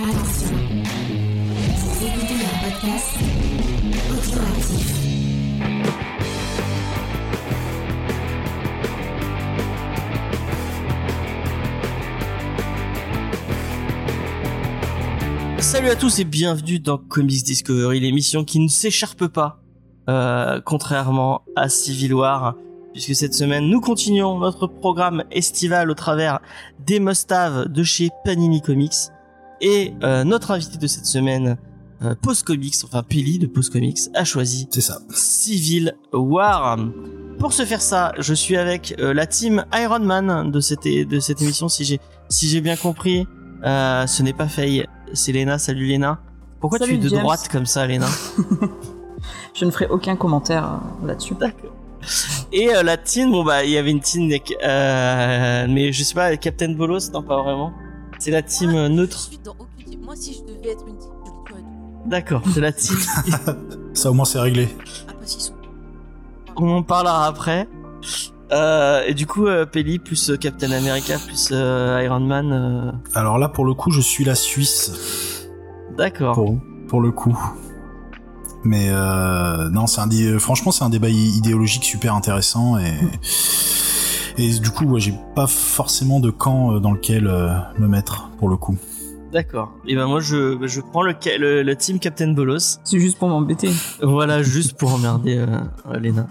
Attention, vous écoutez un podcast audioactif. Salut à tous et bienvenue dans Comics Discovery, l'émission qui ne s'écharpe pas, contrairement à Civil War, puisque cette semaine nous continuons notre programme estival au travers des must-have de chez Panini Comics et notre invité de cette semaine, Post Comics, enfin Peli de Post Comics, a choisi Civil War. Pour se faire ça, je suis avec la team Iron Man de cette émission, si j'ai bien compris. Ce n'est pas Faye, c'est Léna. Salut Léna. Pourquoi Salut, tu es de James. droite comme ça, Léna? Je ne ferai aucun commentaire là-dessus. D'accord. Et la team, il y avait une team, mais je sais pas, Captain Bolos, non pas vraiment. C'est la team neutre. Je suis dans aucune team. Moi, si je devais être une team, je le ferais. D'accord, c'est la team. Ça au moins c'est réglé. Ah, parce qu'ils sont. On en parlera après. Et du coup, Peli plus Captain America plus Iron Man. Alors là pour le coup je suis la Suisse. D'accord. Pour le coup. Mais non, franchement c'est un débat idéologique super intéressant et du coup j'ai pas forcément de camp dans lequel me mettre pour le coup. D'accord. Et ben moi je prends le team Captain Bolos. C'est juste pour m'embêter. Voilà, juste pour emmerder Léna.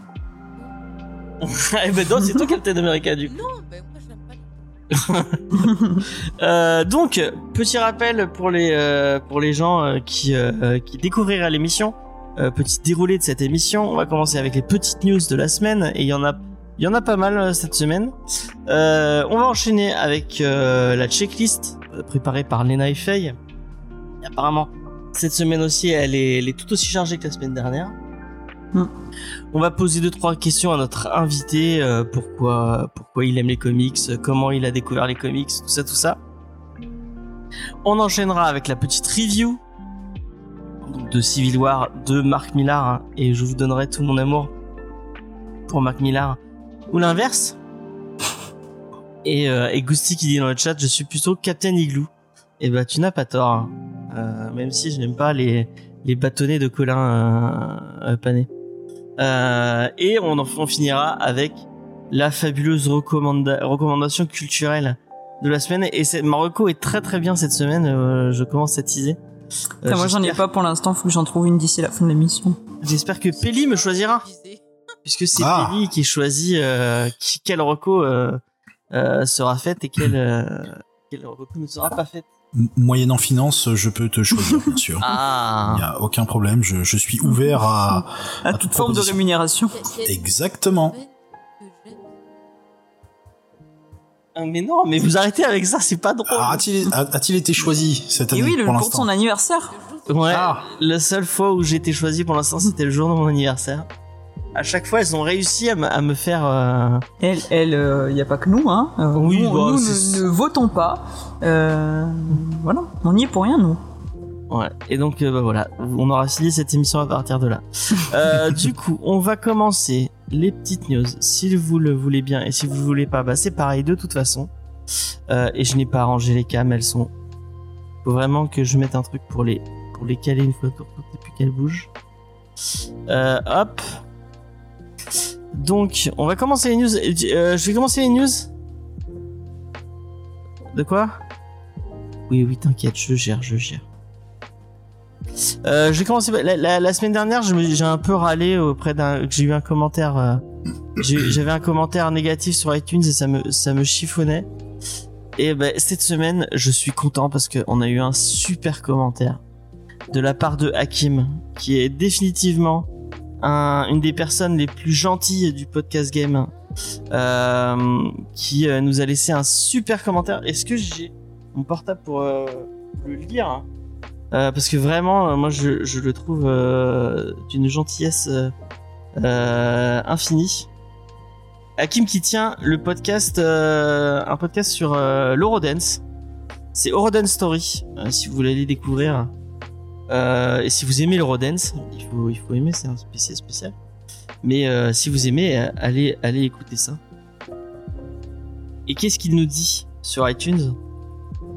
Eh ben non, c'est toi Captain America du coup. Non, ben moi, je l'aime pas. Donc, petit rappel pour les gens qui découvriraient l'émission. Petit déroulé de cette émission. On va commencer avec les petites news de la semaine et il y en a pas mal cette semaine. On va enchaîner avec la checklist préparée par Léna et Faye. Et apparemment, cette semaine aussi, elle est tout aussi chargée que la semaine dernière. On va poser 2-3 questions à notre invité, pourquoi il aime les comics, comment il a découvert les comics, tout ça. On enchaînera avec la petite review de Civil War de Mark Millar, et je vous donnerai tout mon amour pour Mark Millar, ou l'inverse. Et Gusti qui dit dans le chat, je suis plutôt Captain Igloo. Et bah tu n'as pas tort, même si je n'aime pas les bâtonnets de Colin panés. Et on finira avec la fabuleuse recommandation culturelle de la semaine. Et ma reco est très très bien cette semaine. Je commence à teaser. Moi j'en ai pas pour l'instant, faut que j'en trouve une d'ici la fin de l'émission. J'espère que Peli me choisira, puisque c'est Peli qui choisit quelle reco sera faite et quelle reco ne sera pas faite. Moyennant finance, je peux te choisir, bien sûr. Ah. Il y a aucun problème, je suis ouvert à toute forme de rémunération. Exactement. Mais non, mais vous arrêtez avec ça, c'est pas drôle. Alors, a-t-il été choisi cette année Et oui, pour pour l'instant son anniversaire. Ouais, la seule fois où j'ai été choisi pour l'instant, c'était le jour de mon anniversaire. À chaque fois, elles ont réussi à me faire... Elle, y a pas que nous, hein. Oui, nous ne votons pas. Voilà, on n'y est pour rien, nous. Ouais, et donc voilà, on aura signé cette émission à partir de là. Du coup, on va commencer les petites news, si vous le voulez bien, et si vous le voulez pas, c'est pareil de toute façon. Et je n'ai pas arrangé les cams, elles sont... Faut vraiment que je mette un truc pour les caler une fois pour toutes et puis qu'elles bougent. Hop. Donc, on va commencer les news. Je vais commencer les news. De quoi ? Oui, t'inquiète, je gère. Je vais commencer. La semaine dernière, j'ai un peu râlé auprès j'ai eu un commentaire. J'avais un commentaire négatif sur iTunes et ça me chiffonnait. Et cette semaine, je suis content parce qu'on a eu un super commentaire de la part de Hakim, qui est définitivement une des personnes les plus gentilles du podcast game, qui nous a laissé un super commentaire. Est-ce que j'ai mon portable pour le lire, parce que vraiment moi je le trouve d'une gentillesse infinie. Hakim qui tient le podcast, un podcast sur l'Eurodance. C'est Eurodance Story, si vous voulez aller découvrir. Et si vous aimez l'Eurodance, il faut aimer, c'est un spécial. Mais si vous aimez, allez écouter ça. Et qu'est-ce qu'il nous dit sur iTunes ?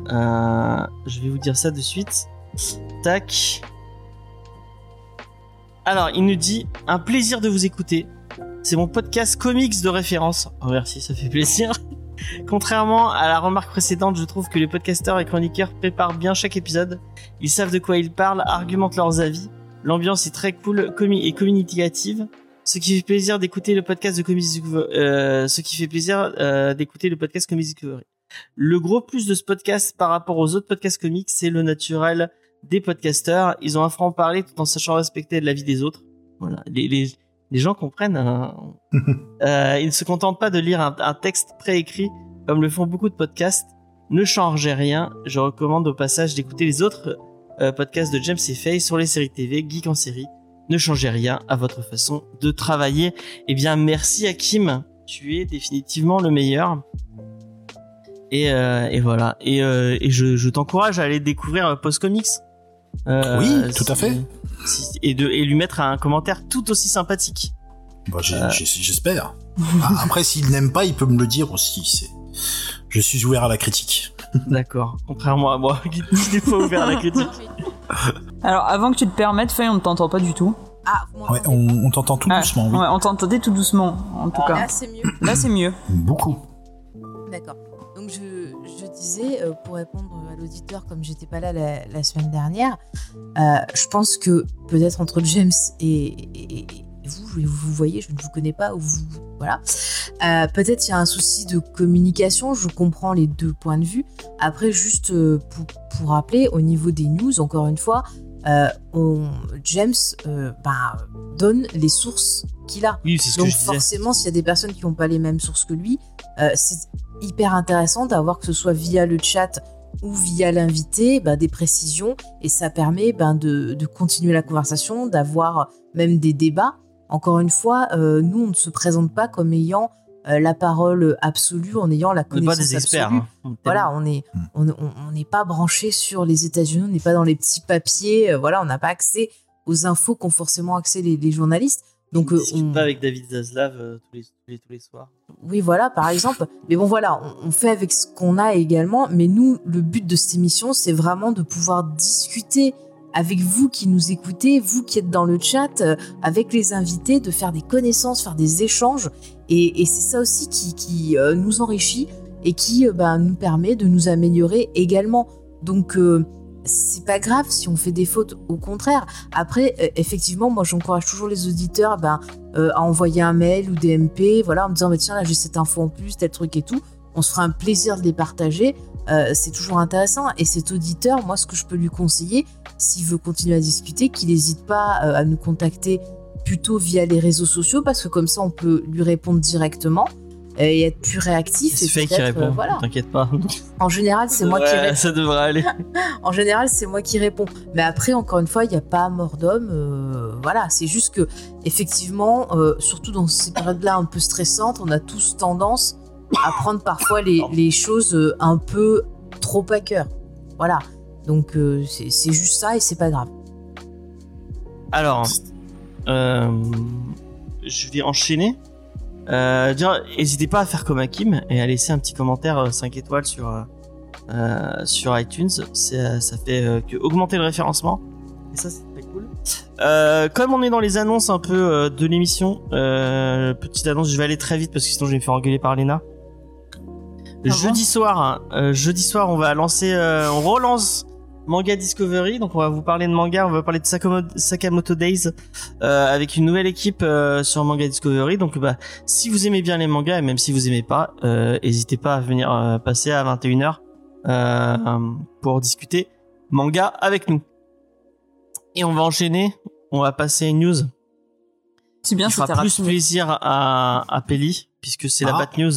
Je vais vous dire ça de suite. Tac. Alors, il nous dit « Un plaisir de vous écouter. C'est mon podcast comics de référence. » Oh merci, ça fait plaisir. Contrairement à la remarque précédente, je trouve que les podcasteurs et chroniqueurs préparent bien chaque épisode. Ils savent de quoi ils parlent, argumentent leurs avis. L'ambiance est très cool et communicative. Ce qui fait plaisir d'écouter le podcast de Comics Discovery. Le gros plus de ce podcast par rapport aux autres podcasts comics, c'est le naturel des podcasteurs. Ils ont un franc-parler tout en sachant respecter l'avis des autres. Voilà, les gens comprennent. Ils ne se contentent pas de lire un texte préécrit comme le font beaucoup de podcasts. Ne changez rien. Je recommande au passage d'écouter les autres podcasts de James et Faye sur les séries TV, Geek en série. Ne changez rien à votre façon de travailler. Eh bien, merci Hakim. Tu es définitivement le meilleur. Et voilà. Et je t'encourage à aller découvrir Post Comics. Oui, tout à fait. Et lui mettre un commentaire tout aussi sympathique. Bah, j'espère. Après, s'il n'aime pas, il peut me le dire aussi. Je suis ouvert à la critique. D'accord. Contrairement à moi, qui n'est pas ouvert à la critique. Alors, avant que tu te permettes, Faye, on ne t'entend pas du tout. Ah, vous Ouais, on t'entend tout doucement. Oui. Ouais, on t'entendait tout doucement, en tout cas. Là, c'est mieux. Là, c'est mieux. Beaucoup. D'accord. Donc, je disais, pour répondre à l'auditeur, comme j'étais pas là la semaine dernière, je pense que peut-être entre James et vous voyez, je ne vous connais pas, voilà. Peut-être il y a un souci de communication, je comprends les deux points de vue. Après, juste pour rappeler, au niveau des news, encore une fois, James donne les sources qu'il a. Oui, c'est ce donc que je disais. forcément, s'il y a des personnes qui n'ont pas les mêmes sources que lui, c'est hyper intéressant d'avoir, que ce soit via le chat ou via l'invité, des précisions, et ça permet de continuer la conversation, d'avoir même des débats. Encore une fois, nous, on ne se présente pas comme ayant la parole absolue, en ayant la connaissance pas des experts, absolue. hein. Voilà, on n'est pas branché sur les États-Unis, on n'est pas dans les petits papiers, voilà, on n'a pas accès aux infos qu'ont forcément accès les journalistes. Donc, on discute pas avec David Zaslav tous les soirs. Oui, voilà, par exemple. Mais bon, voilà, on fait avec ce qu'on a également. Mais nous, le but de cette émission, c'est vraiment de pouvoir discuter avec vous qui nous écoutez, vous qui êtes dans le chat, avec les invités, de faire des connaissances, faire des échanges. Et c'est ça aussi qui nous enrichit et qui nous permet de nous améliorer également. Donc, c'est pas grave si on fait des fautes, au contraire. Après, effectivement, moi j'encourage toujours les auditeurs à envoyer un mail ou des MP, voilà, en me disant tiens, là j'ai cette info en plus, tel truc et tout. On se fera un plaisir de les partager. C'est toujours intéressant. Et cet auditeur, moi ce que je peux lui conseiller, s'il veut continuer à discuter, qu'il n'hésite pas à nous contacter plutôt via les réseaux sociaux, parce que comme ça on peut lui répondre directement et être plus réactif. C'est Faye qui répond, voilà. T'inquiète pas. En général, c'est moi qui réponds. Ça devrait aller. En général, c'est moi qui réponds. Mais après, encore une fois, il n'y a pas mort d'homme. Voilà, c'est juste que, effectivement, surtout dans ces périodes-là un peu stressantes, on a tous tendance à prendre parfois les choses un peu trop à cœur. Voilà. Donc, c'est juste ça et c'est pas grave. Alors, je vais enchaîner. N'hésitez pas à faire comme Hakim et à laisser un petit commentaire 5 étoiles sur iTunes. Ça fait que augmenter le référencement, et ça c'est très cool. Comme on est dans les annonces un peu de l'émission, petite annonce, je vais aller très vite parce que sinon je vais me faire engueuler par Léna. Jeudi soir, on va lancer, on relance Manga Discovery, donc on va vous parler de manga, on va parler de Sakamoto Days avec une nouvelle équipe sur Manga Discovery. Donc si vous aimez bien les mangas et même si vous aimez pas, n'hésitez pas à venir passer à 21h pour discuter manga avec nous. Et on va enchaîner, on va passer une news. C'est bien, ça fera plus plaisir à Peli puisque c'est la Bat News.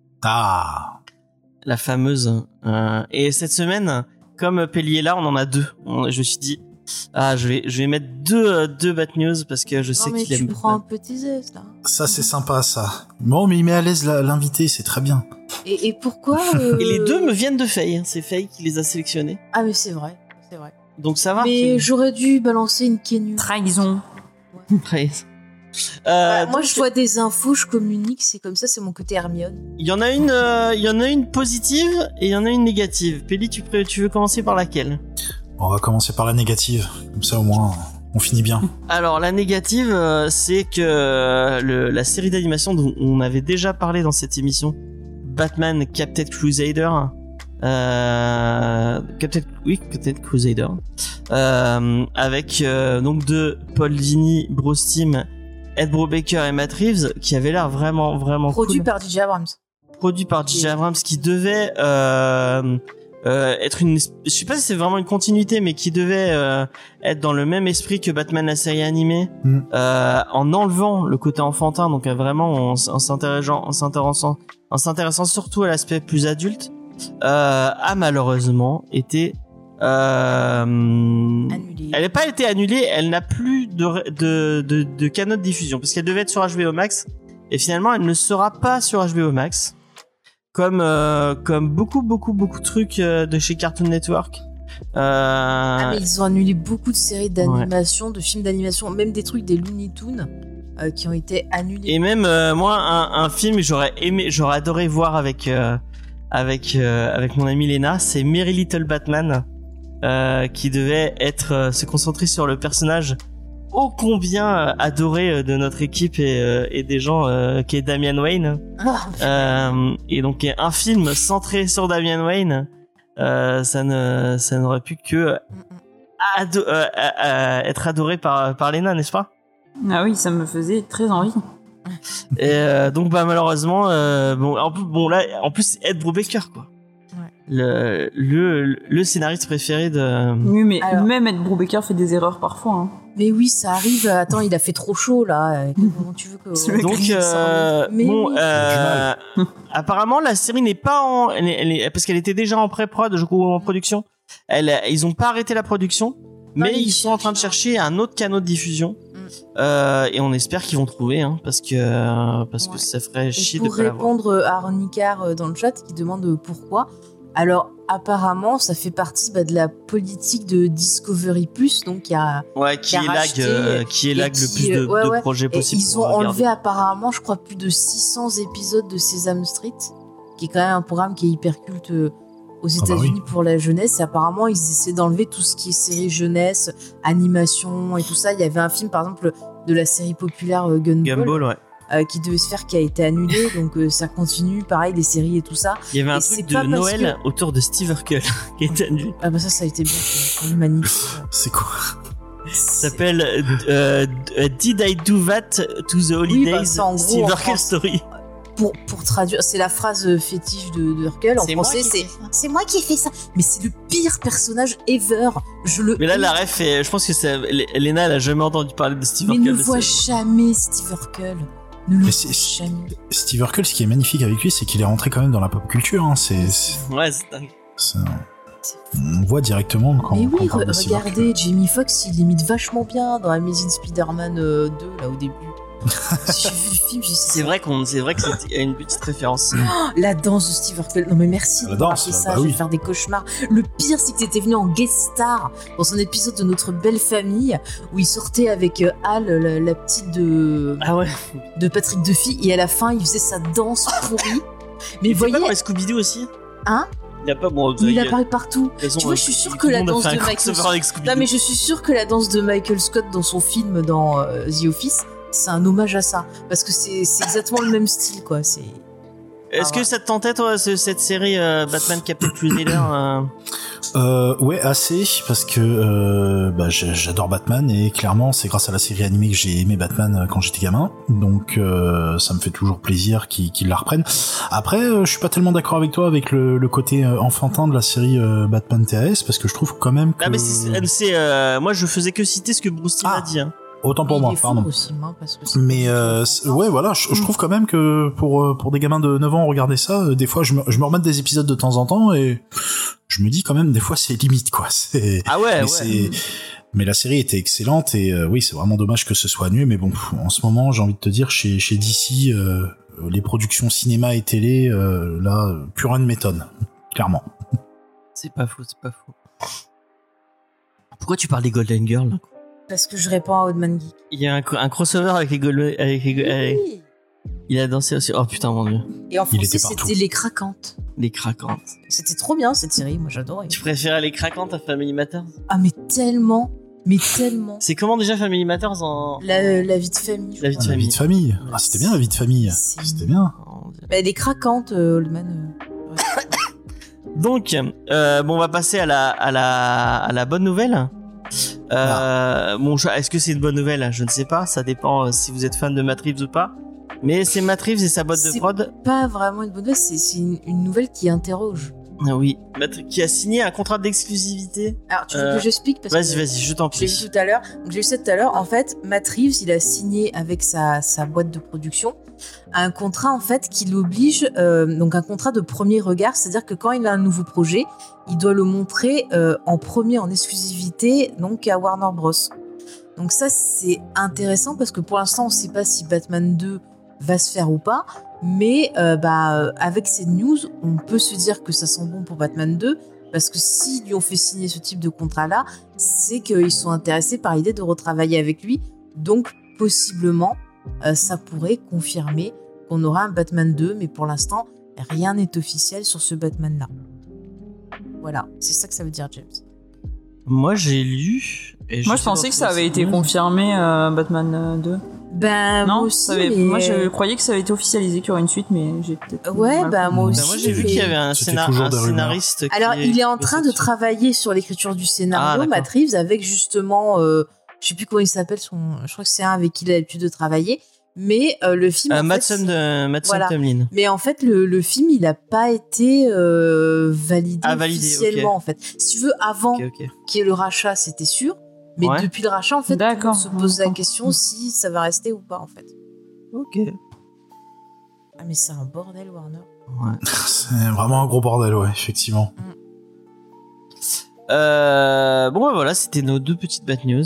La fameuse. Et cette semaine, comme Peli est là, on en a deux. Je me suis dit, je vais mettre deux Bat News parce que je sais qu'il aime. Tu prends un petit zeste là. Ça c'est sympa ça. Bon, mais il met à l'aise l'invité, c'est très bien. Et pourquoi Et les deux me viennent de Faye. C'est Faye qui les a sélectionnés. Ah mais c'est vrai. Donc ça va. Mais j'aurais dû balancer une Kenyu. Trahison. Ouais. Moi, donc, je vois des infos, je communique, c'est comme ça, c'est mon côté Hermione. il y en a une positive et il y en a une négative. Pelli, tu veux commencer par laquelle? On va commencer par la négative, comme ça au moins on finit bien. Alors la négative, c'est que la série d'animation dont on avait déjà parlé dans cette émission, Batman Captain Crusader, Captain Crusader, avec donc de Paul Dini, Bruce Timm, Ed Brubaker et Matt Reeves, qui avait l'air vraiment Produit cool. par J.J. Abrams. Produit par J.J. Abrams, qui devait être je sais pas si c'est vraiment une continuité, mais qui devait être dans le même esprit que Batman la série animée, en enlevant le côté enfantin, donc vraiment en s'intéressant surtout à l'aspect plus adulte, a malheureusement été Annulé. elle n'a pas été annulée, elle n'a plus de canaux de diffusion, parce qu'elle devait être sur HBO Max, et finalement elle ne sera pas sur HBO Max. Comme beaucoup de trucs de chez Cartoon Network. Mais ils ont annulé beaucoup de séries d'animation, de films d'animation, même des trucs des Looney Tunes qui ont été annulés. Et même moi, un film que j'aurais adoré voir avec mon amie Léna, c'est Merry Little Batman, qui devait se concentrer sur le personnage ô combien adoré de notre équipe et des gens, qui est Damian Wayne. Et donc un film centré sur Damian Wayne, ça n'aurait pu que être adoré par Léna, n'est-ce pas? Ah oui, ça me faisait très envie. Et donc malheureusement, en plus Ed Brubaker, quoi. Le scénariste préféré de... Oui, mais même Ed Brubaker fait des erreurs parfois. Hein. Mais oui, ça arrive. Attends, il a fait trop chaud là. Comment tu veux que... Donc apparemment la série n'est pas parce qu'elle était déjà en pré-prod, je crois, en production. Ils ont pas arrêté la production, mais ils sont en train de chercher un autre canal de diffusion. Et on espère qu'ils vont trouver, hein, parce que ça ferait chier de pas l'avoir. Pour répondre à Ronnicard dans le chat qui demande pourquoi. Alors apparemment ça fait partie de la politique de Discovery Plus, donc qui est lag le plus de projets possible. Ils ont enlevé apparemment, je crois, plus de 600 épisodes de Sesame Street, qui est quand même un programme qui est hyper culte aux États-Unis pour la jeunesse. Et apparemment ils essaient d'enlever tout ce qui est série jeunesse, animation et tout ça. Il y avait un film par exemple de la série populaire Gumball, qui devait se faire, qui a été annulé, donc ça continue, pareil, les séries et tout ça. Il y avait un truc de Noël autour de Steve Urkel qui a été annulé. Ah bah ça a été bien, magnifique. C'est quoi? Ça s'appelle Did I Do That to the Holidays, Steve Urkel Story. Pour traduire, c'est la phrase fétiche de Urkel en français, c'est moi qui ai fait ça. Mais c'est le pire personnage ever. Mais là, la ref, je pense que Léna, elle a jamais entendu parler de Steve Urkel. Mais ne vois jamais Steve Urkel. Steve Urkel, ce qui est magnifique avec lui, c'est qu'il est rentré quand même dans la pop culture. Hein. Ouais, c'est dingue. On voit directement quand mais oui, on parle de Steve Urkel. Regardez, Jamie Foxx, il imite vachement bien dans Amazing Spider-Man 2, là, au début. Si j'ai vu le film, j'ai c'est vrai que c'est une petite référence. La danse de Steve Urkel. Non mais merci de m'avoir fait ça, je vais faire des cauchemars. Le pire, c'est que t'étais venu en guest star dans son épisode de Notre Belle Famille où il sortait avec Al, la petite de Patrick Duffy, et à la fin il faisait sa danse pourrie. Mais il voyez, pas dans Scooby-Doo aussi. Hein? Il apparaît partout. Tu vois, je suis sûre que la danse de Michael Scott. Non mais je suis sûre que la danse de Michael Scott dans son film dans The Office, c'est un hommage à ça, parce que c'est exactement le même style, quoi. Est-ce que ça te tentait, toi, cette série Batman Captain Crusader Ouais, assez, parce que j'adore Batman, et clairement c'est grâce à la série animée que j'ai aimé Batman quand j'étais gamin, donc ça me fait toujours plaisir qu'ils la reprennent. Après, je suis pas tellement d'accord avec toi avec le côté enfantin de la série Batman TAS, parce que je trouve quand même que... Ah mais moi je faisais que citer ce que Bruce Timm a dit, hein. Autant pour moi, pardon. Aussi, parce que mais ouais, voilà, je trouve quand même que pour des gamins de 9 ans regarder ça, des fois je me remets des épisodes de temps en temps et je me dis quand même des fois c'est limite, quoi. Mais la série était excellente et oui, c'est vraiment dommage que ce soit annulé, mais bon, en ce moment, j'ai envie de te dire, chez DC, les productions cinéma et télé, là, plus rien ne m'étonne, clairement. C'est pas faux. Pourquoi tu parles des Golden Girls, là? Parce que je réponds à Oldman Geek. Il y a un crossover avec les Oui. Il a dansé aussi. Oh putain, mon dieu. Et en français, était partout. c'était Les Craquantes. Les craquantes. C'était trop bien cette série, moi j'adorais. Tu préférais les craquantes à Family Matters? Ah mais tellement. C'est comment déjà Family Matters en... La vie de famille. La vie de La famille. vie de famille. Ah, c'était bien la vie de famille. C'est- C'était bien. Oh, mon Dieu. Bah, Les Craquantes, Oldman. Ouais. Donc, bon, on va passer à la bonne nouvelle. Bon, est-ce que c'est une bonne nouvelle? Je ne sais pas. Ça dépend si vous êtes fan de Matt Reeves ou pas. Mais c'est Matt Reeves et sa boîte de C'est prod. Pas vraiment une bonne nouvelle, c'est une nouvelle qui interroge. Ah oui, qui a signé un contrat d'exclusivité. Alors tu veux que j'explique parce Vas-y, que je t'en je l'ai prie. vu tout à l'heure. Donc j'ai vu ça tout à l'heure. En fait, Matt Reeves, il a signé avec sa boîte de production un contrat en fait qui l'oblige, donc un contrat de premier regard, c'est-à-dire que quand il a un nouveau projet, il doit le montrer en premier en exclusivité donc à Warner Bros. Donc ça c'est intéressant parce que pour l'instant on ne sait pas si Batman 2 va se faire ou pas, mais avec ces news on peut se dire que ça sent bon pour Batman 2 parce que s'ils lui ont fait signer ce type de contrat là, c'est qu'ils sont intéressés par l'idée de retravailler avec lui, donc possiblement ça pourrait confirmer qu'on aura un Batman 2, mais pour l'instant rien n'est officiel sur ce Batman là. Voilà, c'est ça que ça veut dire James. Moi, j'ai lu. Et Moi, je pensais que ça avait été confirmé, Batman 2. Ben Non, moi aussi, ça avait- mais... moi je croyais que ça avait été officialisé, qu'il y aurait une suite, mais j'ai peut-être. Ouais, mal bah compris. moi Bah, aussi. moi, j'ai vu mais- qu'il y avait un C'était toujours des rumeurs. scénariste. Alors, il est en qui train de bossait dessus. travailler sur l'écriture du Ah, scénario, d'accord. Matt Reeves, avec justement, je sais plus comment il s'appelle, je crois que c'est un avec qui il a l'habitude de travailler, mais le film... en Matson fait, voilà. Tomlin. Mais en fait, le film, il n'a pas été validé officiellement, ok. en fait. Si tu veux, avant Ok, ok. qu'il y ait le rachat, c'était sûr, mais Ouais. depuis le rachat, en fait, tout le monde D'accord. se pose la D'accord. question si ça va rester ou pas, en fait. Ok. Ah, mais c'est un bordel, Warner. Ouais. C'est vraiment un gros bordel, ouais, effectivement. Bon, bah, voilà, c'était nos deux petites bad news.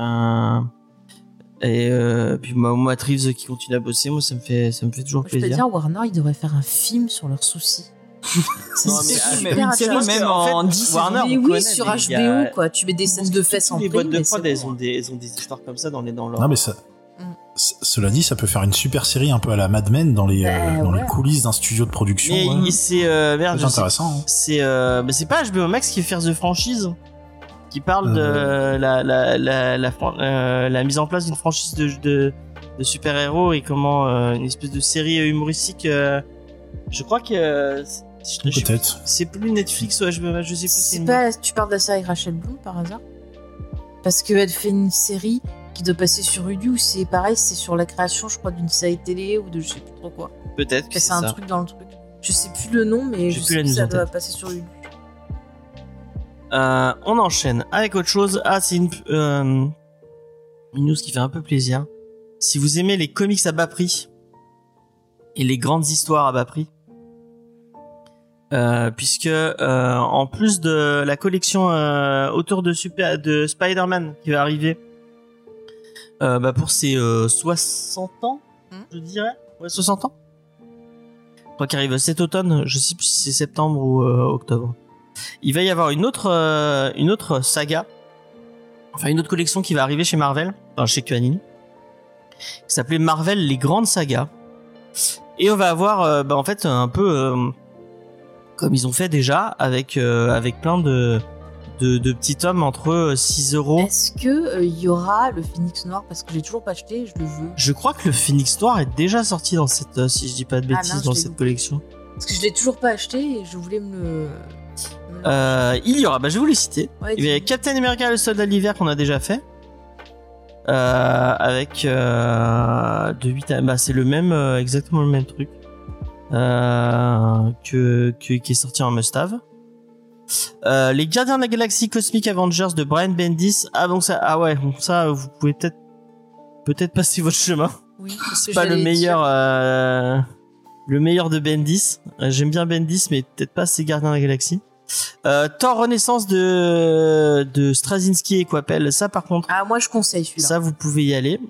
Puis Matt Reeves qui continue à bosser, moi ça me fait toujours Je peux plaisir. dire, Warner, il devrait faire un film sur leurs soucis. Ça, Non, c'est mais- super une série intéressant. même en fait, en 10 Warner, Mais on oui, connaît, sur mais il y a- HBO, quoi. Tu mets des scènes de fesses en les prime, boîtes de mais prod, c'est elles bon. ont des histoires comme ça dans leur. Non, mais ça. Mm. Cela dit, ça peut faire une super série un peu à la Mad Men dans les ouais. coulisses d'un studio de production. Mais ouais. c'est merde, C'est je sais- intéressant. Hein. c'est pas HBO Max qui fait The Franchise, qui parle de la mise en place d'une franchise de super-héros et comment une espèce de série humoristique. Je crois que Peut-être. c'est plus Netflix ou HBO, je sais plus. C'est pas, tu parles de la série Rachel Bloom par hasard? Parce qu'elle fait une série qui doit passer sur Hulu, ou c'est pareil, c'est sur la création, je crois, d'une série télé ou de je sais plus trop quoi. Peut-être que C'est c'est un ça. truc dans le truc. Je sais plus le nom, mais J'ai je plus sais la que news ça en doit tête. passer sur Hulu. On enchaîne avec autre chose. Ah, c'est une news qui fait un peu plaisir. Si vous aimez les comics à bas prix et les grandes histoires à bas prix, puisque en plus de la collection autour de Spider-Man qui va arriver pour ses 60 ans, je dirais, ouais 60 ans. Je crois qu'il arrive cet automne, je sais plus si c'est septembre ou octobre. Il va y avoir une autre saga, enfin une autre collection qui va arriver chez Marvel, enfin chez Panini, qui s'appelait Marvel les grandes sagas. Et on va avoir en fait un peu comme ils ont fait déjà avec plein de petits tomes entre 6 €. Est-ce que il y aura le Phoenix Noir? Parce que j'ai toujours pas acheté, je le veux. Je crois que le Phoenix Noir est déjà sorti dans cette, si je dis pas de bêtises, mince, dans je l'ai cette loupé. collection. Parce que je l'ai toujours pas acheté et je voulais me le. Il y aura, je vais vous les citer. Ouais, Il y a dis-moi. Captain America le soldat de l'hiver qu'on a déjà fait. Avec de 8 à... c'est le même, exactement le même truc. Qui est sorti en must-have. Les Gardiens de la Galaxie Cosmic Avengers de Brian Bendis. Ah donc ça, ah ouais, bon, ça vous pouvez peut-être passer votre chemin. Oui, parce que C'est pas le j'allais meilleur, dire- le meilleur de Bendis. J'aime bien Bendis, mais peut-être pas ses Gardiens de la Galaxie. Thor Renaissance de Straczynski et Coppel. Ça par contre, Ah, moi je conseille celui-là. ça vous pouvez y aller.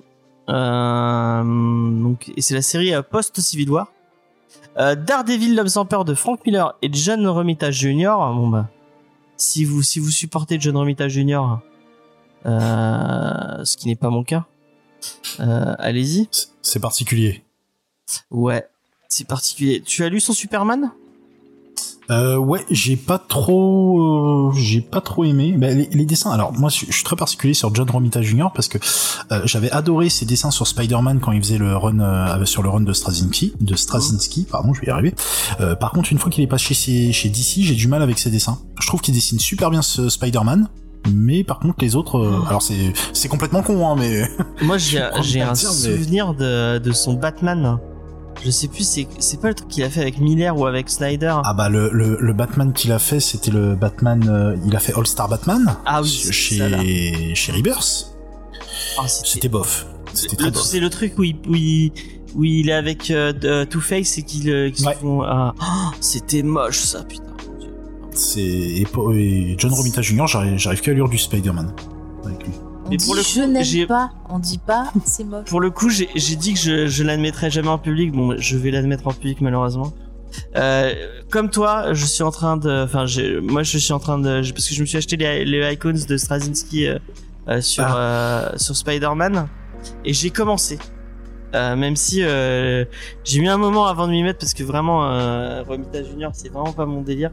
Donc et c'est la série post Civil War. Daredevil l'homme sans peur de Frank Miller et John Romita Jr. Bon bah si vous supportez John Romita Jr., ce qui n'est pas mon cas. Allez-y. C'est particulier. Ouais, c'est particulier. Tu as lu son Superman ? Ouais, j'ai pas trop aimé. Bah, les dessins. Alors moi, je suis très particulier sur John Romita Jr. parce que j'avais adoré ses dessins sur Spider-Man quand il faisait le run sur le run de Straczynski. Pardon, je vais y arriver. Par contre, une fois qu'il est passé chez DC, j'ai du mal avec ses dessins. Je trouve qu'il dessine super bien ce Spider-Man. Mais par contre les autres, alors c'est complètement con, hein, mais moi j'ai un souvenir de son Batman. Je sais plus, c'est pas le truc qu'il a fait avec Miller ou avec Snyder. Ah bah le Batman qu'il a fait, c'était le Batman, il a fait All Star Batman. Ah oui, chez Rebirth. Oh, c'était bof. C'était très bof. C'est le truc où il est avec Two-Face et qu'ils ouais. font. C'était moche ça, putain. Et John Romita Jr. j'arrive qu'à lire du Spider-Man avec lui. On dit je n'aime pas, on dit pas c'est moche. Pour le coup, j'ai dit que je l'admettrais jamais en public. Bon, je vais l'admettre en public malheureusement. Comme toi, je suis en train de, parce que je me suis acheté les icons de Straczynski sur Spider-Man et j'ai commencé. Même si j'ai mis un moment avant de m'y mettre parce que vraiment Romita Junior c'est vraiment pas mon délire.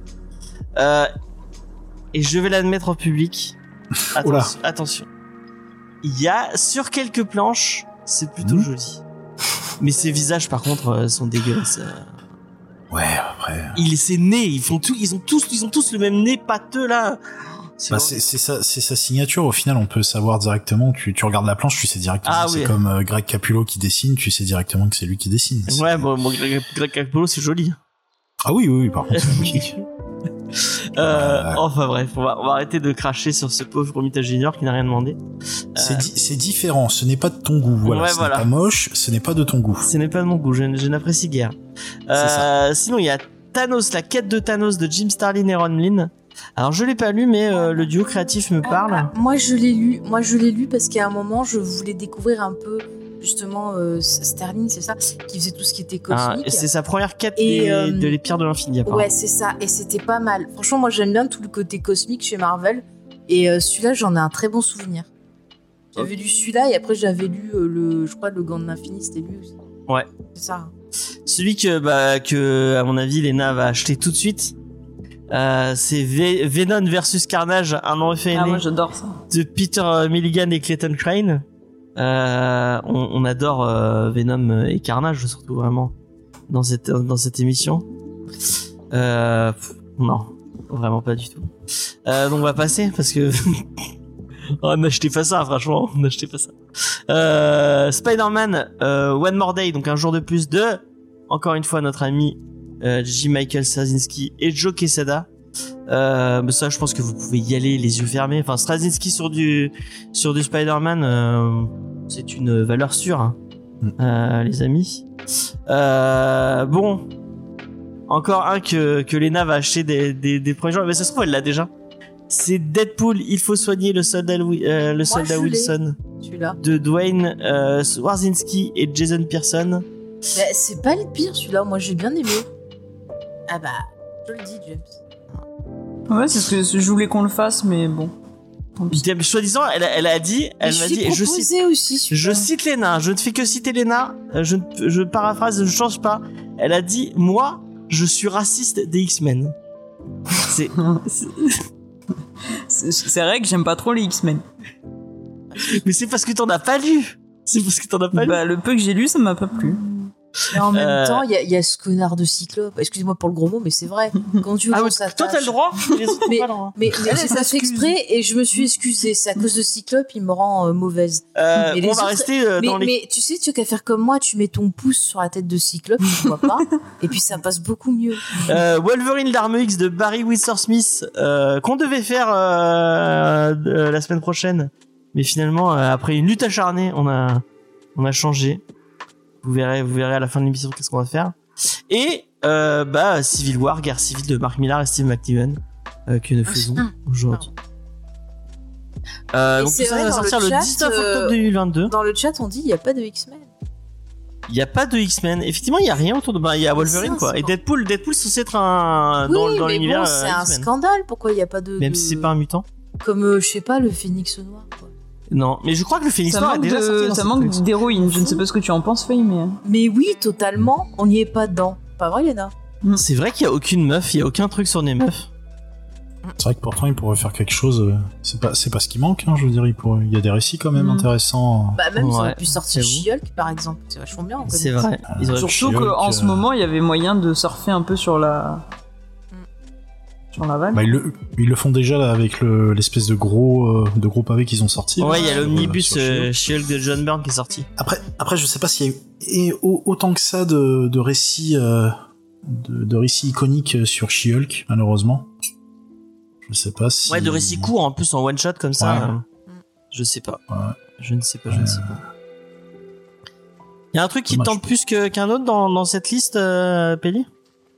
Et je vais l'admettre en public. Attention. Il y a sur quelques planches, c'est plutôt joli. Mais ses visages par contre sont dégueulasses. Ouais, après. Ses nez, ils ont tous le même nez pâteux là. C'est sa signature. Au final, on peut savoir directement. Tu regardes la planche, tu sais directement. Ah, c'est oui. comme Greg Capullo qui dessine, tu sais directement que c'est lui qui dessine. Ouais, bon, Greg Capullo, c'est joli. Ah oui, par contre, c'est magnifique. Enfin bref, on va arrêter de cracher sur ce pauvre Romita Junior qui n'a rien demandé. C'est différent, ce n'est pas de ton goût. Voilà, n'est pas moche, ce n'est pas de ton goût. Ce n'est pas de mon goût, je n'apprécie guère. Sinon, il y a Thanos, la quête de Thanos de Jim Starlin et Ron Lim. Alors je l'ai pas lu, mais le duo créatif me parle. Moi je l'ai lu parce qu'à un moment je voulais découvrir un peu justement Starlin, c'est ça, qui faisait tout ce qui était cosmique. C'est sa première quête de les pierres de l'infini. Ouais, c'est ça, et c'était pas mal. Franchement, moi j'aime bien tout le côté cosmique chez Marvel, et celui-là j'en ai un très bon souvenir. J'avais lu celui-là et après j'avais lu je crois le Gant de l'Infini, c'était lui aussi. Ouais. C'est ça. Celui que à mon avis Lena va acheter tout de suite. C'est Venom versus Carnage, un an refait moi j'adore ça. de Peter Milligan et Clayton Crane. On adore Venom et Carnage surtout vraiment dans cette émission. Non, vraiment pas du tout. Donc on va passer parce que n'achetez pas ça, franchement, n'achetez pas ça. Spider-Man One More Day, donc un jour de plus de encore une fois notre ami J. Michael Straczynski et Joe Quesada. Mais ça, je pense que vous pouvez y aller les yeux fermés. Enfin, Straczynski sur du Spider-Man, c'est une valeur sûre, hein, les amis. Bon, encore un que Lena va acheter des premiers jours. Mais ça se trouve, elle l'a déjà. C'est Deadpool. Il faut soigner le soldat Wilson. Celui-là. De Dwayne Swarzynski et Jason Pearson. Bah, c'est pas le pire celui-là. Moi, j'ai bien aimé. Ah bah, je le dis, James. Ouais, c'est ce que je voulais qu'on le fasse, mais bon. Soi-disant, elle m'a dit, et je cite Lena, je ne fais que citer Lena, je paraphrase, je change pas. Elle a dit, moi, je suis raciste des X-Men. C'est vrai que j'aime pas trop les X-Men. Mais c'est parce que t'en as pas lu. Bah, le peu que j'ai lu, ça m'a pas plu. Mais en même temps, il y a ce connard de Cyclope. Excusez-moi pour le gros mot, mais c'est vrai. Quand tu vois ça, toi t'as le droit. Mais j'ai pas fait exprès et je me suis excusée. C'est à cause de Cyclope, il me rend mauvaise. On va rester dans les. Mais tu sais, tu as qu'à faire comme moi. Tu mets ton pouce sur la tête de Cyclope, tu vois pas, et puis ça passe beaucoup mieux. Wolverine l'Arme X de Barry Windsor Smith qu'on devait faire la semaine prochaine, mais finalement après une lutte acharnée, on a changé. Vous verrez à la fin de l'émission qu'est-ce qu'on va faire. Et Civil War, guerre civile de Mark Millar et Steve McNiven que nous faisons aujourd'hui. Donc tout ça va sortir le 19 octobre 2022. Dans le chat, on dit il y a pas de X-Men. Il y a pas de X-Men. Effectivement, il y a rien autour de. Il y a Wolverine quoi. Et Deadpool c'est censé être un dans l'univers. Bon, c'est un scandale. Pourquoi il y a pas de. Même si c'est pas un mutant. Comme, je sais pas, le Phénix Noir, quoi. Non, mais je crois que le Phénix Ça Noir est manque, déjà sorti dans ça cette manque collection. d'héroïne. Je ne sais pas ce que tu en penses, Faye, mais. Mais oui, totalement, on n'y est pas dedans. Pas vrai, Léna? C'est vrai qu'il y a aucune meuf, il y a aucun truc sur les meufs. C'est vrai que pourtant, il pourrait faire quelque chose. C'est pas ce qui manque, hein, je veux dire. Il y a des récits quand même intéressants. Bah, même, ça Ouais, aurait pu sortir j'avoue. She-Hulk, par exemple. C'est vachement bien, en comics. C'est vrai. Ils auraient pu- Surtout She-Hulk, qu'en ce moment, il y avait moyen de surfer un peu sur la vague. Bah, ils le font déjà là, avec l'espèce de gros pavé qu'ils ont sorti. Ouais, là, il y a l'omnibus sur She-Hulk. She-Hulk de John Byrne qui est sorti. Après, je sais pas s'il y a eu autant que ça de récits, de récits iconiques sur She-Hulk, malheureusement. Je sais pas si. Ouais, de récits courts en plus en one shot comme ça. Ouais. Je sais pas. Ouais. Je ne sais pas. Il y a un truc qui te Dommage. tente plus qu'un autre dans cette liste, Pelli?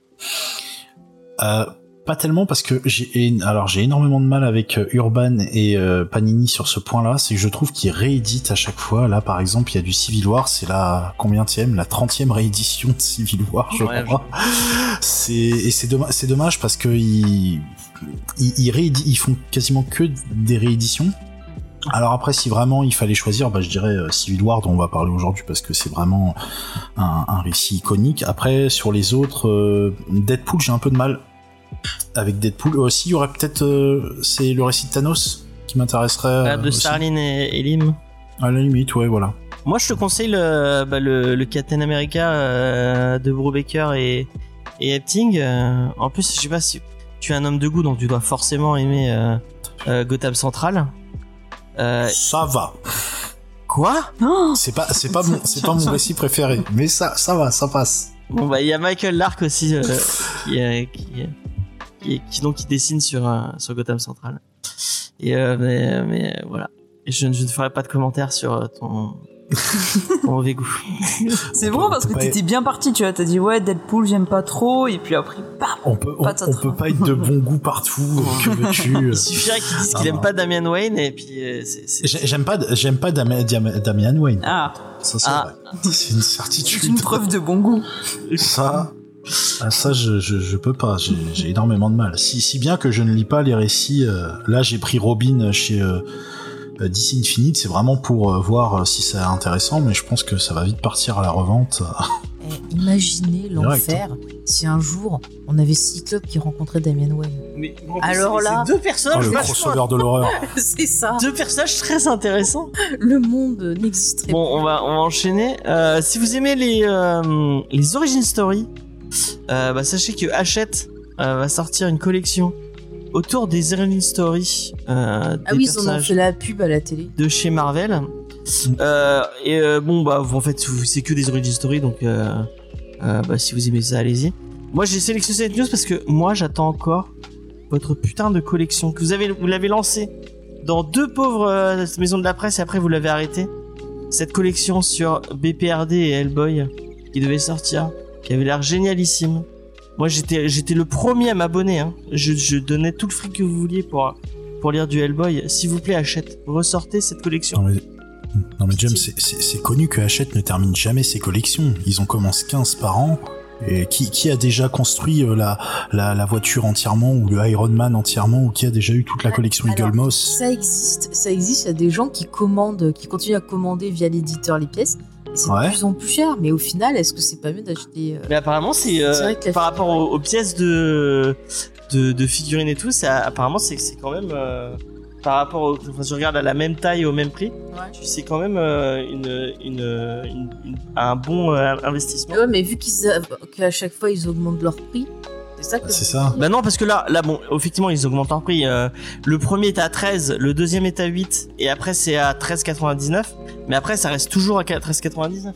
Pas tellement parce que j'ai énormément de mal avec Urban et Panini sur ce point-là, c'est que je trouve qu'ils rééditent à chaque fois. Là, par exemple, il y a du Civil War, c'est la combienième, la 30e réédition de Civil War, je crois. C'est dommage parce que ils font quasiment que des rééditions. Alors après, si vraiment il fallait choisir, bah je dirais Civil War dont on va parler aujourd'hui parce que c'est vraiment un récit iconique. Après, sur les autres, Deadpool, j'ai un peu de mal. Avec Deadpool aussi, il y aurait peut-être c'est le récit de Thanos qui m'intéresserait De aussi. Starlin et Lim. À la limite, ouais, voilà. Moi, je te conseille le Captain America de Brubaker et Epting. En plus, je sais pas si tu es un homme de goût, donc tu dois forcément aimer Gotham Central. Ça va. Quoi? C'est pas mon récit préféré, mais ça va, ça passe. Bon bah il y a Michael Lark aussi qui dessine sur Gotham Central. Et mais voilà. Et je ne ferai pas de commentaires sur ton mauvais goût. C'est bon parce que t'étais bien parti, tu vois. T'as dit ouais, Deadpool, j'aime pas trop, et puis après, bam. On peut pas être de bon goût partout. Que veux-tu Il suffirait qu'il dise qu'il aime pas Damian Wayne et puis J'aime pas Damian Wayne. Ah, Ça c'est vrai. C'est une certitude. c'est une preuve de bon goût. Ça, je peux pas. J'ai énormément de mal. Si bien que je ne lis pas les récits. Là, j'ai pris Robin chez DC Infinite. C'est vraiment pour voir si c'est intéressant, mais je pense que ça va vite partir à la revente. Imaginez l'enfer si un jour on avait Cyclope qui rencontrait Damian Wayne. Mais alors là, c'est deux personnages le crossover de l'horreur. c'est ça. deux personnages très intéressants. Le monde n'existerait Bon, on va enchaîner. Si vous aimez les origin story, sachez que Hachette va sortir une collection autour des origin story des Ah oui, ils en ont personnages fait la pub à la télé. de chez Marvel. En fait, c'est que des origin story, donc si vous aimez ça, allez-y. Moi, j'ai sélectionné cette news parce que moi, j'attends encore votre putain de collection que vous l'avez lancée dans deux pauvres maisons de la presse et après vous l'avez arrêtée. Cette collection sur BPRD et Hellboy qui devait sortir, qui avait l'air génialissime. Moi, j'étais le premier à m'abonner. Hein. Je donnais tout le fric que vous vouliez pour lire du Hellboy. S'il vous plaît, Hachette, ressortez cette collection. Non mais James, c'est connu que Hachette ne termine jamais ses collections. Ils en commencent 15 par an. Et qui a déjà construit la voiture entièrement ou le Iron Man entièrement ou qui a déjà eu toute la collection Eagle Moss? Ça existe. Il y a des gens qui continuent à commander via l'éditeur les pièces. Et c'est de plus en plus cher. Mais au final, est-ce que c'est pas mieux d'acheter Mais apparemment, c'est vrai que par rapport aux pièces de figurines et tout, apparemment c'est quand même par rapport si je regarde à la même taille et au même prix, c'est quand même un bon investissement. Ouais, mais vu qu'à chaque fois ils augmentent leur prix, c'est ça que... C'est ça. Bah non, parce que là bon, effectivement ils augmentent leur prix. Le premier est à 13, le deuxième est à 8 et après c'est à 13,99, mais après ça reste toujours à 13,99.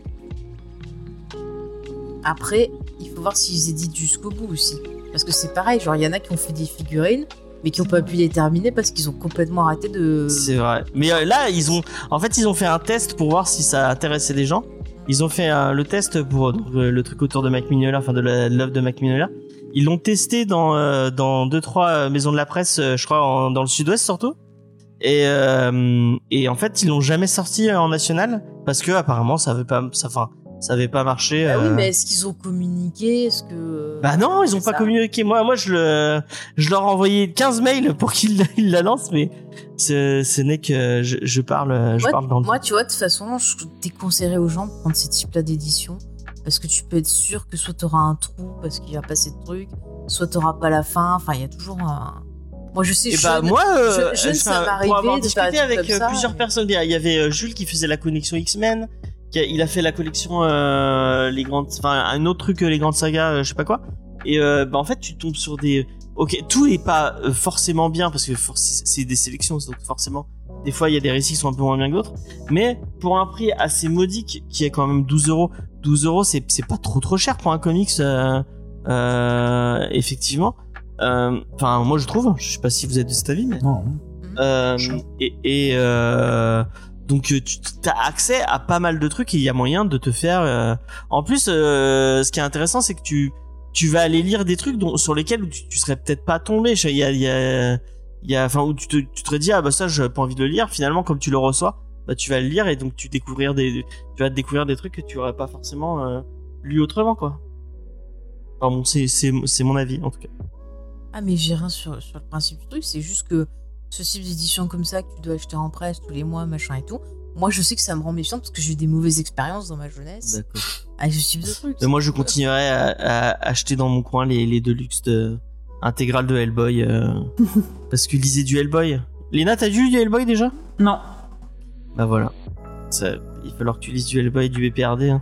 Après, il faut voir s'ils éditent jusqu'au bout aussi. Parce que c'est pareil, genre il y en a qui ont fait des figurines mais qui ont pas pu les terminer parce qu'ils ont complètement arrêté de... C'est vrai. Mais là, ils ont fait un test pour voir si ça intéressait des gens. Ils ont fait le test pour le truc autour de Mac Mignola, enfin de l'œuvre de Mac Mignola. Ils l'ont testé dans 2-3 maisons de la presse, je crois, dans le sud-ouest surtout. Et en fait, ils l'ont jamais sorti en national parce que apparemment, ça veut pas, ça avait pas marché. Oui, mais est-ce qu'ils ont communiqué? Est-ce que... Bah non, ils ont pas communiqué. Moi, je leur ai envoyé 15 mails pour qu'ils la lancent, mais ce n'est que je parle dans le... Moi, tu vois, de toute façon, je déconseillerais aux gens de prendre ces types-là d'édition, parce que tu peux être sûr que soit t'auras un trou parce qu'il y a pas assez de trucs, soit t'auras pas la fin. Enfin, il y a toujours un... Moi, je sais, ça m'est pour arrivé avoir discuté avec plusieurs mais... personnes. Il y avait Jules qui faisait la connexion X-Men. Il a fait la collection les grandes, enfin un autre truc, les grandes sagas, je sais pas quoi. Et en fait, tu tombes sur des... Ok, tout est pas forcément bien parce que c'est des sélections, donc forcément, des fois il y a des récits qui sont un peu moins bien que d'autres. Mais pour un prix assez modique, qui est quand même 12 €, 12 €, c'est pas trop cher pour un comics, effectivement. Enfin, moi je trouve. Je sais pas si vous êtes de cet avis, mais. Non. Donc tu as accès à pas mal de trucs et il y a moyen de te faire. En plus, ce qui est intéressant, c'est que tu vas aller lire des trucs sur lesquels tu serais peut-être pas tombé. Enfin, où tu te serais dit, ah bah ça, j'ai pas envie de le lire. Finalement, comme tu le reçois, bah tu vas le lire et donc tu vas découvrir des trucs que tu aurais pas forcément lu autrement, quoi. Enfin bon, c'est mon avis en tout cas. Ah, mais j'ai rien sur le principe du truc, c'est juste que ce type d'édition comme ça que tu dois acheter en presse tous les mois, machin et tout, moi je sais que ça me rend méfiante parce que j'ai eu des mauvaises expériences dans ma jeunesse. D'accord. Avec ce type de truc. Mais moi je continuerai à acheter dans mon coin les Deluxe intégrales de Hellboy parce que lisez du Hellboy. Léna, t'as lu du Hellboy déjà? Non. Bah voilà. Il va falloir que tu lises du Hellboy et du BPRD. Hein.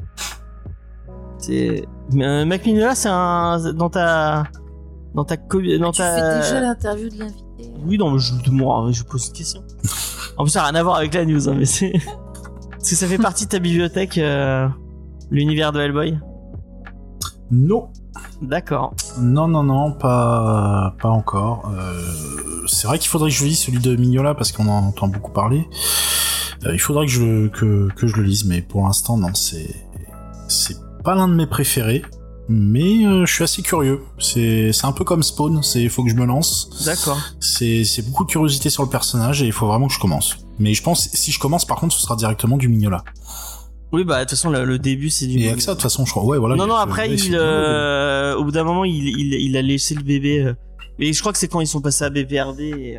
Mac Mignola, c'est dans ta Tu fais déjà l'interview de l'invité. Oui, non, mais je pose une question. En plus, ça n'a rien à voir avec la news, hein, mais c'est... Est-ce que ça fait partie de ta bibliothèque, l'univers de Hellboy? Non. D'accord. Non, pas encore. C'est vrai qu'il faudrait que je lise celui de Mignola parce qu'on en entend beaucoup parler. Il faudrait que je le lise, mais pour l'instant, non, c'est pas l'un de mes préférés. Mais je suis assez curieux. C'est un peu comme Spawn, faut que je me lance. D'accord. C'est beaucoup de curiosité sur le personnage et il faut vraiment que je commence. Mais je pense si je commence par contre, ce sera directement du Mignola. Oui, bah de toute façon le début c'est du. Et avec ça de toute façon, je crois. Ouais, voilà. Non, après au bout d'un moment il a laissé le bébé. Mais je crois que c'est quand ils sont passés à BPRD et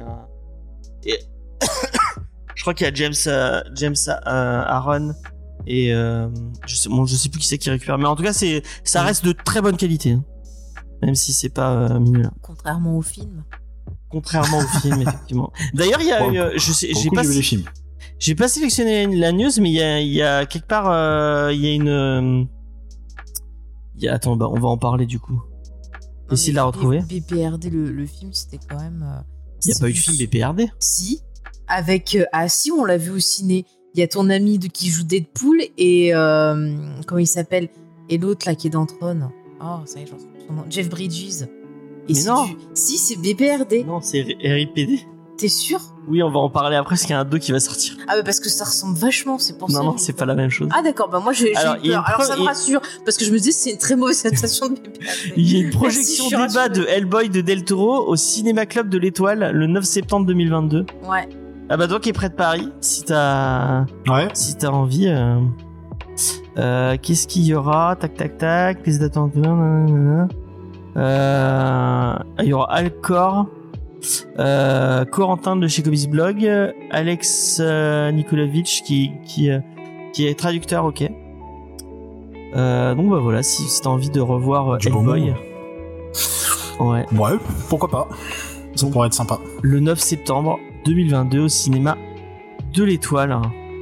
je crois qu'il y a James Aaron. Et je sais plus qui c'est qui récupère, mais en tout cas ça reste de très bonne qualité, hein. Même si c'est pas Mignola. Contrairement au film. Contrairement au film, effectivement. D'ailleurs, il y a j'ai pas sélectionné la news, mais il y a quelque part il y a une attends, bah on va en parler du coup. Essaye de la retrouver. BPRD, le film, c'était quand même. Il y a pas eu de film BPRD. Si, avec si on l'a vu au ciné. Il y a ton ami qui joue Deadpool et comment il s'appelle, et l'autre là qui est dans Tron. Oh, ça y est, j'en sais plus son nom. Jeff Bridges. Et mais non. Si, c'est BPRD. Non, c'est RIPD. T'es sûr? Oui, on va en parler après parce qu'il y a un 2 qui va sortir. Ah, bah parce que ça ressemble vachement, c'est pour ça. Non, c'est pas la même chose. Ah, d'accord, bah moi j'ai eu peur. Alors ça me rassure, parce que je me dis c'est une très mauvaise adaptation de BPRD. Il y a une projection débat de Hellboy de Del Toro au Cinéma Club de l'Étoile le 9 septembre 2022. Ouais. Ah bah toi qui es près de Paris, si t'as envie, qu'est-ce qu'il y aura? Tac, les dates en... il y aura Alcor, Corentin de chez Comics Blog, Alex Nikolovic qui est traducteur, ok. Donc bah voilà, si t'as envie de revoir Hellboy, ouais, pourquoi pas. Ça pourrait être sympa. Le 9 septembre 2022 au cinéma de l'Étoile.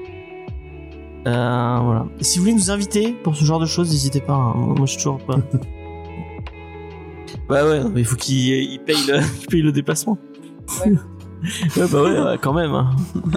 Voilà. Et si vous voulez nous inviter pour ce genre de choses, n'hésitez pas. Hein. Moi, je suis toujours pas. Bah ouais, mais il faut qu'il paye le déplacement. Ouais. Ouais, bah ouais, quand même. Hein.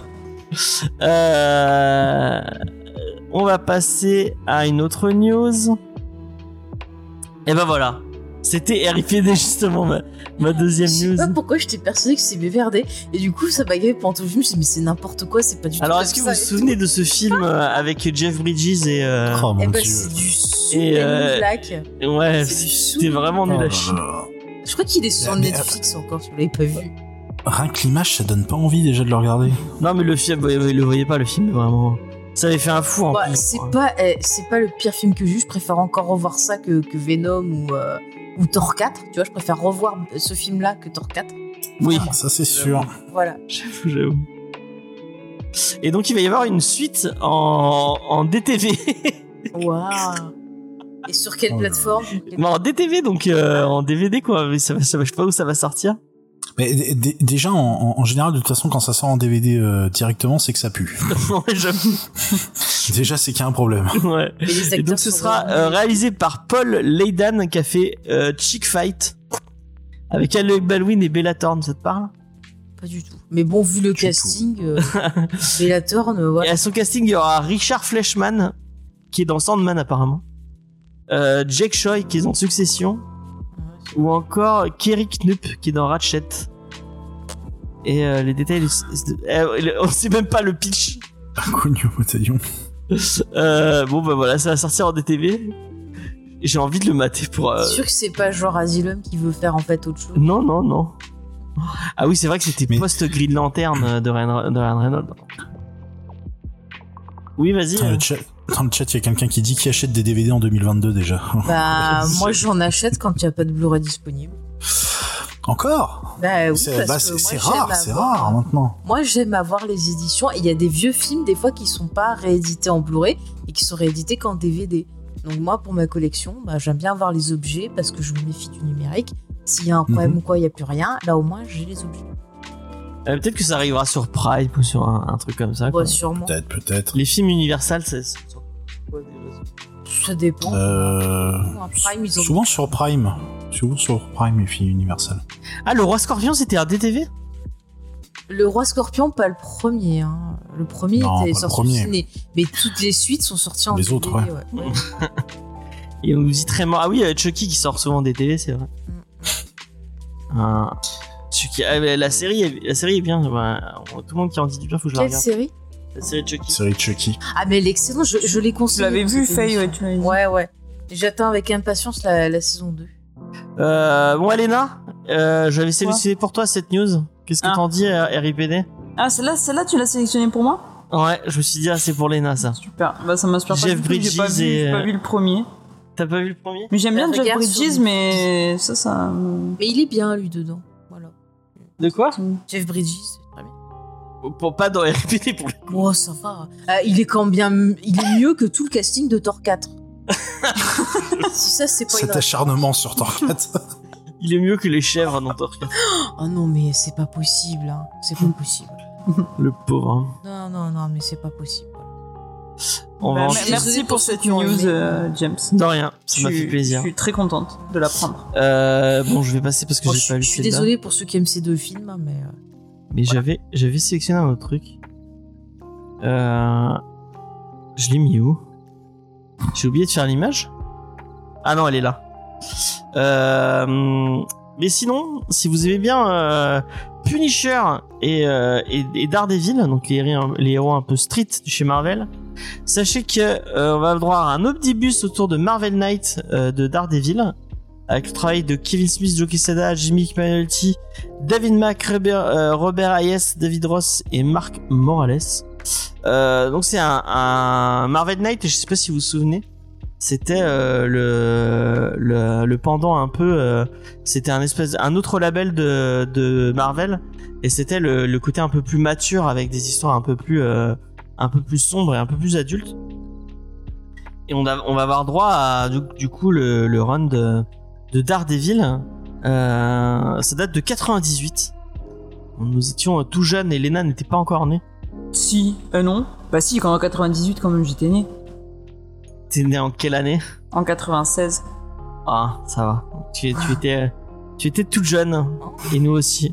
On va passer à une autre news. Et ben voilà. C'était RIPD justement ma deuxième news. Je sais pas pourquoi j'étais persuadée que c'est BVRD et du coup ça m'agavait pendant tout le film. Je me suis dit mais c'est n'importe quoi, c'est pas du tout. Alors est-ce que vous vous souvenez de ce film avec Jeff Bridges et oh mon Dieu. C'est du sous black. Ouais, c'était vraiment nul à chier. Je crois qu'il est sur Netflix encore, si vous l'avez pas vu. Rien que l'image, ça donne pas envie déjà de le regarder. Non mais le film, vous le voyez pas, le film est vraiment. Ça avait fait un fou en Bah, plus. c'est pas le pire film que j'ai vu. Je préfère encore revoir ça que Venom ou Thor 4. Tu vois, je préfère revoir ce film-là que Thor 4. Oui, Ça, c'est sûr. Voilà. j'avoue. Et donc il va y avoir une suite en DTV. Waouh. Et sur quelle Oh là plateforme? Non, en DTV, donc en DVD quoi. Mais ça, je sais pas où ça va sortir. Mais déjà, en général, de toute façon, quand ça sort en DVD directement, c'est que ça pue. Ouais, j'avoue. Déjà, c'est qu'il y a un problème. Ouais. Et les Et acteurs donc ce sont sera vraiment- réalisé par Paul Leydan qui a fait Chick Fight avec Alec Baldwin et Bella Thorne, ça te parle? Pas du tout. Mais bon, vu le Du tout. casting, Bella Thorne, Et voilà. à son casting, il y aura Richard Fleshman qui est dans Sandman apparemment, Jake Choi qui est dans Succession, ou encore Kerry Knupp qui est dans Ratchet. Et les détails, on sait même pas le pitch. Inconnu au bataillon. Bon bah voilà, ça va sortir en DTV. J'ai envie de le mater pour. C'est sûr que c'est pas genre Asylum qui veut faire en fait autre chose. Non. Ah oui, c'est vrai que c'était Mais- post Green Lantern de Ryan Reynolds. Oui, vas-y. Dans le chat, il y a quelqu'un qui dit qu'il achète des DVD en 2022 déjà. Bah, moi j'en achète quand il n'y a pas de Blu-ray disponible. Encore Bah oui, C'est parce que c'est moi, rare, j'aime c'est avoir- rare maintenant. Moi j'aime avoir les éditions et il y a des vieux films des fois qui sont pas réédités en Blu-ray et qui sont réédités qu'en DVD. Donc moi pour ma collection, bah, j'aime bien avoir les objets parce que je me méfie du numérique. S'il y a un problème ou quoi, il n'y a plus rien. Là au moins j'ai les objets. Peut-être que ça arrivera sur Prime ou sur un truc comme ça. Quoi. Ouais, sûrement. Peut-être. Les films Universal, c'est. Ça dépend. Un Prime, ils ont... Souvent sur Prime. Souvent sur Prime, les films Universal. Ah, le Roi Scorpion, c'était un DTV? Le Roi Scorpion, pas le premier. Hein. Le premier Non, était pas le sorti premier. au ciné. Mais toutes les suites sont sorties en Les DVD, autres, ouais. ouais. Et on nous dit très mort. Ah oui, Chucky qui sort souvent des TV, c'est vrai. Chucky, la série est bien. Bah, tout le monde qui en dit du bien, faut que je la Quelle regarde. série? La série de Chucky. Série Chucky. Ah mais elle est excellente, je l'ai Tu conseillée. l'avais pour vu, cette Faye, émission. ouais, tu l'avais dit. Ouais. J'attends avec impatience la saison 2. Bon, Alena, j'avais sélectionné pour toi cette news. Qu'est-ce que Ah. t'en dis, RIPD? Ah, celle-là, tu l'as sélectionnée pour moi? Ouais, je me suis dit, c'est pour Lena, ça. Super. Bah, ça m'inspire pas Jeff du tout. J'ai pas Bridges vu, et, j'ai pas vu le premier. T'as pas vu le premier? Mais j'aime bien Jeff regarde Bridges, sur- mais ça. Mais il est bien lui dedans. Voilà. De quoi? Jeff Bridges, c'est très bien. Pour pas dans RIPD pour le Oh ça va. Il est quand même il est mieux que tout le casting de Thor 4. Si ça c'est pas une... Cet acharnement sur Thor 4. Il est mieux que les chèvres dans Thor. Oh non mais c'est pas possible hein. C'est pas possible. Le pauvre. Hein. Non mais c'est pas possible. On va Bah, en- je suis merci désolée pour pour ceux cette qui ont news, aimé. James. De rien, ça m'a Je fait suis- plaisir. Je suis très contente de l'apprendre. Bon, je vais passer parce que Oh, j'ai je pas lu suis celle-là. désolée pour ceux qui aiment ces deux films hein, mais Mais j'avais sélectionné un autre truc. Je l'ai mis où? J'ai oublié de faire l'image. Ah non, elle est là. Mais sinon, si vous aimez bien Punisher et Daredevil, donc les héros un peu street de chez Marvel, sachez que on va avoir droit à un omnibus autour de Marvel Knight de Daredevil, avec le travail de Kevin Smith, Joe Quesada, Jimmy McNulty, David Mack, Robert Hayes, David Ross et Mark Morales. Donc c'est un Marvel Knight, et je sais pas si vous vous souvenez, c'était le pendant un peu, c'était un autre label de Marvel, et c'était le côté un peu plus mature avec des histoires un peu plus sombres et un peu plus adultes. Et on va avoir droit à du coup le run de Daredevil. Ça date de 98. Nous étions tout jeunes et Lena n'était pas encore née. Si, non. Bah si, quand en 98 quand même j'étais né. T'es née en quelle année? En 96. Ah, ça va. Tu étais toute jeune, et nous aussi.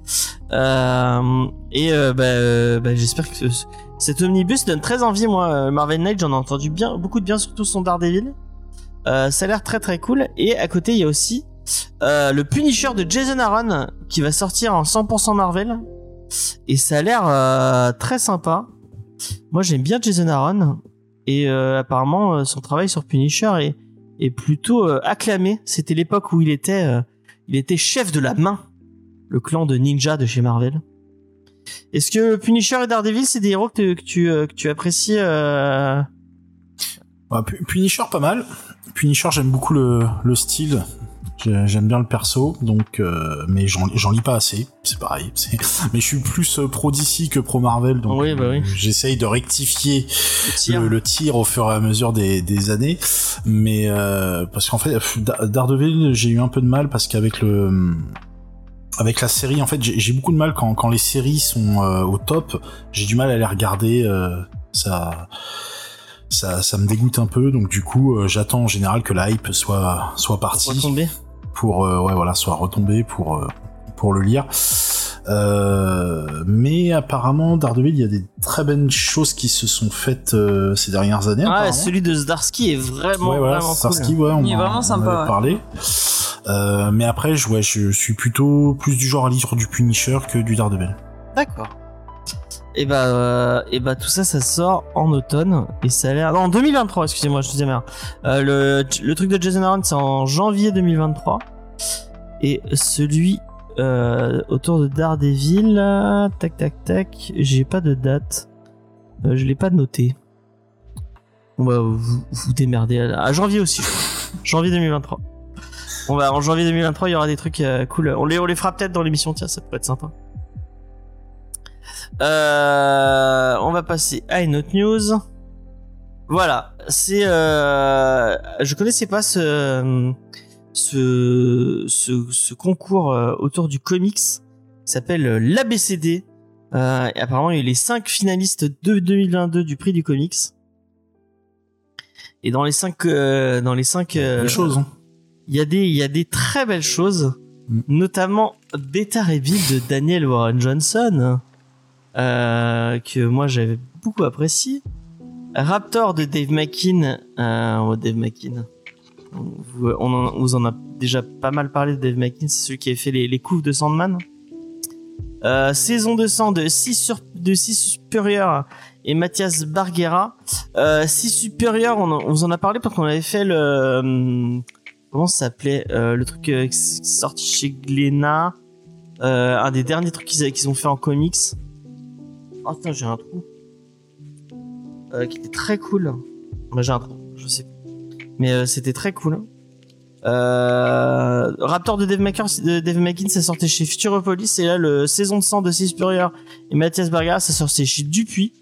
J'espère que cet omnibus donne très envie. Moi, Marvel Knight, j'en ai entendu beaucoup de bien, surtout son Daredevil. Ça a l'air très très cool. Et à côté, il y a aussi le Punisher de Jason Aaron qui va sortir en 100% Marvel. Et ça a l'air très sympa. Moi, j'aime bien Jason Aaron. Et apparemment, son travail sur Punisher est plutôt acclamé. C'était l'époque où il était chef de la main, le clan de ninja de chez Marvel. Est-ce que Punisher et Daredevil, c'est des héros que tu apprécies Punisher, pas mal. Punisher, j'aime beaucoup le style. J'aime bien le perso, donc mais j'en lis pas assez, c'est pareil. Mais je suis plus pro DC que pro Marvel, donc oui. J'essaye de rectifier le tir au fur et à mesure des années. Mais parce qu'en fait, Daredevil, j'ai eu un peu de mal parce qu'avec la série, en fait, j'ai beaucoup de mal quand les séries sont au top. J'ai du mal à les regarder. Ça me dégoûte un peu, donc du coup, j'attends en général que la hype soit partie. Retomber. Soit retombé pour le lire. Mais apparemment, Daredevil, il y a des très bonnes choses qui se sont faites ces dernières années. Ah, celui de Zdarsky est vraiment Zdarsky, cool. Il est vraiment sympa. Parlé. Mais après, je suis plutôt plus du genre à lire du Punisher que du Daredevil. D'accord. Et bah tout ça sort en automne et ça a l'air en 2023, excusez-moi, je disais merde. Le truc de Jason Aaron c'est en janvier 2023 et celui autour de Daredevil, tac, j'ai pas de date. Je l'ai pas noté. On va vous démerder à janvier aussi, je crois. Janvier 2023. En janvier 2023, il y aura des trucs cool. On les fera peut-être dans l'émission, tiens, ça peut être sympa. On va passer à une autre news. Voilà, c'est je connaissais pas ce concours autour du comics qui s'appelle l'ABCD. Et apparemment, il y a eu les 5 finalistes de 2022 du prix du comics. Et dans les 5 choses, hein. Il y a des très belles choses, notamment Beta Rebuild de Daniel Warren Johnson. Que moi j'avais beaucoup apprécié. Raptor de Dave McKean. Dave McKean. Vous en a déjà pas mal parlé de Dave McKean, c'est celui qui avait fait les couves de Sandman. Saison de sang de 6 supérieurs et Mathias Barguera. 6 supérieurs, on vous en a parlé parce qu'on avait fait le comment ça s'appelait le truc qui est sorti chez Glénat, un des derniers trucs qu'ils ont fait en comics. Oh putain, j'ai un trou qui était très cool. Bah, j'ai un trou, je sais plus. Mais c'était très cool. Raptor de Dave McKean, ça sortait chez Futuropolis. Et là, le Saison de sang de 6 supérieurs et Mathias Barguera, ça sortait chez Dupuis.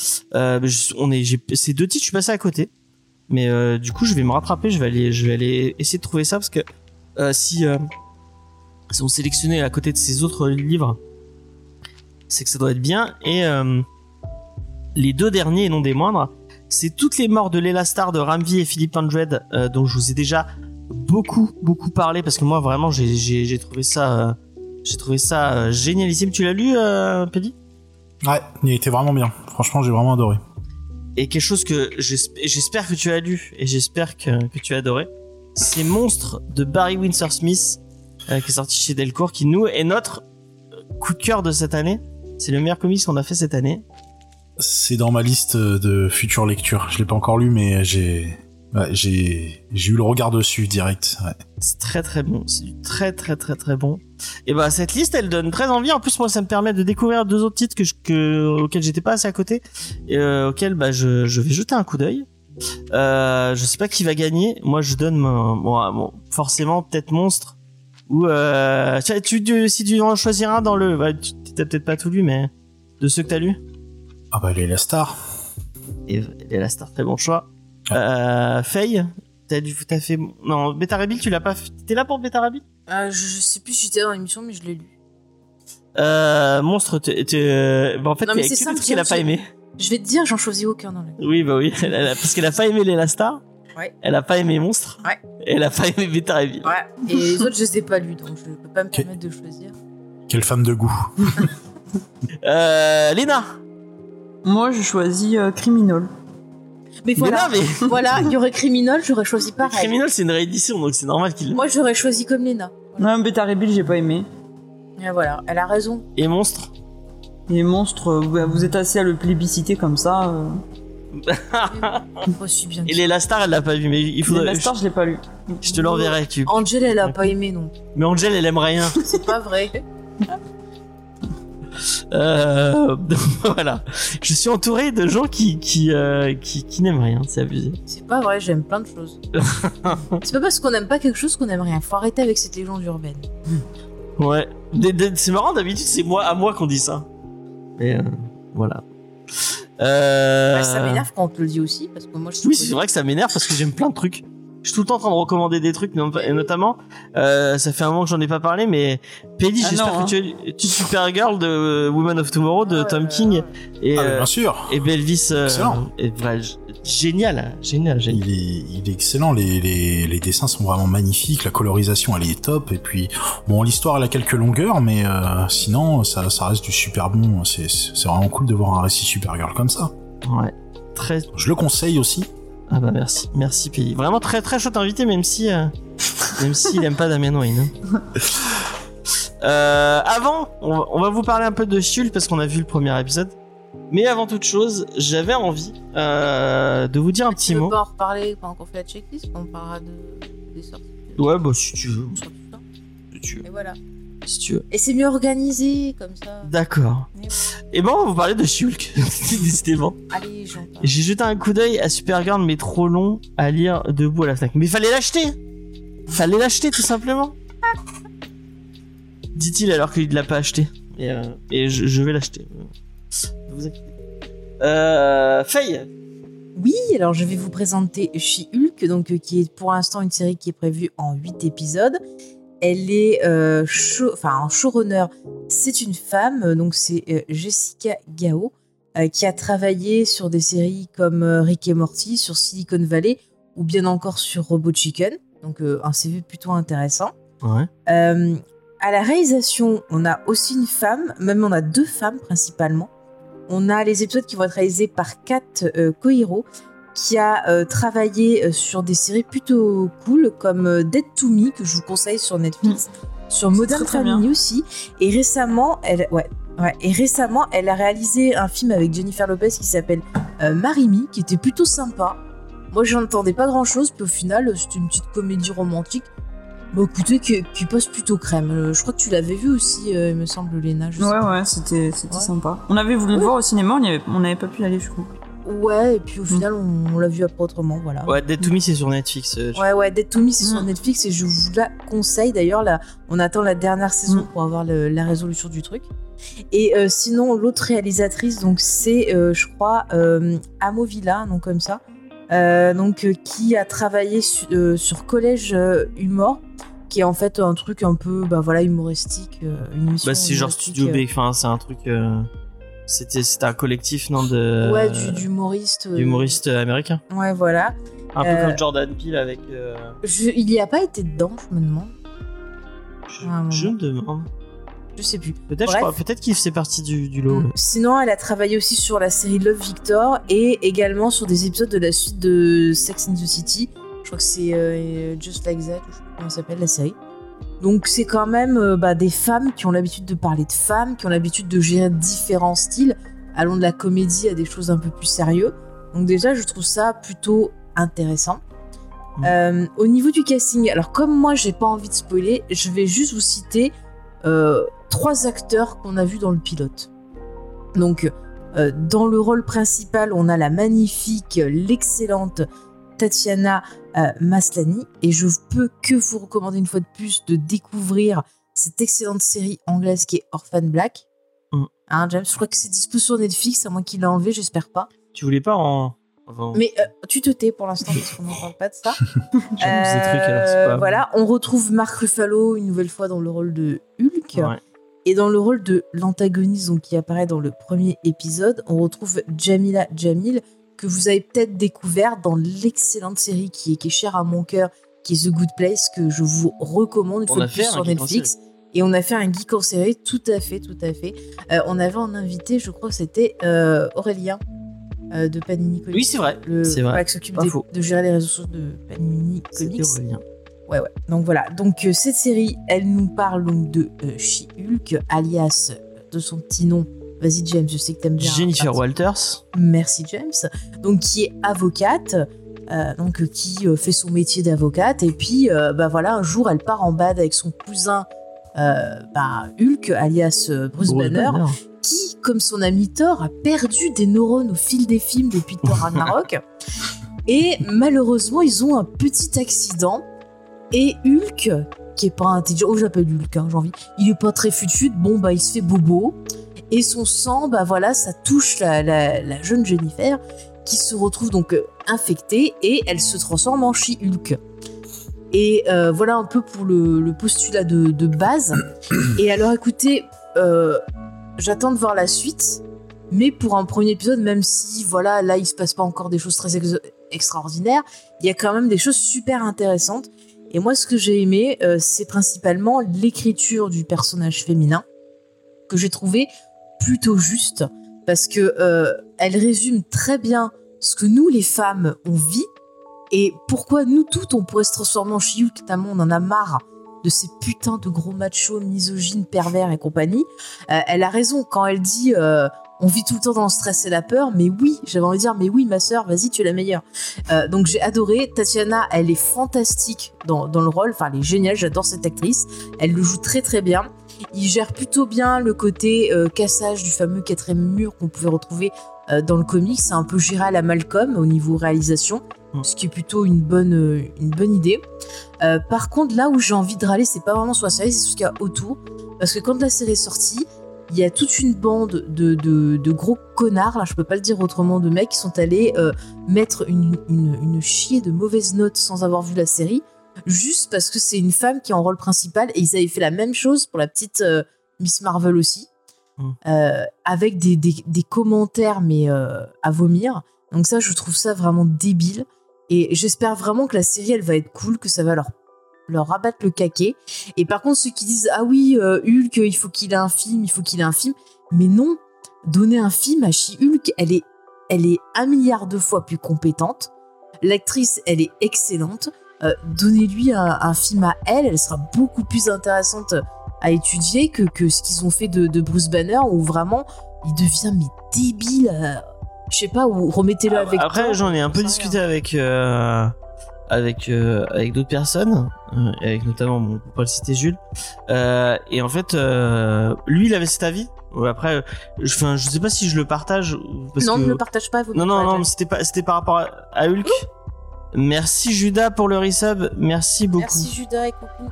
Ces 2 titres, je suis passé à côté. Mais du coup, je vais me rattraper. Je vais aller essayer de trouver ça parce que si on sélectionnait à côté de ces autres livres, c'est que ça doit être bien. Et les 2 derniers et non des moindres, c'est Toutes les morts de Lela Star de Ramvi et Philippe Andred, dont je vous ai déjà beaucoup parlé parce que moi vraiment j'ai trouvé ça génialissime. Tu l'as lu, Pédi? Ouais, il était vraiment bien. Franchement, j'ai vraiment adoré. Et quelque chose que j'espère que tu as lu et j'espère que tu as adoré, c'est Monstre de Barry Windsor Smith, qui est sorti chez Delcourt, qui nous est notre coup de cœur de cette année. C'est le meilleur comics qu'on a fait cette année. C'est dans ma liste de futures lectures. Je l'ai pas encore lu, mais j'ai eu le regard dessus direct. Ouais. C'est très très bon. C'est du très bon. Et bah cette liste, elle donne très envie. En plus, moi, ça me permet de découvrir 2 autres titres auxquels j'étais pas assez à côté, et auxquels je vais jeter un coup d'œil. Je sais pas qui va gagner. Moi, je donne forcément peut-être Monstre. Ou si tu en choisir un dans le, t'as peut-être pas tout lu, mais de ceux que t'as lu. Ah bah Lela Star. Et Lela Star, très bon choix. Faye, t'as fait, non, Beta Rebuild, tu l'as pas fait. T'es là pour Beta Rebuild? Je sais plus si j'étais dans l'émission, mais je l'ai lu. Monstre, en fait, non, mais c'est simple, parce qu'elle a pas aimé. Je vais te dire, j'en choisis aucun dans la. Oui, parce qu'elle a pas aimé Lela Star. Ouais. Elle a pas aimé Monstre. Ouais. Et elle a pas aimé Beta Rebuild. Ouais. Et les autres, je les ai pas lus, donc je peux pas me permettre de choisir. Quelle femme de goût. Léna. Moi, je choisis Criminal. Mais voilà, voilà, il y aurait Criminal, j'aurais choisi pareil. Criminal, c'est une réédition, donc c'est normal qu'il. Moi, j'aurais choisi comme Léna. Voilà. Non, Beta Rebuild, j'ai pas aimé. Et voilà, elle a raison. Et Monstre. Et Monstre, vous êtes assez à le plébisciter comme ça. Et Lela Star, elle l'a pas vu, mais il faudrait. Lela Star, je l'ai pas lu. Je te l'enverrai. Angel, elle a pas aimé non. Mais Angel, elle aime rien. C'est pas vrai. Voilà. Je suis entouré de gens qui n'aiment rien, c'est abusé. C'est pas vrai, j'aime plein de choses. C'est pas parce qu'on aime pas quelque chose qu'on aime rien. Faut arrêter avec cette légende urbaine. Ouais. C'est marrant, d'habitude, c'est à moi qu'on dit ça. Mais voilà. Ça m'énerve quand on te le dit aussi, parce que moi je Oui, c'est vrai que ça m'énerve parce que j'aime plein de trucs. Je suis tout le temps en train de recommander des trucs, et notamment, ça fait un moment que j'en ai pas parlé, mais Pelli, j'espère que tu es Supergirl de Women of Tomorrow de Tom King et bien sûr. Et Belvis. Excellent. Génial. Il est excellent. Les dessins sont vraiment magnifiques. La colorisation, elle est top. Et puis, bon, l'histoire, elle a quelques longueurs, mais sinon, ça reste du super bon. C'est vraiment cool de voir un récit Supergirl comme ça. Ouais. Très. Je le conseille aussi. Ah bah merci Pelli. Vraiment très très chouette invité, même si il aime pas Damian Wayne. Avant, on va vous parler un peu de She-Hulk parce qu'on a vu le premier épisode. Mais avant toute chose, j'avais envie de vous dire un petit mot. On peut en reparler pendant qu'on fait la checklist, on parlera des sorties. Ouais, bah si tu veux. Et voilà. Si tu veux. Et c'est mieux organisé comme ça. D'accord. Et bon, on va vous parler de She-Hulk. Décidément. Allez, j'entends. J'ai jeté un coup d'œil à Supergirl, mais trop long à lire debout à la Fnac. Mais fallait l'acheter. Fallait l'acheter tout simplement. Dit-il alors qu'il l'a pas acheté. Et je vais l'acheter. Ne vous inquiétez. Faye. Oui, alors je vais vous présenter She-Hulk, donc qui est pour l'instant une série qui est prévue en 8 épisodes. Elle est en showrunner, c'est une femme, donc c'est Jessica Gao, qui a travaillé sur des séries comme Rick et Morty, sur Silicon Valley, ou bien encore sur Robot Chicken, donc un CV plutôt intéressant. Ouais. À la réalisation, on a aussi une femme, même on a 2 femmes principalement. On a les épisodes qui vont être réalisés par Kat Kohiro, qui a travaillé sur des séries plutôt cool comme Dead to Me, que je vous conseille sur Netflix, sur Modern Family aussi. Et récemment, elle a réalisé un film avec Jennifer Lopez qui s'appelle Marry Me, qui était plutôt sympa. Moi, j'en entendais pas grand-chose, puis au final, c'était une petite comédie romantique. Bah écoutez, qui passe plutôt crème. Je crois que tu l'avais vu aussi, il me semble, Léna. Ouais, c'était sympa. On avait voulu le voir au cinéma, on n'avait pas pu y aller, je crois. Ouais, et puis au final, on l'a vu après autrement, voilà. Ouais, Dead to Me, c'est sur Netflix. Ouais, Dead to Me, c'est sur Netflix, et je vous la conseille. D'ailleurs, là, on attend la dernière saison pour avoir la résolution du truc. Et sinon, l'autre réalisatrice, donc c'est, je crois, Amovilla, donc comme ça, qui a travaillé sur Collège Humor, qui est en fait un truc un peu, humoristique, une émission. Bah, c'est genre Studio B, enfin, c'est un truc. C'était un collectif, non, de. Ouais, d'humoristes. D'humoristes américains. Ouais, voilà. Un peu comme Jordan Peele avec. Il y a pas été dedans, je me demande. Je me demande. Je sais plus. Peut-être qu'il fait partie du lot. Sinon, elle a travaillé aussi sur la série Love Victor et également sur des épisodes de la suite de Sex and the City. Je crois que c'est Just Like That, ou je sais pas comment ça s'appelle la série. Donc c'est quand même des femmes qui ont l'habitude de parler de femmes, qui ont l'habitude de gérer différents styles, allant de la comédie à des choses un peu plus sérieuses. Donc déjà, je trouve ça plutôt intéressant. Au niveau du casting, alors comme moi, j'ai pas envie de spoiler, je vais juste vous citer 3 acteurs qu'on a vus dans le pilote. Donc, dans le rôle principal, on a la magnifique, l'excellente Tatiana Maslany, et je peux que vous recommander une fois de plus de découvrir cette excellente série anglaise qui est Orphan Black. Hein, James, je crois que c'est dispo sur Netflix, à moins qu'il l'ait enlevé, j'espère pas. Tu voulais pas Mais tu te tais pour l'instant parce qu'on n'en parle pas de ça. Pas... Voilà, on retrouve Mark Ruffalo une nouvelle fois dans le rôle de Hulk. Ouais. Et dans le rôle de l'antagoniste, donc qui apparaît dans le premier épisode, on retrouve Jamila Jamil, que vous avez peut-être découvert dans l'excellente série qui est chère à mon cœur, qui est The Good Place, que je vous recommande une fois de plus sur Netflix. Et on a fait un geek en série, tout à fait. On avait en invité, je crois que c'était Aurélien de Panini Comics. Oui, c'est vrai. Qui s'occupe de gérer les réseaux sociaux de Panini Comics. C'était Aurélien. Ouais. Donc voilà. Donc cette série, elle nous parle donc de She-Hulk, alias de son petit nom. Vas-y James, je sais que t'aimes bien. Jennifer Walters. Merci James. Donc qui est avocate, qui fait son métier d'avocate, et puis un jour elle part en bad avec son cousin Hulk, alias Bruce Banner, qui comme son ami Thor, a perdu des neurones au fil des films depuis Thor Ragnarok. Et malheureusement, ils ont un petit accident. Et Hulk, qui est pas intelligent, j'appelle Hulk, j'ai envie, il est pas très fut-fut, il se fait bobo. Et son sang, ça touche la jeune Jennifer, qui se retrouve donc infectée, et elle se transforme en She-Hulk. Et voilà un peu pour le postulat de base. Et alors écoutez, j'attends de voir la suite, mais pour un premier épisode, même si là il se passe pas encore des choses très extraordinaires, il y a quand même des choses super intéressantes. Et moi ce que j'ai aimé, c'est principalement l'écriture du personnage féminin, que j'ai trouvé plutôt juste, parce que elle résume très bien ce que nous les femmes on vit, et pourquoi nous toutes on pourrait se transformer en She-Hulk, tellement on en a marre de ces putains de gros machos misogynes, pervers et compagnie. Elle a raison quand elle dit on vit tout le temps dans le stress et la peur, mais oui, j'avais envie de dire, mais oui ma sœur, vas-y, tu es la meilleure. Donc j'ai adoré. Tatiana, elle est fantastique dans le rôle, elle est géniale, j'adore cette actrice, elle le joue très très bien. Il gère plutôt bien le côté cassage du fameux 4e mur qu'on pouvait retrouver dans le comics. C'est un peu géré à la Malcolm au niveau réalisation, ce qui est plutôt une bonne idée. Par contre, là où j'ai envie de râler, c'est pas vraiment sur la série, c'est sur ce qu'il y a autour. Parce que quand la série est sortie, il y a toute une bande de gros connards, là je peux pas le dire autrement, de mecs qui sont allés mettre une chier de mauvaises notes sans avoir vu la série, juste parce que c'est une femme qui est en rôle principal, et ils avaient fait la même chose pour la petite Miss Marvel aussi, avec des commentaires mais à vomir. Donc ça, je trouve ça vraiment débile, et j'espère vraiment que la série elle va être cool, que ça va leur rabattre le caquet. Et par contre, ceux qui disent ah oui, Hulk, il faut qu'il ait un film, mais non, donner un film à She-Hulk, elle est 1 milliard de fois plus compétente, l'actrice elle est excellente, donnez-lui un film à elle sera beaucoup plus intéressante à étudier que ce qu'ils ont fait de Bruce Banner, où vraiment il devient mais débile, je sais pas, ou remettez-le avec après toi, j'en ai un peu discuté avec d'autres personnes, avec notamment mon Paul cité Jules, et en fait lui il avait cet avis. Après je sais pas si je le partage parce non, que... ne le partage pas, non, c'était par rapport à Hulk. Merci Judas pour le resub, merci beaucoup. Merci Judas et coucou.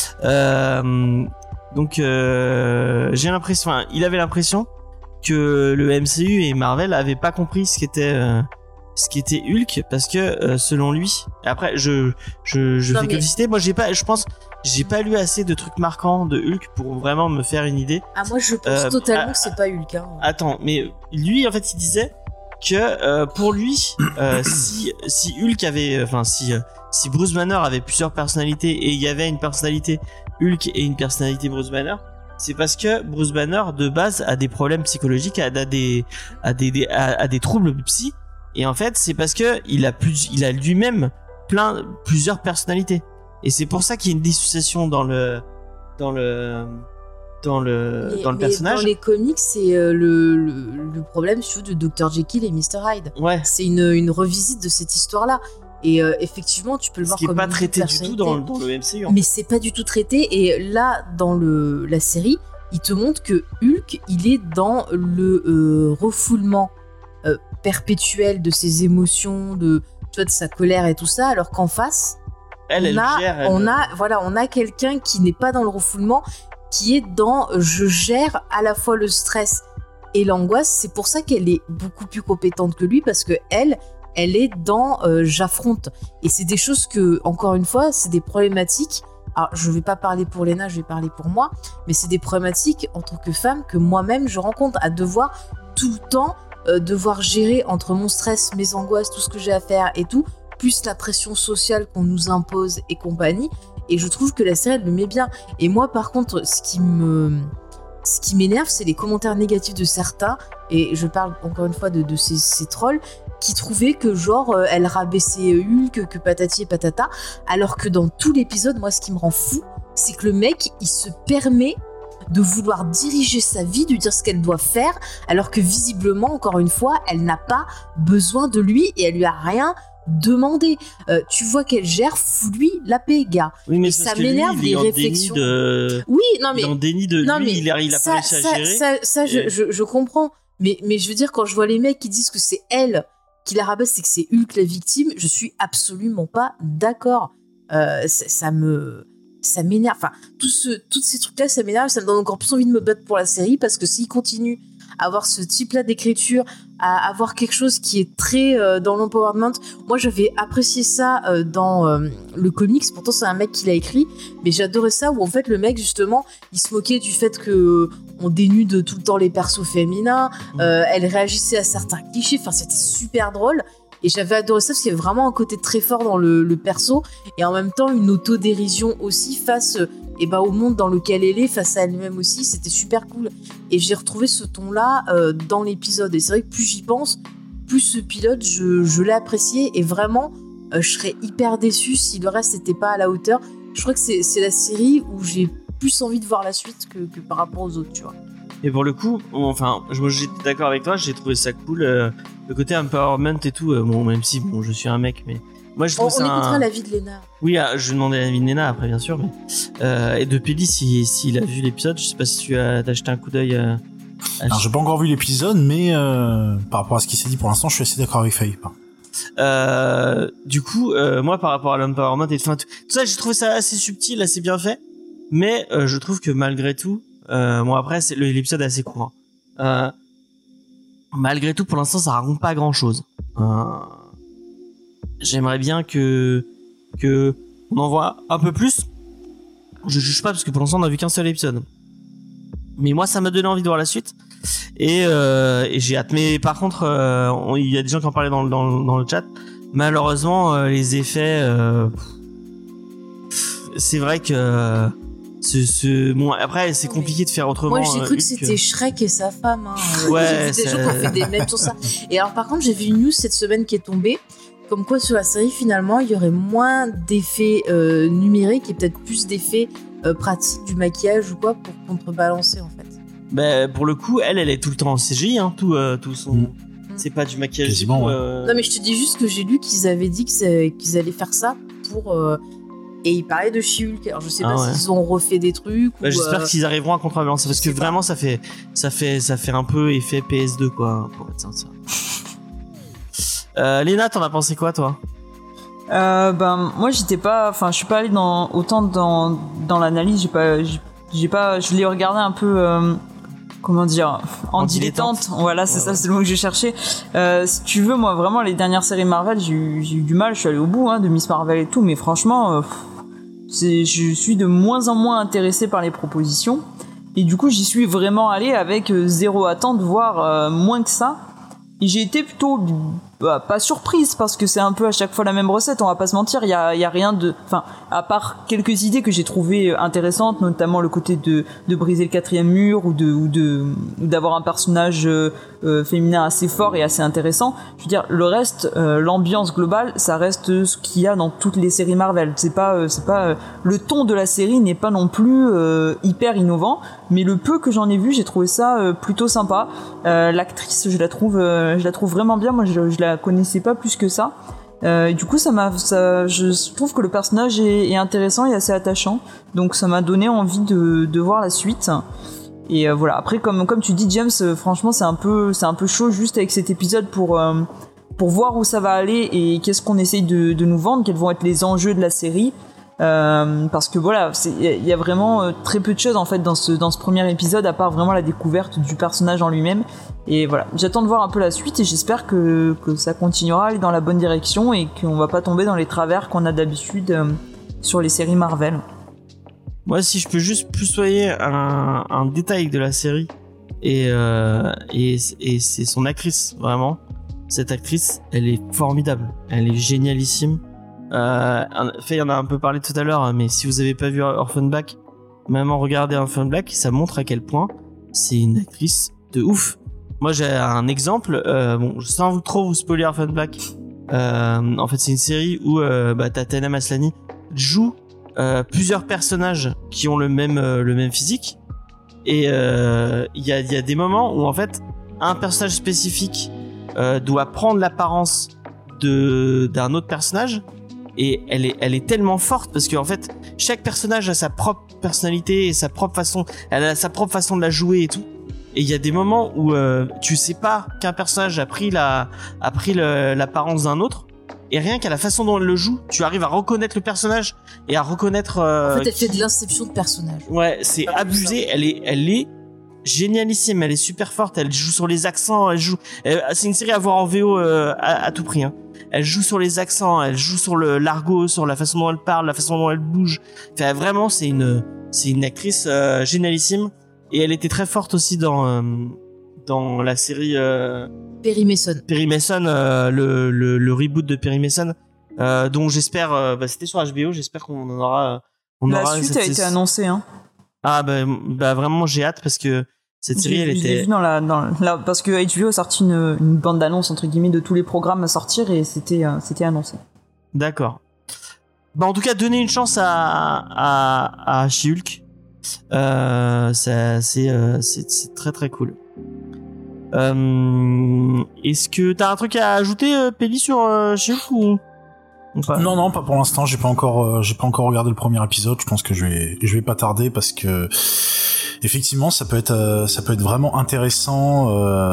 Donc j'ai l'impression, il avait l'impression que le MCU et Marvel avaient pas compris ce qu'était Hulk, parce que selon lui, après je fais que citer, moi j'ai pas lu assez de trucs marquants de Hulk pour vraiment me faire une idée. Ah, moi je pense totalement que c'est pas Hulk, hein. Attends, mais lui en fait il disait que pour lui si Hulk avait, si Bruce Banner avait plusieurs personnalités, et il y avait une personnalité Hulk et une personnalité Bruce Banner, c'est parce que Bruce Banner de base a des problèmes psychologiques, a des troubles psy, et en fait c'est parce que il a lui-même plusieurs personnalités, et c'est pour ça qu'il y a une dissociation dans le personnage. Dans les comics, c'est le problème surtout de Dr. Jekyll et Mr. Hyde. Ouais. C'est une revisite de cette histoire-là. Et effectivement, tu peux le voir comme ce qui est pas traité du tout dans le MCU. Mais c'est pas du tout traité. Et là, dans la série, il te montre que Hulk, il est dans le refoulement perpétuel de ses émotions, de sa colère et tout ça, alors qu'en face, on a quelqu'un qui n'est pas dans le refoulement, qui est dans je gère à la fois le stress et l'angoisse. C'est pour ça qu'elle est beaucoup plus compétente que lui, parce que elle est dans j'affronte. Et c'est des choses que, encore une fois, c'est des problématiques. Alors, je vais pas parler pour Léna, je vais parler pour moi, mais c'est des problématiques en tant que femme que moi-même je rencontre, à devoir tout le temps devoir gérer entre mon stress, mes angoisses, tout ce que j'ai à faire et tout, plus la pression sociale qu'on nous impose et compagnie. Et je trouve que la série elle le met bien. Et moi par contre, ce qui m'énerve, c'est les commentaires négatifs de certains, et je parle encore une fois de ces trolls qui trouvaient que genre elle rabaissait Hulk, que patati et patata, alors que dans tout l'épisode, moi ce qui me rend fou, c'est que le mec il se permet de vouloir diriger sa vie, de dire ce qu'elle doit faire, alors que visiblement, encore une fois, elle n'a pas besoin de lui, et elle lui a rien demander. Tu vois qu'elle gère, fous-lui la paix, gars. Oui, mais et ça m'énerve des réflexions. Oui, non mais il est en déni de non, lui, mais il a pas réussi à gérer. Ça, je comprends. Mais je veux dire, quand je vois les mecs qui disent que c'est elle qui la rabaisse, c'est que c'est Hulk la victime, je suis absolument pas d'accord. Ça m'énerve. Enfin, tous ces trucs-là, ça m'énerve. Ça me donne encore plus envie de me battre pour la série parce que s'il continue à avoir ce type-là d'écriture, à avoir quelque chose qui est très dans l'empowerment. Moi, j'avais apprécié ça dans le comics. Pourtant, c'est un mec qui l'a écrit, mais j'adorais ça où en fait le mec justement, il se moquait du fait que on dénude tout le temps les persos féminins. Elle réagissait à certains clichés. Enfin, c'était super drôle. Et j'avais adoré ça parce qu'il y avait vraiment un côté très fort dans le perso et en même temps une autodérision aussi face au monde dans lequel elle est, face à elle-même aussi. C'était super cool. Et j'ai retrouvé ce ton-là dans l'épisode. Et c'est vrai que plus j'y pense, plus ce pilote, je l'ai apprécié. Et vraiment, je serais hyper déçue si le reste n'était pas à la hauteur. Je crois que c'est la série où j'ai plus envie de voir la suite que par rapport aux autres, tu vois. Et pour le coup, enfin, j'étais d'accord avec toi, j'ai trouvé ça cool, le côté empowerment et tout, même si, je suis un mec, mais moi je trouve ça... On écoutera l'avis de Léna. Oui, je demandais l'avis de Léna après, bien sûr, mais... et de Pili, s'il a vu l'épisode, je sais pas si tu as jeté un coup d'œil Alors, j'ai pas encore vu l'épisode, mais par rapport à ce qui s'est dit pour l'instant, je suis assez d'accord avec Faye. Du coup, moi, par rapport à l'empowerment et tout ça, j'ai trouvé ça assez subtil, assez bien fait, mais je trouve que malgré tout, après l'épisode est assez court. Malgré tout, pour l'instant, ça raconte pas grand-chose. J'aimerais bien que on en voit un peu plus. Je juge pas parce que pour l'instant, on a vu qu'un seul épisode. Mais moi, ça m'a donné envie de voir la suite et j'ai hâte. Mais par contre, il y a des gens qui en parlaient dans le chat. Malheureusement, les effets, c'est vrai que bon, après c'est compliqué de faire autrement. Moi j'ai cru que c'était Shrek et sa femme. Ouais, j'ai vu des gens qui ont fait des mèmes sur ça. Et alors par contre j'ai vu une news cette semaine qui est tombée, comme quoi sur la série finalement il y aurait moins d'effets numériques et peut-être plus d'effets pratiques du maquillage ou quoi pour contrebalancer en fait. Pour le coup elle est tout le temps en CGI, tout son... C'est pas du maquillage. Quasiment, ouais. Non mais je te dis juste que j'ai lu qu'ils avaient dit qu'ils allaient faire ça pour... Et il parlait de She-Hulk. Alors je sais pas s'ils ont refait des trucs. J'espère qu'ils arriveront à contrebalancer parce que vraiment ça fait un peu effet PS2 quoi, pour être sincère. Léna, t'en as pensé quoi toi? Moi je suis pas allée autant dans l'analyse. Je l'ai regardé un peu. Comment dire, en dilettante. Voilà, c'est ça, c'est le mot que je cherchais. Si tu veux, moi, vraiment, les dernières séries Marvel, j'ai eu du mal. Je suis allé au bout, de Miss Marvel et tout, mais franchement, je suis de moins en moins intéressé par les propositions. Et du coup, j'y suis vraiment allé avec zéro attente, voire moins que ça. Et j'ai été plutôt pas surprise parce que c'est un peu à chaque fois la même recette, on va pas se mentir, il y a rien de, enfin, à part quelques idées que j'ai trouvées intéressantes, notamment le côté de briser le quatrième mur ou d'avoir un personnage féminin assez fort et assez intéressant. Je veux dire, le reste, l'ambiance globale, ça reste ce qu'il y a dans toutes les séries Marvel. C'est pas le ton de la série n'est pas non plus hyper innovant, mais le peu que j'en ai vu, j'ai trouvé ça plutôt sympa. L'actrice, je la trouve vraiment bien. Moi, je la connaissais pas plus que ça. Et du coup, je trouve que le personnage est intéressant et assez attachant. Donc, ça m'a donné envie de voir la suite. Et voilà. Après, comme tu dis, James, franchement, c'est un peu chaud juste avec cet épisode pour voir où ça va aller et qu'est-ce qu'on essaye de nous vendre, quels vont être les enjeux de la série. Parce que voilà, il y a vraiment très peu de choses en fait dans ce premier épisode, à part vraiment la découverte du personnage en lui-même. Et voilà, j'attends de voir un peu la suite et j'espère que ça continuera à aller dans la bonne direction et qu'on va pas tomber dans les travers qu'on a d'habitude sur les séries Marvel. Moi, si je peux juste plus soigner un détail de la série et c'est son actrice, vraiment. Cette actrice, elle est formidable, elle est génialissime. Faye en a un peu parlé tout à l'heure, mais si vous avez pas vu Orphan Black, même en regardant Orphan Black, ça montre à quel point c'est une actrice de ouf. Moi j'ai un exemple, sans trop vous spoiler Orphan Black, en fait c'est une série où Tatiana Maslany joue plusieurs personnages qui ont le même physique, et il y a des moments où en fait un personnage spécifique doit prendre l'apparence d'un autre personnage, et elle est tellement forte parce que en fait chaque personnage a sa propre personnalité et sa propre façon, elle a sa propre façon de la jouer et tout. Et il y a des moments où tu sais pas qu'un personnage a pris l'apparence d'un autre, et rien qu'à la façon dont elle le joue, tu arrives à reconnaître le personnage et à reconnaître. En fait, elle fait de l'inception de personnage. Ouais, c'est abusé. Elle est génialissime. Elle est super forte. Elle joue sur les accents. C'est une série à voir en VO à tout prix. Hein. Elle joue sur les accents. Elle joue sur l'argot, sur la façon dont elle parle, la façon dont elle bouge. Enfin, vraiment, c'est une actrice génialissime. Et elle était très forte aussi dans la série Perry Mason. Perry Mason, le reboot de Perry Mason, dont j'espère, c'était sur HBO, j'espère qu'on en aura. La suite a été annoncée, hein. Ah bah vraiment j'ai hâte parce que cette série elle était. Vu parce que HBO a sorti une bande d'annonce entre guillemets de tous les programmes à sortir et c'était annoncé. D'accord. Bah en tout cas donner une chance à She-Hulk. C'est très très cool. Est-ce que t'as un truc à ajouter, Pelli, sur She-Hulk ou pas? Non, pas pour l'instant. J'ai pas encore regardé le premier épisode. Je pense que je vais pas tarder parce que effectivement, ça peut être vraiment intéressant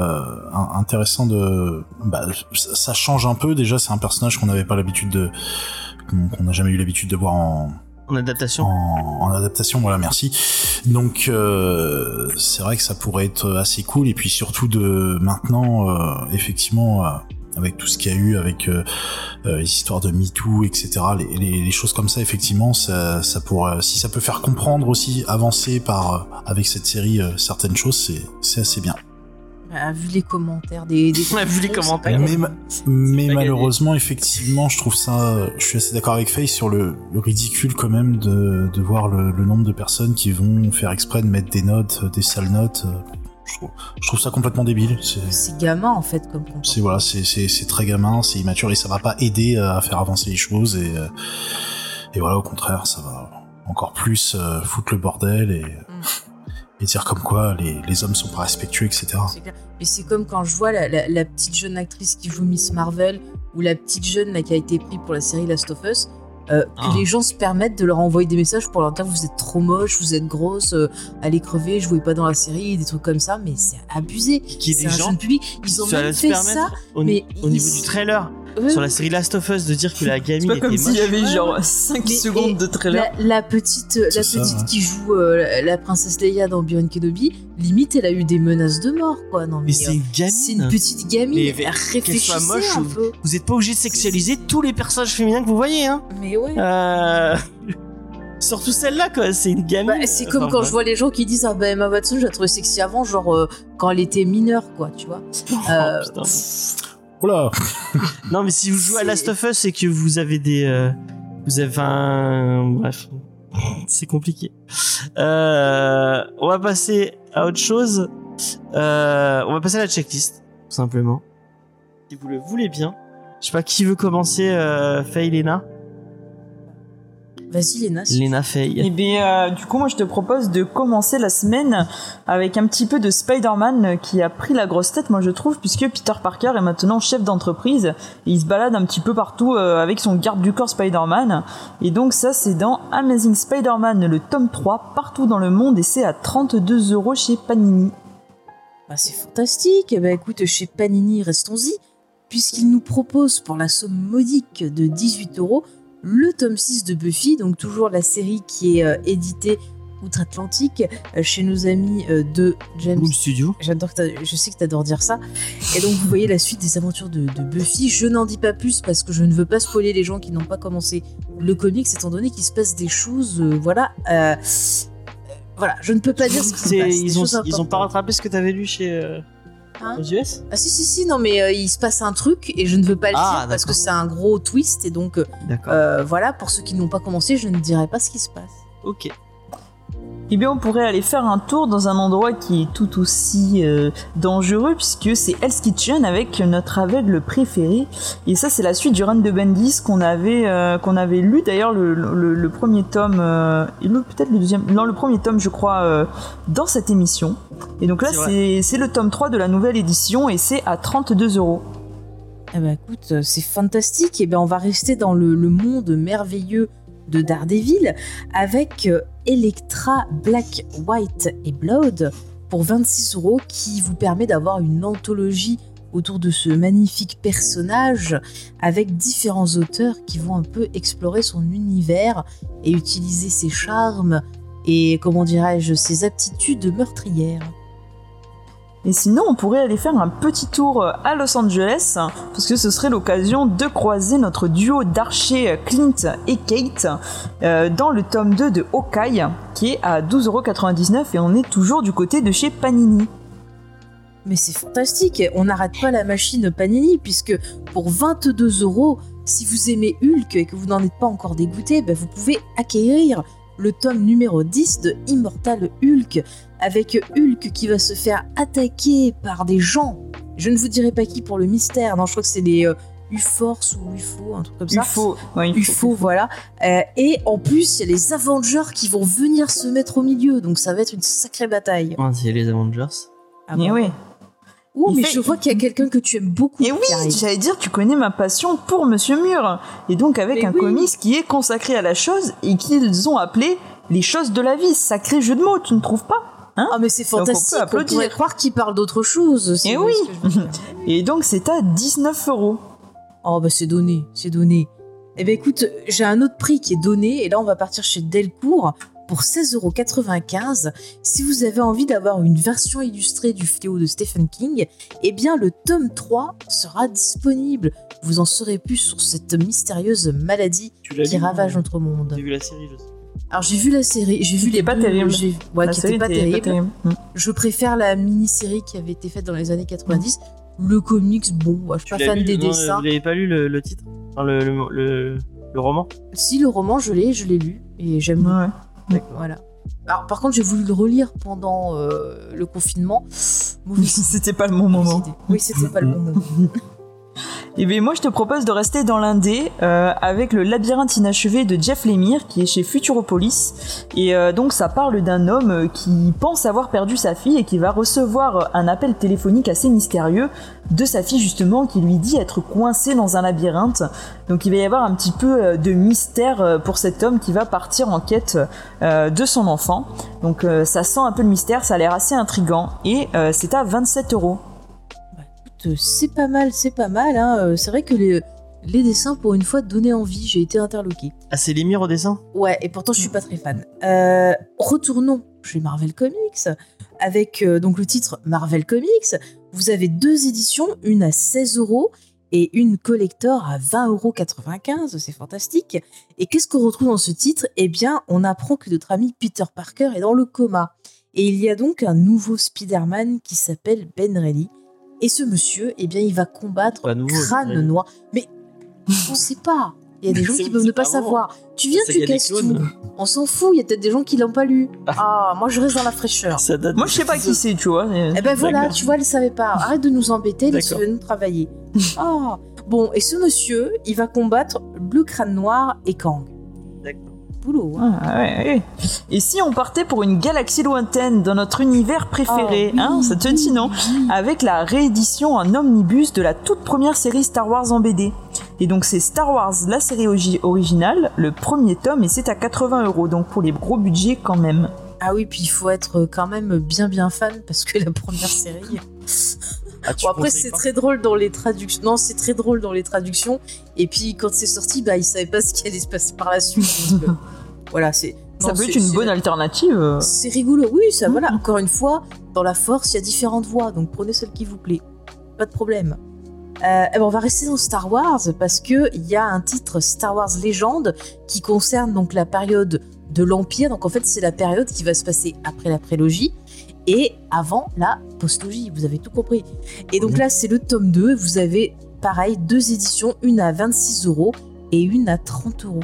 de. Ça change un peu. Déjà, c'est un personnage qu'on n'a jamais eu l'habitude de voir en adaptation. En adaptation, voilà, merci. Donc c'est vrai que ça pourrait être assez cool, et puis surtout de maintenant effectivement avec tout ce qu'il y a eu avec les histoires de MeToo, etc., les choses comme ça, effectivement ça pourrait, si ça peut faire comprendre aussi, avancer avec cette série certaines choses, c'est assez bien. Vu les commentaires des vu les commentaires. Mais malheureusement, effectivement, je suis assez d'accord avec Faye sur le ridicule quand même de voir le nombre de personnes qui vont faire exprès de mettre des sales notes. Je trouve ça complètement débile. C'est gamin en fait comme comportement. C'est très gamin, c'est immature, et ça va pas aider à faire avancer les choses, et voilà, au contraire, ça va encore plus foutre le bordel et dire comme quoi les hommes sont pas respectueux, etc. C'est clair. Mais c'est comme quand je vois la petite jeune actrice qui joue Miss Marvel, ou la petite jeune là, qui a été prise pour la série Last of Us, que les gens se permettent de leur envoyer des messages pour leur dire vous êtes trop moche, vous êtes grosse, allez crever, jouez pas dans la série, des trucs comme ça, mais c'est abusé. C'est un jeune public, ils ont même fait ça. Au niveau du trailer. Sur la série Last of Us, de dire que la gamine était moche. C'est pas comme s'il y avait genre 5 secondes de trailer. La petite qui joue la princesse Leia dans Obi-Wan Kenobi, limite elle a eu des menaces de mort, quoi. Non, mais c'est une gamine. C'est une petite gamine. Réfléchissez un peu. Vous êtes pas obligé de sexualiser tous les personnages féminins que vous voyez, hein. Mais ouais. Surtout celle-là, quoi. C'est une gamine. C'est comme quand je vois les gens qui disent Emma Watson, je la trouvais sexy avant, genre quand elle était mineure, quoi, tu vois. Putain. Oula. Non, mais si vous jouez à Last of Us et que vous avez bref, c'est compliqué. On va passer à autre chose. On va passer à la checklist, tout simplement. Si vous le voulez bien. Je sais pas qui veut commencer, Faye, Léna. Vas-y, Léna Faye. Et bien, du coup, moi, je te propose de commencer la semaine avec un petit peu de Spider-Man qui a pris la grosse tête, moi, je trouve, puisque Peter Parker est maintenant chef d'entreprise et il se balade un petit peu partout avec son garde du corps Spider-Man. Et donc, ça, c'est dans Amazing Spider-Man, le tome 3, partout dans le monde, et c'est à 32€ chez Panini. C'est fantastique. Écoute, chez Panini, restons-y, puisqu'il nous propose pour la somme modique de 18€ le tome 6 de Buffy, donc toujours la série qui est éditée outre-Atlantique chez nos amis de James Studio. Je sais que t'adores dire ça. Et donc vous voyez la suite des aventures de Buffy. Je n'en dis pas plus parce que je ne veux pas spoiler les gens qui n'ont pas commencé le comics, étant donné qu'il se passe des choses, voilà, je ne peux pas dire ce qui se passe. Ils ont pas rattrapé ce que t'avais lu chez... aux US ? Si, non, mais il se passe un truc et je ne veux pas le dire parce que c'est un gros twist, et donc voilà, pour ceux qui n'ont pas commencé, je ne dirai pas ce qui se passe. Ok. Eh bien, on pourrait aller faire un tour dans un endroit qui est tout aussi dangereux, puisque c'est Hell's Kitchen avec notre aveugle préféré. Et ça, c'est la suite du run de Bendis qu'on avait lu d'ailleurs le premier tome, et peut-être le deuxième, non, le premier tome, je crois, dans cette émission. Et donc là, c'est le tome 3 de la nouvelle édition, et c'est à 32€. Eh ben écoute, c'est fantastique. Et ben on va rester dans le monde merveilleux de Daredevil avec Elektra Black, White et Blood pour 26€ qui vous permet d'avoir une anthologie autour de ce magnifique personnage avec différents auteurs qui vont un peu explorer son univers et utiliser ses charmes et, comment dirais-je, ses aptitudes meurtrières. Et sinon, on pourrait aller faire un petit tour à Los Angeles, parce que ce serait l'occasion de croiser notre duo d'archers Clint et Kate dans le tome 2 de Hawkeye, qui est à 12,99€ et on est toujours du côté de chez Panini. Mais c'est fantastique, on n'arrête pas la machine Panini, puisque pour 22€, si vous aimez Hulk et que vous n'en êtes pas encore dégoûté, ben vous pouvez acquérir le tome numéro 10 de Immortal Hulk, avec Hulk qui va se faire attaquer par des gens. Je ne vous dirai pas qui pour le mystère, non, je crois que c'est les U-Force ou UFO, un truc comme ça. UFO, voilà. Et en plus, il y a les Avengers qui vont venir se mettre au milieu, donc ça va être une sacrée bataille. Ah, c'est les Avengers. Ah bon. Oui. Oh, mais je vois qu'il y a quelqu'un que tu aimes beaucoup. Et oui, j'allais dire, tu connais ma passion pour Monsieur Mur. Et donc avec un comics qui est consacré à la chose et qu'ils ont appelé les choses de la vie. Sacré jeu de mots, tu ne trouves pas? Hein? Ah mais c'est fantastique, on pourrait croire qu'il parle d'autre chose. Et oui. Et donc c'est à 19€. Oh bah c'est donné. Eh ben écoute, j'ai un autre prix qui est donné et là on va partir chez Delcourt pour 16,95€. Si vous avez envie d'avoir une version illustrée du Fléau de Stephen King, eh bien le tome 3 sera disponible. Vous en saurez plus sur cette mystérieuse maladie qui ravage notre monde. J'ai vu la série, je sais. Alors j'ai vu la série, j'ai vu les pas terrible. Ouais, qui était pas terrible. Je préfère la mini-série qui avait été faite dans les années 90. Le comics, bon, je suis pas fan des dessins. Vous n'avez pas lu le titre, enfin, le roman? Si, le roman, je l'ai lu et j'aime beaucoup. Ouais. Voilà. Alors par contre, j'ai voulu le relire pendant le confinement. C'était pas le bon moment. Oui, c'était pas le bon moment. Et bien moi je te propose de rester dans l'indé avec le labyrinthe inachevé de Jeff Lemire qui est chez Futuropolis et donc ça parle d'un homme qui pense avoir perdu sa fille et qui va recevoir un appel téléphonique assez mystérieux de sa fille justement qui lui dit être coincé dans un labyrinthe. Donc il va y avoir un petit peu de mystère pour cet homme qui va partir en quête de son enfant. Donc ça sent un peu le mystère, ça a l'air assez intriguant et c'est à 27€. C'est pas mal, hein. C'est vrai que les dessins, pour une fois, donnaient envie, j'ai été interloquée. Ah, c'est Lemire au dessin? Ouais, et pourtant je suis pas très fan. Retournons chez Marvel Comics, avec donc le titre Marvel Comics. Vous avez 2 éditions, une à 16€ et une collector à 20,95€, c'est fantastique. Et qu'est-ce qu'on retrouve dans ce titre? Eh bien, on apprend que notre ami Peter Parker est dans le coma. Et il y a donc un nouveau Spider-Man qui s'appelle Ben Reilly. Et ce monsieur, eh bien, il va combattre Crâne Noir. Mais on sait pas. Il y a des gens qui peuvent ne pas savoir. Tu viens, tu casses tout. On s'en fout, il y a peut-être des gens qui l'ont pas lu. Ah, moi je reste dans la fraîcheur. Moi je sais pas qui c'est, tu vois. Eh ben voilà, tu vois, elle savait pas. Arrête de nous embêter, laisse-nous travailler. Ah, bon, et ce monsieur, il va combattre le Crâne Noir et Kang. D'accord. Boulot. Hein. Ah, ouais. Et si on partait pour une galaxie lointaine dans notre univers préféré, ça te dit non? Avec la réédition en omnibus de la toute première série Star Wars en BD. Et donc c'est Star Wars, la série originale, le premier tome, et c'est à 80€, donc pour les gros budgets quand même. Ah oui, puis il faut être quand même bien fan, parce que la première série... Bon, après c'est très drôle dans les traductions. Non, c'est très drôle dans les traductions. Et puis quand c'est sorti, ils savaient pas ce qui allait se passer par la suite. Donc, voilà, ça peut être une bonne alternative. C'est rigolo, oui, ça voilà. Encore une fois, dans la Force, il y a différentes voix, donc prenez celle qui vous plaît. Pas de problème. On va rester dans Star Wars parce que il y a un titre Star Wars Légende qui concerne donc la période de l'Empire. Donc en fait, c'est la période qui va se passer après la prélogie et avant la postlogie, vous avez tout compris. Et donc là, c'est le tome 2, vous avez pareil 2 éditions, une à 26€ et une à 30€.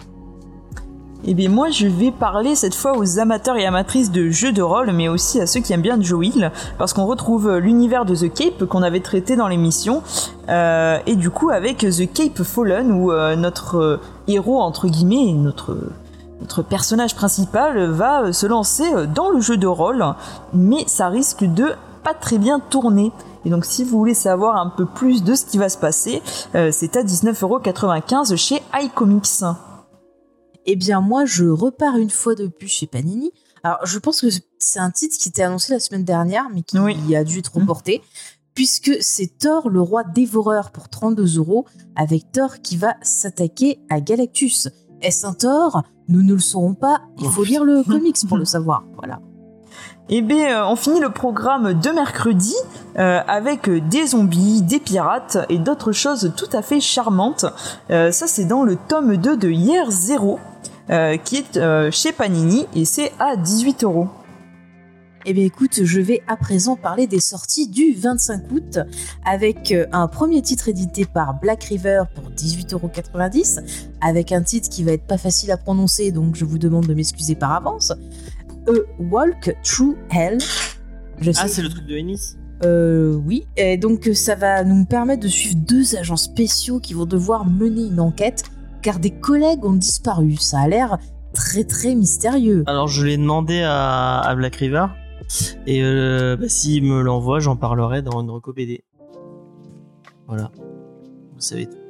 Eh bien moi je vais parler cette fois aux amateurs et amatrices de jeux de rôle, mais aussi à ceux qui aiment bien Joe Hill, parce qu'on retrouve l'univers de The Cape qu'on avait traité dans l'émission, et du coup avec The Cape Fallen où notre héros entre guillemets, notre personnage principal va se lancer dans le jeu de rôle, mais ça risque de pas très bien tourner. Et donc si vous voulez savoir un peu plus de ce qui va se passer, c'est à 19,95€ chez iComics. Eh bien moi je repars une fois de plus chez Panini. Alors je pense que c'est un titre qui était annoncé la semaine dernière mais qui a dû être reporté. Puisque c'est Thor, le roi dévoreur pour 32€ avec Thor qui va s'attaquer à Galactus. Est-ce un Thor ? Nous ne le saurons pas, il faut lire le comics pour le savoir. Voilà. Eh bien, on finit le programme de mercredi avec des zombies, des pirates et d'autres choses tout à fait charmantes. Ça, c'est dans le tome 2 de Year Zero, qui est chez Panini et c'est à 18€. Eh bien écoute, je vais à présent parler des sorties du 25 août avec un premier titre édité par Black River pour 18,90€, avec un titre qui va être pas facile à prononcer, donc je vous demande de m'excuser par avance. A Walk Through Hell. C'est le truc de Ennis ? Oui, et donc ça va nous permettre de suivre 2 agents spéciaux qui vont devoir mener une enquête car des collègues ont disparu. Ça a l'air très très mystérieux. Alors je l'ai demandé à Black River. Et s'il me l'envoie, j'en parlerai dans une reco BD. Voilà. Vous savez tout.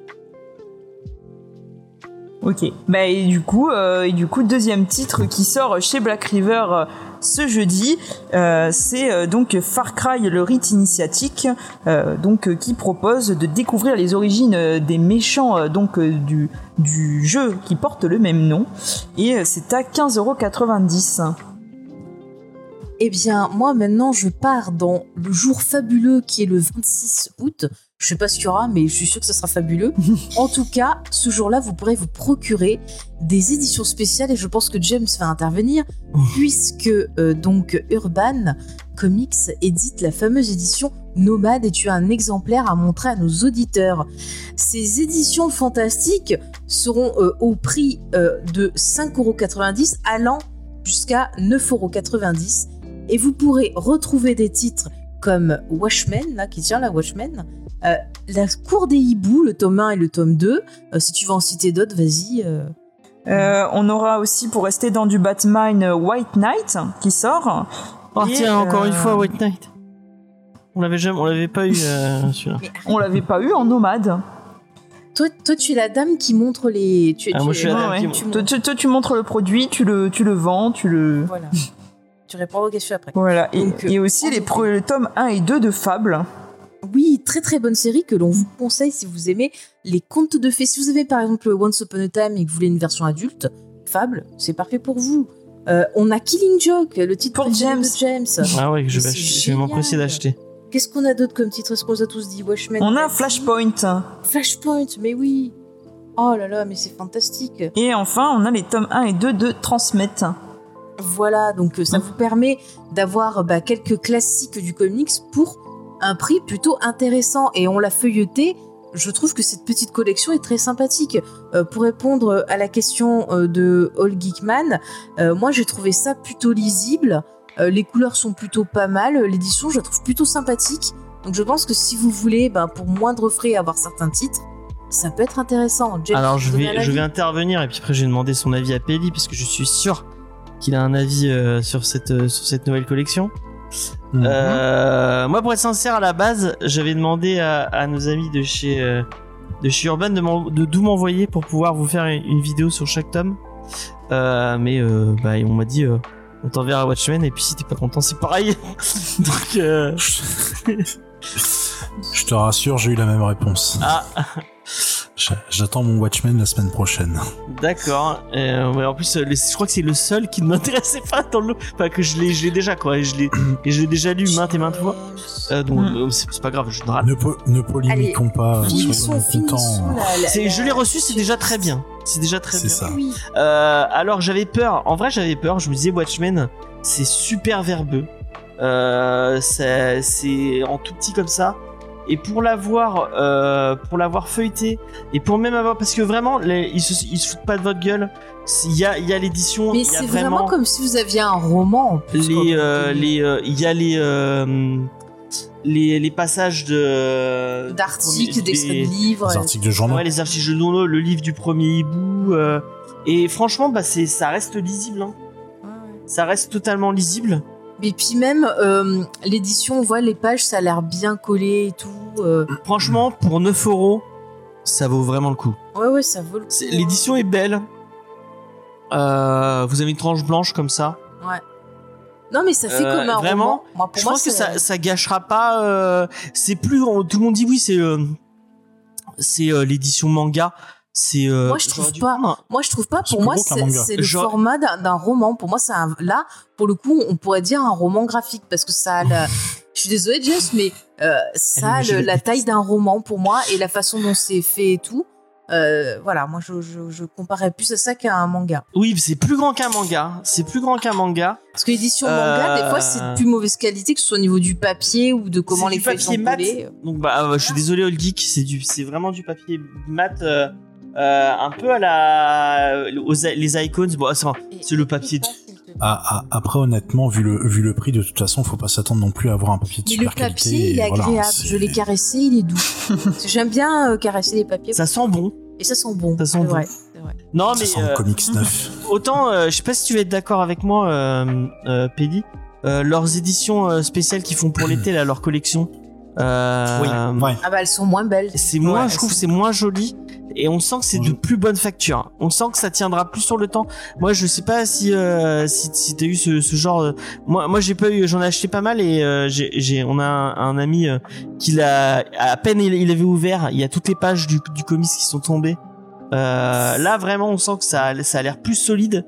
Ok. Bah, et du coup, deuxième titre qui sort chez Black River ce jeudi, c'est donc Far Cry, le rite initiatique, qui propose de découvrir les origines des méchants du jeu qui porte le même nom. Et c'est à 15,90€. Eh bien, moi, maintenant, je pars dans le jour fabuleux qui est le 26 août. Je sais pas ce qu'il y aura, mais je suis sûre que ça sera fabuleux. En tout cas, ce jour-là, vous pourrez vous procurer des éditions spéciales et je pense que James va intervenir puisque Urban Comics édite la fameuse édition Nomade et tu as un exemplaire à montrer à nos auditeurs. Ces éditions fantastiques seront au prix de 5,90€ allant jusqu'à 9,90€. Et vous pourrez retrouver des titres comme Watchmen, là, qui tient la Watchmen, La Cour des Hiboux, le tome 1 et le tome 2. Si tu veux en citer d'autres, vas-y. On aura aussi, pour rester dans du Batman, White Knight qui sort. Oh tiens, encore une fois, White Knight. On l'avait pas eu celui-là. On l'avait pas eu en Nomade. Toi, tu es la dame qui montre les. Moi, je suis la dame qui montre. Toi, tu montres le produit, tu le vends, tu le. Voilà. Tu réponds aux questions après. Voilà. Et aussi le tome 1 et 2 de Fable. Oui, très très bonne série que l'on vous conseille si vous aimez les contes de fées. Si vous avez par exemple Once Upon a Time et que vous voulez une version adulte, Fable, c'est parfait pour vous. On a Killing Joke, le titre pour James. De James. Ah ouais, je vais m'empresser d'acheter. Qu'est-ce qu'on a d'autre comme titre? Est-ce qu'on vous a tous dit Watchmen? On a Flashpoint. Flashpoint, mais oui. Oh là là, mais c'est fantastique. Et enfin, on a les tomes 1 et 2 de Transmet. Voilà, donc ça vous permet d'avoir quelques classiques du comics pour un prix plutôt intéressant. Et on l'a feuilleté. Je trouve que cette petite collection est très sympathique. Pour répondre à la question de All Geekman, moi j'ai trouvé ça plutôt lisible. Les couleurs sont plutôt pas mal. L'édition, je la trouve plutôt sympathique. Donc je pense que si vous voulez, pour moindre frais, avoir certains titres, ça peut être intéressant. James, alors je vais intervenir et puis après j'ai demandé son avis à Pelli parce que je suis sûr qu'il a un avis sur cette nouvelle collection. Moi, pour être sincère, à la base, j'avais demandé à nos amis de chez Urban de d'où m'envoyer pour pouvoir vous faire une vidéo sur chaque tome. Mais on m'a dit on t'enverra Watchmen et puis si t'es pas content, c'est pareil. Donc je te rassure, j'ai eu la même réponse. Ah. J'attends mon Watchmen la semaine prochaine. D'accord. En plus, je crois que c'est le seul qui ne m'intéressait pas dans le lot. Enfin, que je l'ai déjà, quoi. Et je l'ai déjà lu maintes et maintes fois. Donc, c'est pas grave. Ne polémiquons pas. Finissons. Je l'ai reçu, c'est déjà très bien. C'est déjà très bien. C'est ça. Oui. Alors, j'avais peur. En vrai, j'avais peur. Je me disais, Watchmen, c'est super verbeux. C'est en tout petit comme ça. Et pour l'avoir feuilleté et pour même avoir, parce que vraiment ils se foutent pas de votre gueule. Il y a l'édition. Mais c'est vraiment comme si vous aviez un roman. En plus, il y a les passages d'articles, d'extraits de livres, les articles de journaux. Ouais, les articles de journaux, le livre du premier hibou. Et franchement, ça reste lisible. Hein. Ça reste totalement lisible. Et puis même l'édition, on voit les pages, ça a l'air bien collé et tout. Franchement, pour 9€, ça vaut vraiment le coup. Ouais, ça vaut le coup. L'édition est belle. Vous avez une tranche blanche comme ça. Ouais. Non, mais ça fait comme un vraiment, roman. Moi, pour je moi, pense que ça gâchera pas. C'est plus. Tout le monde dit oui, c'est l'édition manga. Moi, je trouve pas. Moi, je trouve pas. Pour moi, c'est le format d'un roman. Pour moi, là, pour le coup, on pourrait dire un roman graphique parce que ça a je suis désolée, James, mais ça a la taille d'un roman pour moi et la façon dont c'est fait et tout. Voilà, moi, je comparais plus à ça qu'à un manga. Oui, c'est plus grand qu'un manga. Parce que l'édition manga, des fois, c'est de plus mauvaise qualité, que ce soit au niveau du papier ou de comment les feuilles sont collées. Donc, je suis désolé, Old Geek, c'est vraiment du papier mat. Un peu à les icons. Bon, c'est le papier. Après, honnêtement, vu le prix, de toute façon, faut pas s'attendre non plus à avoir un papier de super qualité. Mais le papier, il est agréable. Je l'ai caressé, il est doux. J'aime bien caresser les papiers. Ça sent bon. Et ça sent bon. C'est vrai. Non, mais ça sent le comics neuf. Autant, je sais pas si tu vas être d'accord avec moi, Pédi. Leurs éditions spéciales qu'ils font pour l'été, là, leur collection. Oui. Ouais. Ah bah elles sont moins belles. Je trouve que c'est moins joli. Et on sent que c'est de plus bonne facture. On sent que ça tiendra plus sur le temps. Moi, je sais pas si t'as eu ce genre. Moi, j'ai pas eu. J'en ai acheté pas mal et on a un ami qui l'a à peine il avait ouvert. Il y a toutes les pages du comics qui sont tombées. Là, vraiment, on sent que ça a l'air plus solide.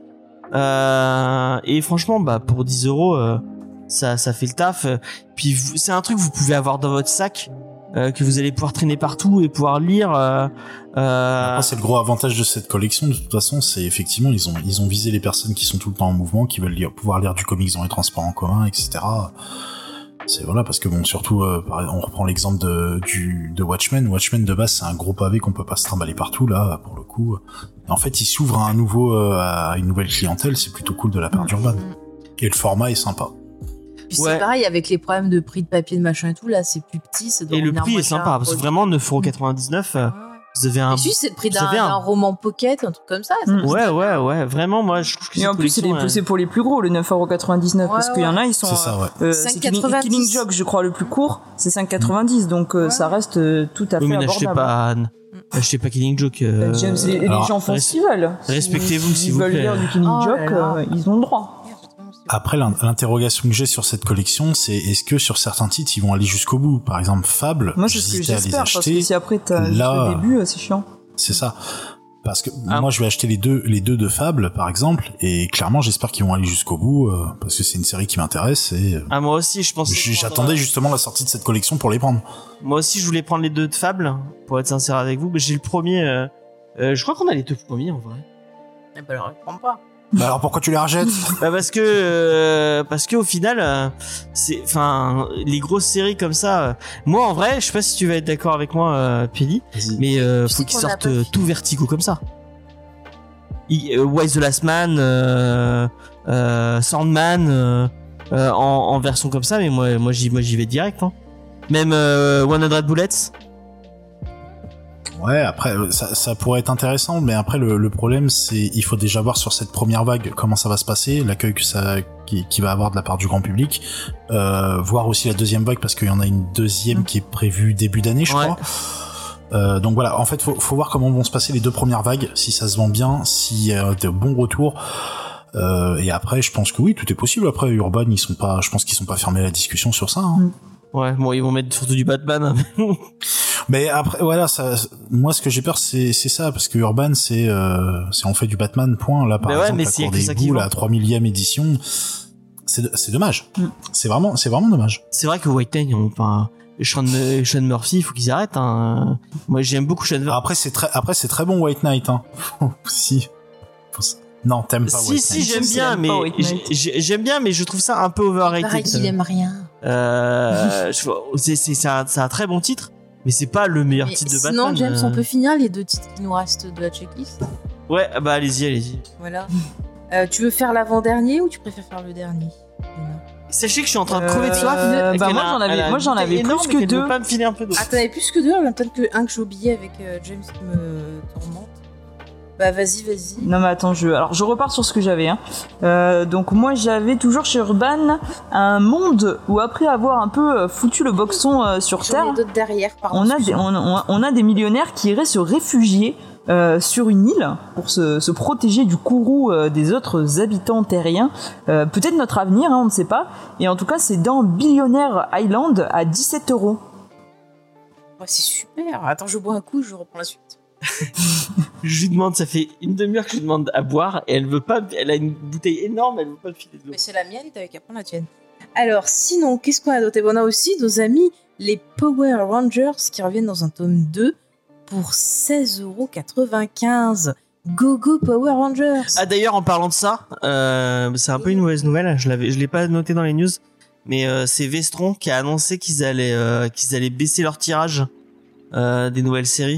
Et franchement, pour 10€, ça fait le taf. Puis c'est un truc que vous pouvez avoir dans votre sac. Que vous allez pouvoir traîner partout et pouvoir lire. Après, c'est le gros avantage de cette collection. De toute façon, c'est effectivement ils ont visé les personnes qui sont tout le temps en mouvement, qui veulent pouvoir lire du comics dans les transports en commun, etc. C'est voilà parce que bon, surtout, on reprend l'exemple de Watchmen. Watchmen de base, c'est un gros pavé qu'on peut pas se trimballer partout là. Pour le coup, en fait, il s'ouvre à une nouvelle clientèle. C'est plutôt cool de la part d'Urban. Et le format est sympa. Puis c'est pareil avec les problèmes de prix de papier de machin et tout, là c'est plus petit, ça doit. Et le prix est sympa parce que vraiment 9,99€. Vous avez un. Et c'est le prix d'un roman pocket, un truc comme ça. Ouais. Vraiment, moi je trouve que et en plus c'est pour les plus gros, le 9,99€, parce qu'il y en a, ils sont. C'est ça, ouais. 5,90. Killing Joke, je crois, le plus court, c'est 5,90, donc ça reste tout à fait abordable. Achetez pas Killing Joke. James, les gens font ce qu'ils veulent. Respectez-vous s'il vous plaît. Ils veulent lire du Killing Joke, ils ont le droit. Après, l'interrogation que j'ai sur cette collection, c'est est-ce que sur certains titres, ils vont aller jusqu'au bout? Par exemple, Fable, moi, c'est ce que j'espère, parce que si après t'as le début, c'est chiant. C'est ça. Parce que moi, je vais acheter les deux de Fable, par exemple, et clairement, j'espère qu'ils vont aller jusqu'au bout, parce que c'est une série qui m'intéresse. Et moi aussi, je pense. J'attendais justement la sortie de cette collection pour les prendre. Moi aussi, je voulais prendre les deux de Fable, pour être sincère avec vous. Mais j'ai le premier. Je crois qu'on a les deux premiers en vrai. Eh ben alors, je prends pas. Bah alors pourquoi tu les rajettes? Parce que au final les grosses séries comme ça, moi en vrai, je sais pas si tu vas être d'accord avec moi, Pili, mais faut qu'ils sortent tout Vertigo comme ça. Wise the Last Man, Sandman en version comme ça, mais moi j'y vais direct, hein. Même 100 Bullets. Ouais, après ça pourrait être intéressant, mais après le problème c'est il faut déjà voir sur cette première vague comment ça va se passer, l'accueil que ça qui va avoir de la part du grand public, voir aussi la deuxième vague parce qu'il y en a une deuxième qui est prévue début d'année, je crois. Donc voilà, en fait faut voir comment vont se passer les deux premières vagues, si ça se vend bien, s'il y a de bons retours. Et après je pense que oui, tout est possible. Après Urban, je pense qu'ils sont pas fermés à la discussion sur ça, hein. Ouais, bon, ils vont mettre surtout du Batman. Mais après, voilà, moi, ce que j'ai peur, c'est ça, parce que Urban, c'est on fait du Batman, point. Là, par exemple, la Cour des Boules, la 3000e édition, c'est dommage. C'est vraiment dommage. C'est vrai que White Knight, Sean Murphy, il faut qu'ils arrêtent, hein. Moi, j'aime beaucoup Sean Murphy. Après, c'est très bon White Knight, hein. Si. Non, t'aimes pas White Knight. Si, j'aime bien, mais j'aime bien, mais je trouve ça un peu overrated. Pareil qu'il aime rien. C'est un très bon titre, mais c'est pas le meilleur titre de Batman. Sinon, James, on peut finir les deux titres qui nous restent de la checklist. Ouais, bah allez-y. Voilà. Tu veux faire l'avant-dernier ou tu préfères faire le dernier? Sachez que je suis en train de crever de soif. Moi j'en avais plus que deux. Pas me filer un peu d'eau. Ah, t'en avais plus que deux, en même temps que un que j'ai oublié avec James qui me tourmente. Bah vas-y. Non mais attends, je repars sur ce que j'avais. Donc moi j'avais toujours chez Urban un monde où après avoir un peu foutu le boxon sur Terre, J'en ai d'autres derrière, pardon. on a des millionnaires qui iraient se réfugier sur une île pour se protéger du courroux des autres habitants terriens. Peut-être notre avenir, on ne sait pas. Et en tout cas c'est dans Billionaire Island à 17€. Ouais, c'est super. Attends, je bois un coup, je reprends la suite. Je lui demande, ça fait une demi-heure que je lui demande à boire et elle veut pas, elle a une bouteille énorme, elle veut pas me filer de l'eau. Mais c'est la mienne, t'avais qu'à prendre la tienne. Alors, sinon, qu'est-ce qu'on a d'autre? On a aussi nos amis, les Power Rangers, qui reviennent dans un tome 2 pour 16,95€. Go Power Rangers! Ah d'ailleurs, en parlant de ça, c'est un peu une mauvaise nouvelle, je l'ai pas noté dans les news, mais c'est Vestron qui a annoncé qu'ils allaient baisser leur tirage des nouvelles séries.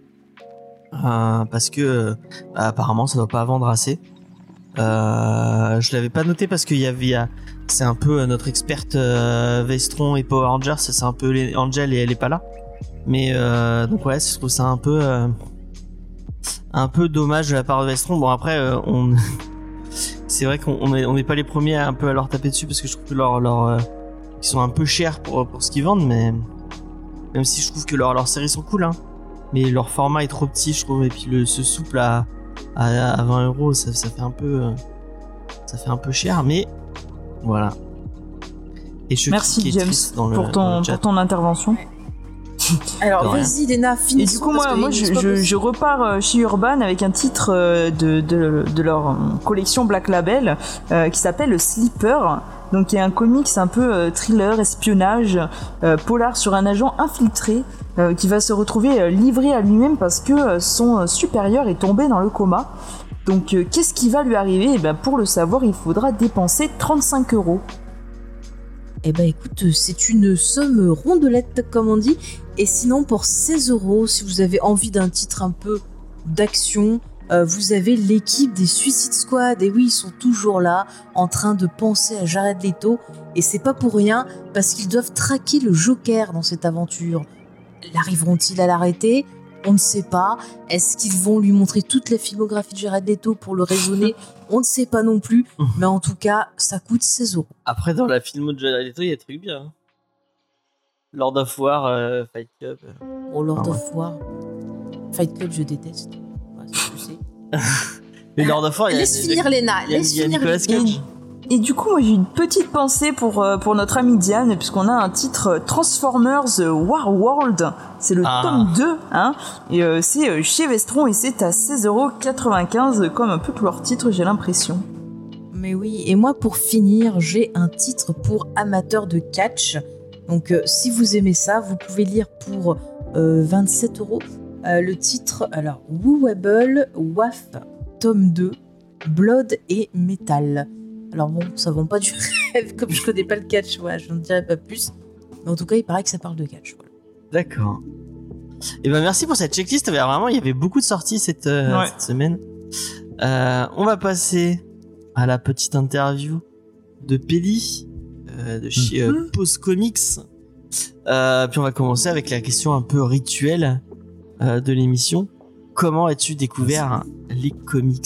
Parce que apparemment ça doit pas vendre assez. Je l'avais pas noté parce qu'il y avait c'est un peu notre experte Vestron et Power Rangers, c'est un peu Angel et elle est pas là. Mais donc ouais, je trouve ça un peu dommage de la part de Vestron. Bon après c'est vrai qu'on n'est pas les premiers un peu à leur taper dessus parce que je trouve que ils sont un peu chers pour ce qu'ils vendent, mais même si je trouve que leurs séries sont cool, hein. Mais leur format est trop petit, je trouve, et puis ce souple à 20€, ça fait un peu cher, mais voilà. Et merci James pour ton intervention. Alors vas-y Léna, finis. Et du coup moi je repars chez Urban avec un titre de leur collection Black Label qui s'appelle Sleeper. Donc il y a un comics un peu thriller, espionnage, polar sur un agent infiltré qui va se retrouver livré à lui-même parce que son supérieur est tombé dans le coma. Donc qu'est-ce qui va lui arriver? Pour le savoir, il faudra dépenser 35€. Eh ben écoute, c'est une somme rondelette comme on dit. Et sinon pour 16€, si vous avez envie d'un titre un peu d'action, vous avez l'équipe des Suicide Squad. Et oui, ils sont toujours là, en train de penser à Jared Leto. Et c'est pas pour rien, parce qu'ils doivent traquer le Joker dans cette aventure. L'arriveront-ils à l'arrêter? On ne sait pas. Est-ce qu'ils vont lui montrer toute la filmographie de Jared Leto pour le raisonner? On ne sait pas non plus. Mais en tout cas, ça coûte 16€. Après, dans la filmo de Jared Leto, il y a des trucs bien. Hein. Lord of War, Fight Club. Oh, Lord of War. Fight Club, je déteste. Ouais, ça, je sais. Mais Lord of War, laisse finir Léna. Laisse finir Nicolas Cage. Et du coup, moi j'ai une petite pensée pour notre amie Diane, puisqu'on a un titre Transformers War World, c'est le tome 2, hein, et c'est chez Vestron et c'est à 16,95€, comme un peu tous leurs titres, j'ai l'impression. Mais oui, et moi pour finir, j'ai un titre pour amateurs de catch. Donc si vous aimez ça, vous pouvez lire pour 27€. Le titre, alors, Wooable WAF, tome 2, Blood et Metal. Alors bon, ça vend pas du rêve, comme je connais pas le catch, ouais, je n'en dirai pas plus. Mais en tout cas, il paraît que ça parle de catch. Voilà. D'accord. Et ben merci pour cette checklist. Il y avait beaucoup de sorties cette semaine. On va passer à la petite interview de Pelli de chez Pause Comics. Puis on va commencer avec la question un peu rituelle de l'émission. Comment as-tu découvert les comics?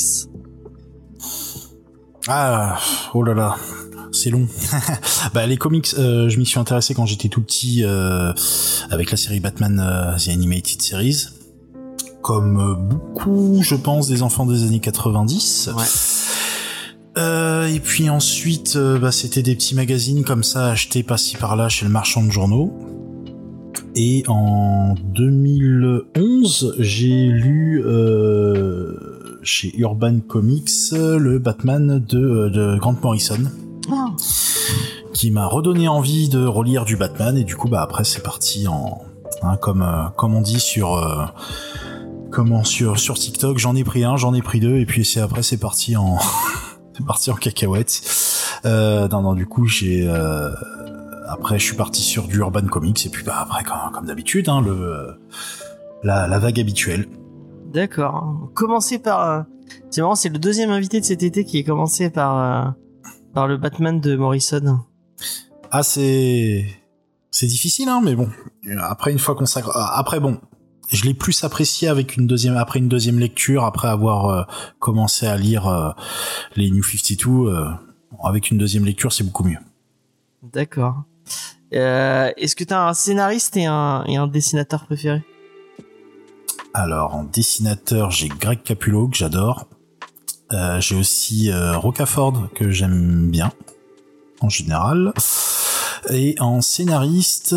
Ah, oh là là, c'est long. Les comics, je m'y suis intéressé quand j'étais tout petit avec la série Batman The Animated Series. Comme beaucoup, je pense, des enfants des années 90. Ouais. Et puis ensuite, c'était des petits magazines comme ça achetés par-ci par-là chez le marchand de journaux. Et en 2011, j'ai lu chez Urban Comics le Batman de Grant Morrison, qui m'a redonné envie de relire du Batman. Et du coup, après, c'est parti comme on dit sur TikTok, j'en ai pris un, j'en ai pris deux, et puis c'est parti en cacahuète. Du coup, après, je suis parti sur du Urban Comics, et puis après, comme d'habitude, la vague habituelle. D'accord. Commencer par... C'est marrant, c'est le deuxième invité de cet été qui est commencé par le Batman de Morrison. Ah, c'est difficile, hein, mais bon. Après, une fois qu'on s'accroche... Après, bon, je l'ai plus apprécié après une deuxième lecture, après avoir commencé à lire les New 52. Avec une deuxième lecture, c'est beaucoup mieux. D'accord. Est-ce que t'as un scénariste et un dessinateur préféré? Alors, en dessinateur, j'ai Greg Capullo, que j'adore. J'ai aussi Rocaford, que j'aime bien, en général. Et en scénariste,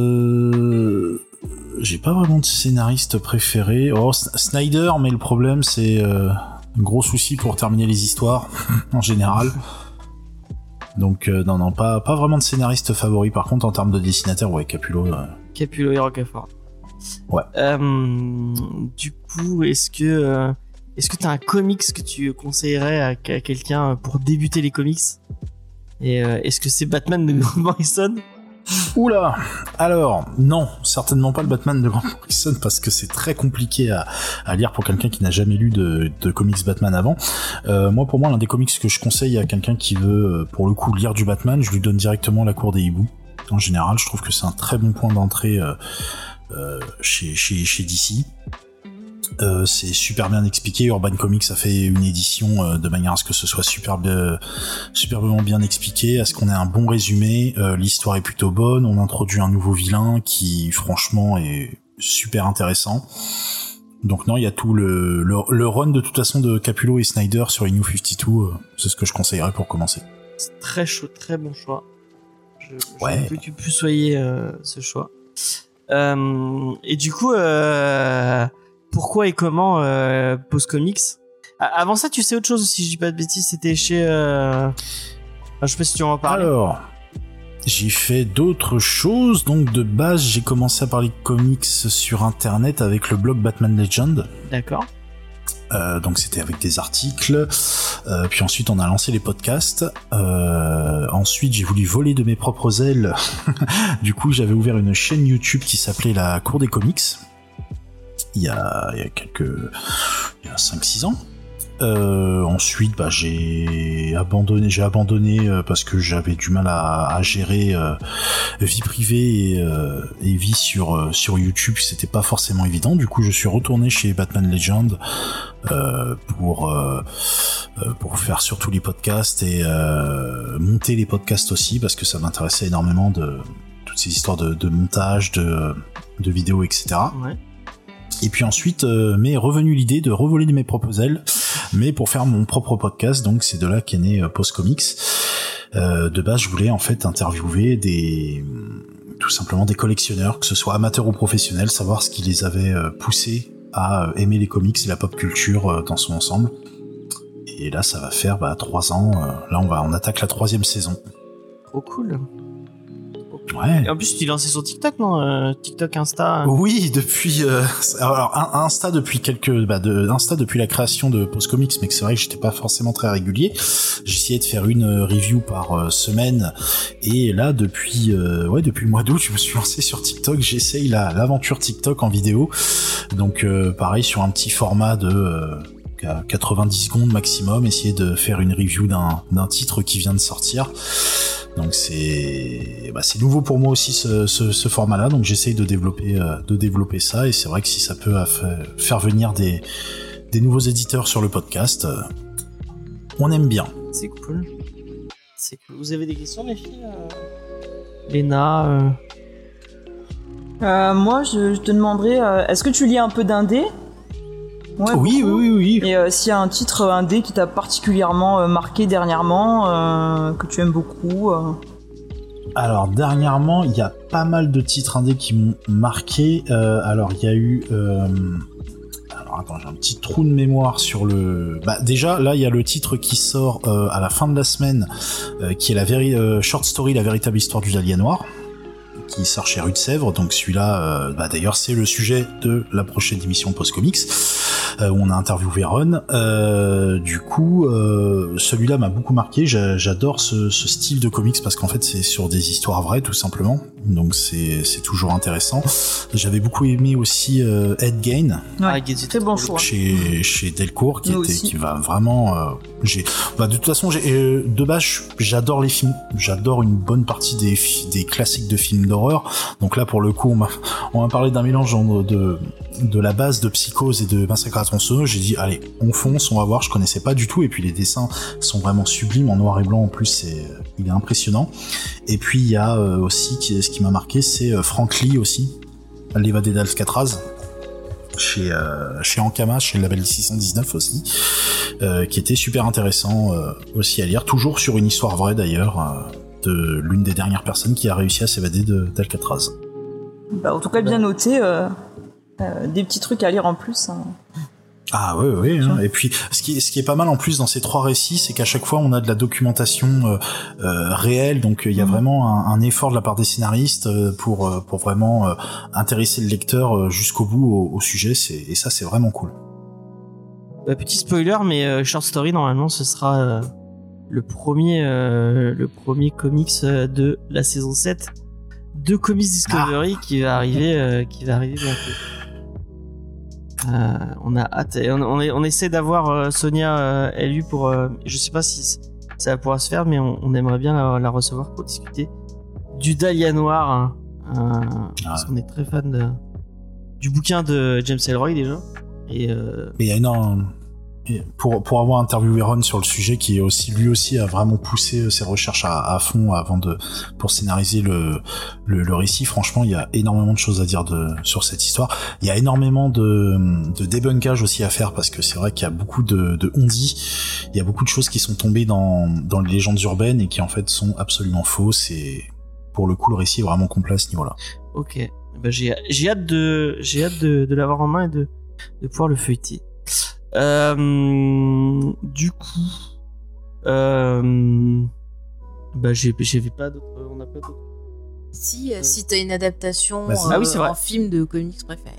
j'ai pas vraiment de scénariste préféré. Oh, Snyder, mais le problème, c'est un gros souci pour terminer les histoires, en général. Donc non, pas vraiment de scénariste favori. Par contre, en termes de dessinateur, ouais, Capullo. Capullo et Rocafort. Ouais. Du coup, est-ce que t'as un comics que tu conseillerais à quelqu'un pour débuter les comics? Et est-ce que c'est Batman de Grant Morrison? Oula. Alors non, certainement pas le Batman de Grant Morrison, parce que c'est très compliqué à lire pour quelqu'un qui n'a jamais lu de comics Batman avant. Pour moi, l'un des comics que je conseille à quelqu'un qui veut pour le coup lire du Batman, je lui donne directement La Cour des Hiboux. En général, je trouve que c'est un très bon point d'entrée chez DC. C'est super bien expliqué. Urban Comics a fait une édition de manière à ce que ce soit superbement bien expliqué, à ce qu'on ait un bon résumé. L'histoire est plutôt bonne. On introduit un nouveau vilain qui, franchement, est super intéressant. Donc non, il y a tout le run de toute façon de Capullo et Snyder sur les New 52. C'est ce que je conseillerais pour commencer. C'est très chaud, très bon choix. Ouais. Je peux que plus soyez ce choix. Et du coup, pourquoi et comment Pause Comics? Avant ça, tu sais autre chose, si je dis pas de bêtises, c'était chez... je sais pas si tu en parles. Alors, j'ai fait d'autres choses. Donc de base, j'ai commencé à parler de comics sur Internet avec le blog Batman Legend. D'accord. Donc c'était avec des articles, puis ensuite on a lancé les podcasts, ensuite j'ai voulu voler de mes propres ailes. Du coup j'avais ouvert une chaîne YouTube qui s'appelait La Cour des Comics il y a 5-6 ans. Ensuite j'ai abandonné parce que j'avais du mal à gérer vie privée et vie sur YouTube, c'était pas forcément évident. Du coup je suis retourné chez Batman Legend pour faire surtout les podcasts et monter les podcasts aussi, parce que ça m'intéressait énormément de toutes ces histoires de montage, de vidéos, etc. Ouais. Et puis ensuite m'est revenue l'idée de revoler de mes propres ailes, mais pour faire mon propre podcast. Donc c'est de là qu'est né Pause Comics. De base, je voulais en fait interviewer tout simplement des collectionneurs, que ce soit amateurs ou professionnels, savoir ce qui les avait poussés à aimer les comics et la pop culture dans son ensemble. Et là, ça va faire 3 ans. Là, on attaque la 3e saison. Trop cool. Ouais. Et en plus, tu t'es lancé sur TikTok, non? TikTok, Insta. Oui, depuis. Alors, Insta depuis Insta depuis la création de Pause Comics, mais que c'est vrai que j'étais pas forcément très régulier. J'essayais de faire une review par semaine, et là depuis le mois d'août, je me suis lancé sur TikTok. J'essaye l'aventure TikTok en vidéo. Donc pareil, sur un petit format de 90 secondes maximum, essayer de faire une review d'un titre qui vient de sortir. Donc c'est nouveau pour moi aussi ce format-là, donc j'essaye de développer ça, et c'est vrai que si ça peut faire venir des nouveaux éditeurs sur le podcast, on aime bien. C'est cool. Vous avez des questions, les filles? Léna Moi, je te demanderais, est-ce que tu lis un peu d'indé? Ouais, oui. Et s'il y a un titre indé qui t'a particulièrement marqué dernièrement, que tu aimes beaucoup Alors dernièrement, il y a pas mal de titres indés qui m'ont marqué. Alors il y a eu... Alors attends, j'ai un petit trou de mémoire sur le... déjà, là, il y a le titre qui sort à la fin de la semaine, qui est la short story, la véritable histoire du Dahlia Noir, qui sort chez Rue de Sèvres. Donc celui-là, d'ailleurs, c'est le sujet de la prochaine émission Post Comics, où on a interviewé Ron. Du coup, celui-là m'a beaucoup marqué. J'adore ce style de comics, parce qu'en fait, c'est sur des histoires vraies, tout simplement. Donc c'est toujours intéressant. J'avais beaucoup aimé aussi Ed Gein. Ouais, très bon choix. Chez Delcourt, qui va vraiment... de toute façon, de base, j'adore les films. J'adore une bonne partie des classiques de films d'horreur. Donc là, pour le coup, on m'a parlé d'un mélange la base de Psychose et de Massacre à la tronçonneuse, j'ai dit allez, on fonce, on va voir. Je connaissais pas du tout, et puis les dessins sont vraiment sublimes en noir et blanc. En plus, il est impressionnant. Et puis il y a aussi ce qui m'a marqué, c'est Frank Lee aussi, l'évadé d'Alcatraz. Chez Ankama, chez le label 619 aussi, qui était super intéressant aussi à lire, toujours sur une histoire vraie d'ailleurs, de l'une des dernières personnes qui a réussi à s'évader d'Alcatraz. Bah, en tout cas, bien noté, des petits trucs à lire en plus. Hein. Ah oui, hein. Et puis ce qui est pas mal en plus dans ces 3 récits, c'est qu'à chaque fois on a de la documentation réelle, donc il y a vraiment un effort de la part des scénaristes pour vraiment intéresser le lecteur jusqu'au bout au sujet, et ça c'est vraiment cool. Petit spoiler, mais Short Story normalement ce sera le premier comics de la saison 7 de Comics Discovery qui va arriver bientôt. On a hâte, et on essaie d'avoir Sonia LU pour je sais pas si ça pourra se faire, mais on aimerait bien la recevoir pour discuter du Dahlia Noir, parce qu'on est très fan du bouquin de James Ellroy déjà, et il y a énorme pour avoir interviewé Ron sur le sujet, qui est aussi lui aussi a vraiment poussé ses recherches à fond pour scénariser le récit. Franchement, il y a énormément de choses à dire sur cette histoire. Il y a énormément de débunkage aussi à faire, parce que c'est vrai qu'il y a beaucoup de on-dit, il y a beaucoup de choses qui sont tombées dans les légendes urbaines et qui en fait sont absolument fausses, et pour le coup le récit est vraiment complet à ce niveau-là. Ok, ben, j'ai hâte de l'avoir en main et de pouvoir le feuilleter. Du coup, bah j'ai pas d'autres. On n'a pas d'autres. Si t'as une adaptation oui, c'est vrai. en film de comics préféré.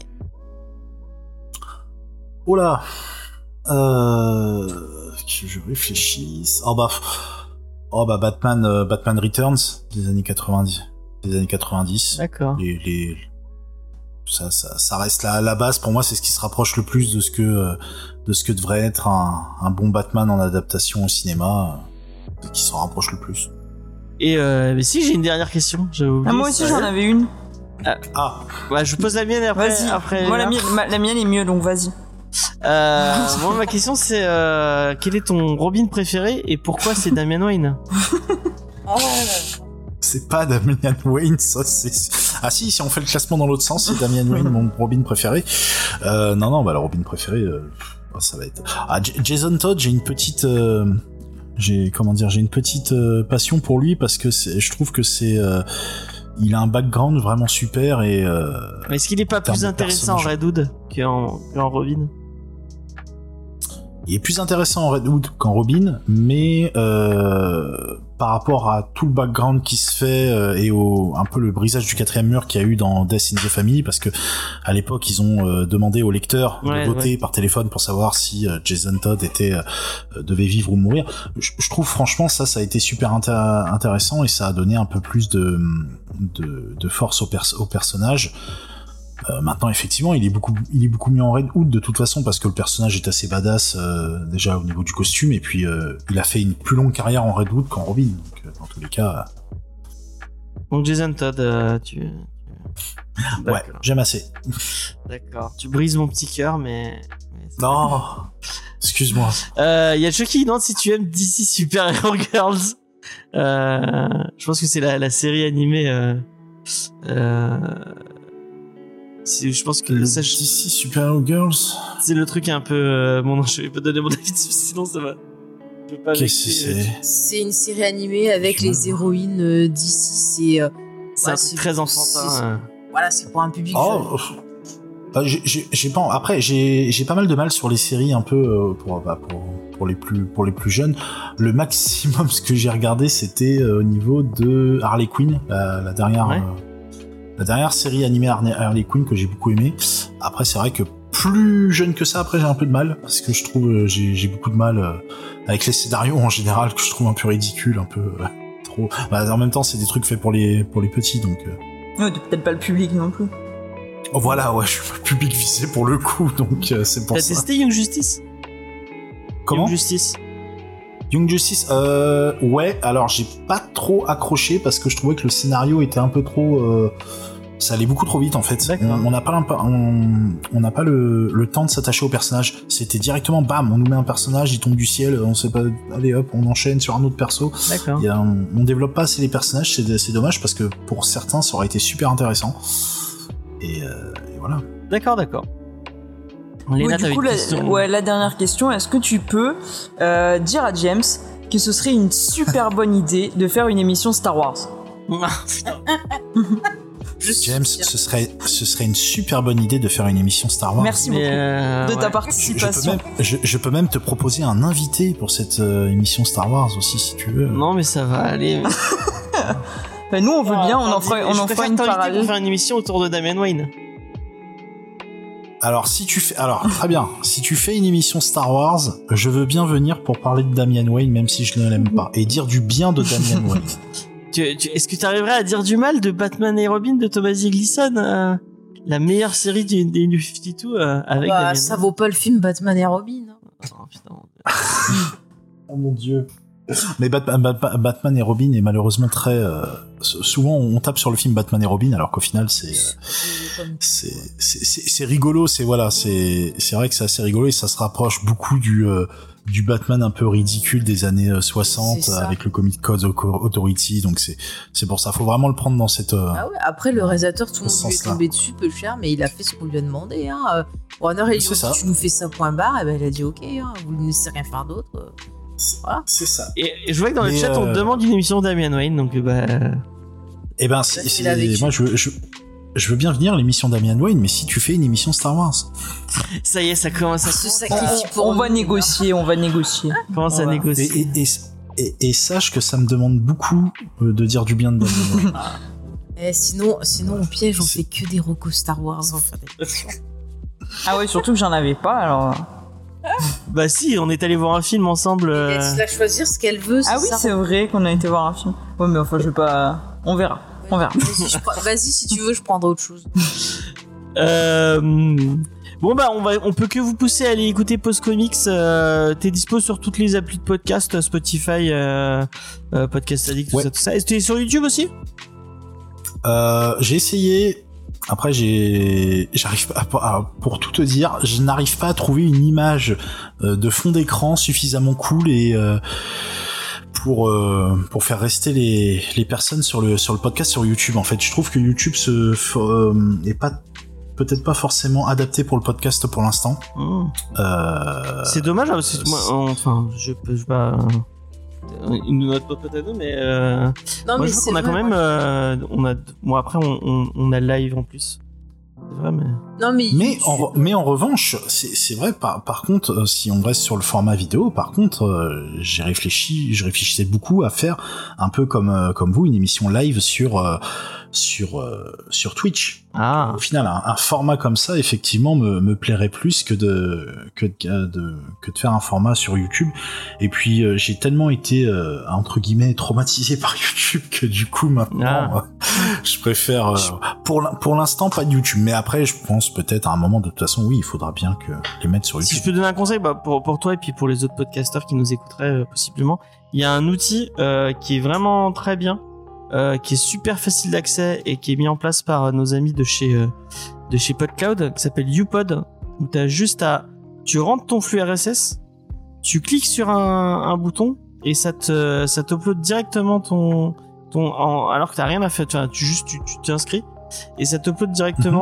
Oh là, que je réfléchisse. Oh bah Batman Returns des années 90. D'accord. Ça reste la base pour moi, c'est ce qui se rapproche le plus de ce que devrait être un bon Batman en adaptation au cinéma, qui s'en rapproche le plus. Et mais si, j'ai une dernière question. Moi aussi j'en avais une. Ouais, je vous pose la mienne après. Vas-y. Après moi la mienne est mieux, donc vas-y. Moi ma question c'est quel est ton Robin préféré et pourquoi c'est Damian Wayne? C'est pas Damian Wayne, ça c'est... Ah si on fait le classement dans l'autre sens, c'est Damian Wayne mon Robin préféré. Non, bah le Robin préféré, ça va être... Jason Todd, j'ai une petite... j'ai une petite passion pour lui, parce que je trouve que c'est... il a un background vraiment super, et... Mais est-ce qu'il est pas plus intéressant en Red Hood qu'en Robin? Il est plus intéressant en Red Hood qu'en Robin, mais par rapport à tout le background qui se fait et un peu le brisage du 4e mur qu'il y a eu dans Death in the Family, parce que à l'époque ils ont demandé aux lecteurs de voter par téléphone pour savoir si Jason Todd devait vivre ou mourir. Je trouve franchement ça a été super intéressant, et ça a donné un peu plus de force au personnage. Maintenant, effectivement, il est beaucoup mieux en Red Hood de toute façon, parce que le personnage est assez badass déjà au niveau du costume, et puis il a fait une plus longue carrière en Red Hood qu'en Robin. Donc, dans tous les cas. Donc Jason Todd, ouais, j'aime assez. D'accord. Tu brises mon petit cœur, mais non. Excuse-moi. Il y a Chucky qui demande si tu aimes DC Super Hero Girls. Je pense que c'est la série animée. Je pense que DC Super Hero Girls, c'est le truc un peu bon, non, je vais pas donner mon avis dessus, sinon ça va. Qu'est-ce que c'est? C'est une série animée avec les héroïnes d'ici. C'est un truc très enfantin. Voilà, c'est pour un public jeune. J'ai pas mal de mal sur les séries un peu pour les plus jeunes. Le maximum ce que j'ai regardé, c'était au niveau de Harley Quinn, la dernière. Ouais. La dernière série animée Harley Quinn que j'ai beaucoup aimé. Après, c'est vrai que plus jeune que ça, après j'ai un peu de mal, parce que je trouve j'ai beaucoup de mal avec les scénarios en général, que je trouve un peu ridicule, un peu trop. En même temps, c'est des trucs faits pour les petits, donc. Ouais, t'es peut-être pas le public non plus. Oh, voilà, ouais, je suis pas le public visé pour le coup, donc c'est pour ça. T'as testé Young Justice? Comment? Young Justice, ouais, alors j'ai pas trop accroché, parce que je trouvais que le scénario était un peu trop Ça allait beaucoup trop vite en fait. D'accord. On n'a pas le temps de s'attacher au personnage. C'était directement bam, on nous met un personnage, il tombe du ciel, on sait pas, allez hop, on enchaîne sur un autre perso. D'accord. On développe pas assez les personnages, c'est dommage parce que pour certains ça aurait été super intéressant. Et voilà. D'accord. Léna, du t'avais coup, une question. la dernière question, est-ce que tu peux dire à James que ce serait une super bonne idée de faire une émission Star Wars? James, ce serait une super bonne idée de faire une émission Star Wars. Merci beaucoup de ta participation. Je peux même te proposer un invité pour cette émission Star Wars aussi, si tu veux. Non, mais ça va aller. Ben, nous, on veut bien, on en fera une parallèle. Pour faire une émission autour de Damian Wayne. Alors, très bien. Si tu fais une émission Star Wars, je veux bien venir pour parler de Damian Wayne, même si je ne l'aime pas, et dire du bien de Damian Wayne. Est-ce que tu arriverais à dire du mal de Batman et Robin de Thomas J. Gleason, la meilleure série des New 52 avec Damian ça vaut pas le film Batman et Robin. Oh, putain. Oh mon dieu. Mais Batman et Robin est malheureusement très... souvent on tape sur le film Batman et Robin alors qu'au final c'est rigolo, c'est vrai que c'est assez rigolo et ça se rapproche beaucoup du Batman un peu ridicule des années 60 avec le Comic Code Authority, donc c'est pour ça, faut vraiment le prendre dans cette... Ah ouais, après le réalisateur, tout le monde lui est tombé dessus peu cher, mais il a fait ce qu'on lui a demandé. Hein. Warner, il lui a dit tu nous fais ça point barre, et ben il a dit ok, hein, vous ne laissez rien faire d'autre. Voilà. C'est ça. Et je vois que dans le chat on demande une émission Damian Wayne, donc bah... Eh ben moi je veux bien venir l'émission Damian Wayne, mais si tu fais une émission Star Wars. Ça y est, ça commence à se sacrifier. On va négocier. Commence à négocier. Et sache que ça me demande beaucoup de dire du bien de Damian Wayne. Sinon on piège, on fait que des recos Star Wars en fait. Ah ouais, surtout que j'en avais pas alors. Bah si, on est allé voir un film ensemble. Laisse-la choisir ce qu'elle veut. Ah oui, c'est vrai qu'on a été voir un film. Ouais, mais enfin, je vais pas. On verra. Vas-y, si tu veux, je prendrai autre chose. Bon bah on peut que vous pousser à aller écouter Post Comics. T'es dispo sur toutes les applis de podcast, Spotify, Podcast Addict, tout ça. Et t'es sur YouTube aussi? J'ai essayé. Après, j'arrive pas, pour tout te dire, je n'arrive pas à trouver une image de fond d'écran suffisamment cool et pour faire rester les personnes sur le podcast sur YouTube. En fait, je trouve que YouTube est peut-être pas forcément adapté pour le podcast pour l'instant. C'est dommage parce que moi, je peux pas. Une note pas peut-être, mais non, moi mais je vois qu'on a quand même après on a le live en plus. C'est vrai, mais non, mais en revanche, c'est vrai par contre, si on reste sur le format vidéo, par contre, je réfléchissais beaucoup à faire un peu comme vous, une émission live sur Twitch. Ah. Au final, un format comme ça, effectivement, me plairait plus que de faire un format sur YouTube. Et puis, j'ai tellement été, entre guillemets, traumatisé par YouTube que du coup, maintenant, je préfère, pour l'instant, pas de YouTube. Mais après, je pense peut-être à un moment, de toute façon, oui, il faudra bien que les mettre sur YouTube. Si je peux donner un conseil, pour toi et puis pour les autres podcasteurs qui nous écouteraient, possiblement, il y a un outil, qui est vraiment très bien. Qui est super facile d'accès et qui est mis en place par nos amis de chez PodCloud, qui s'appelle YouPod, où tu rentres ton flux RSS, tu cliques sur un bouton et ça t'upload directement alors que t'as rien à faire, tu t'inscris et ça t'upload directement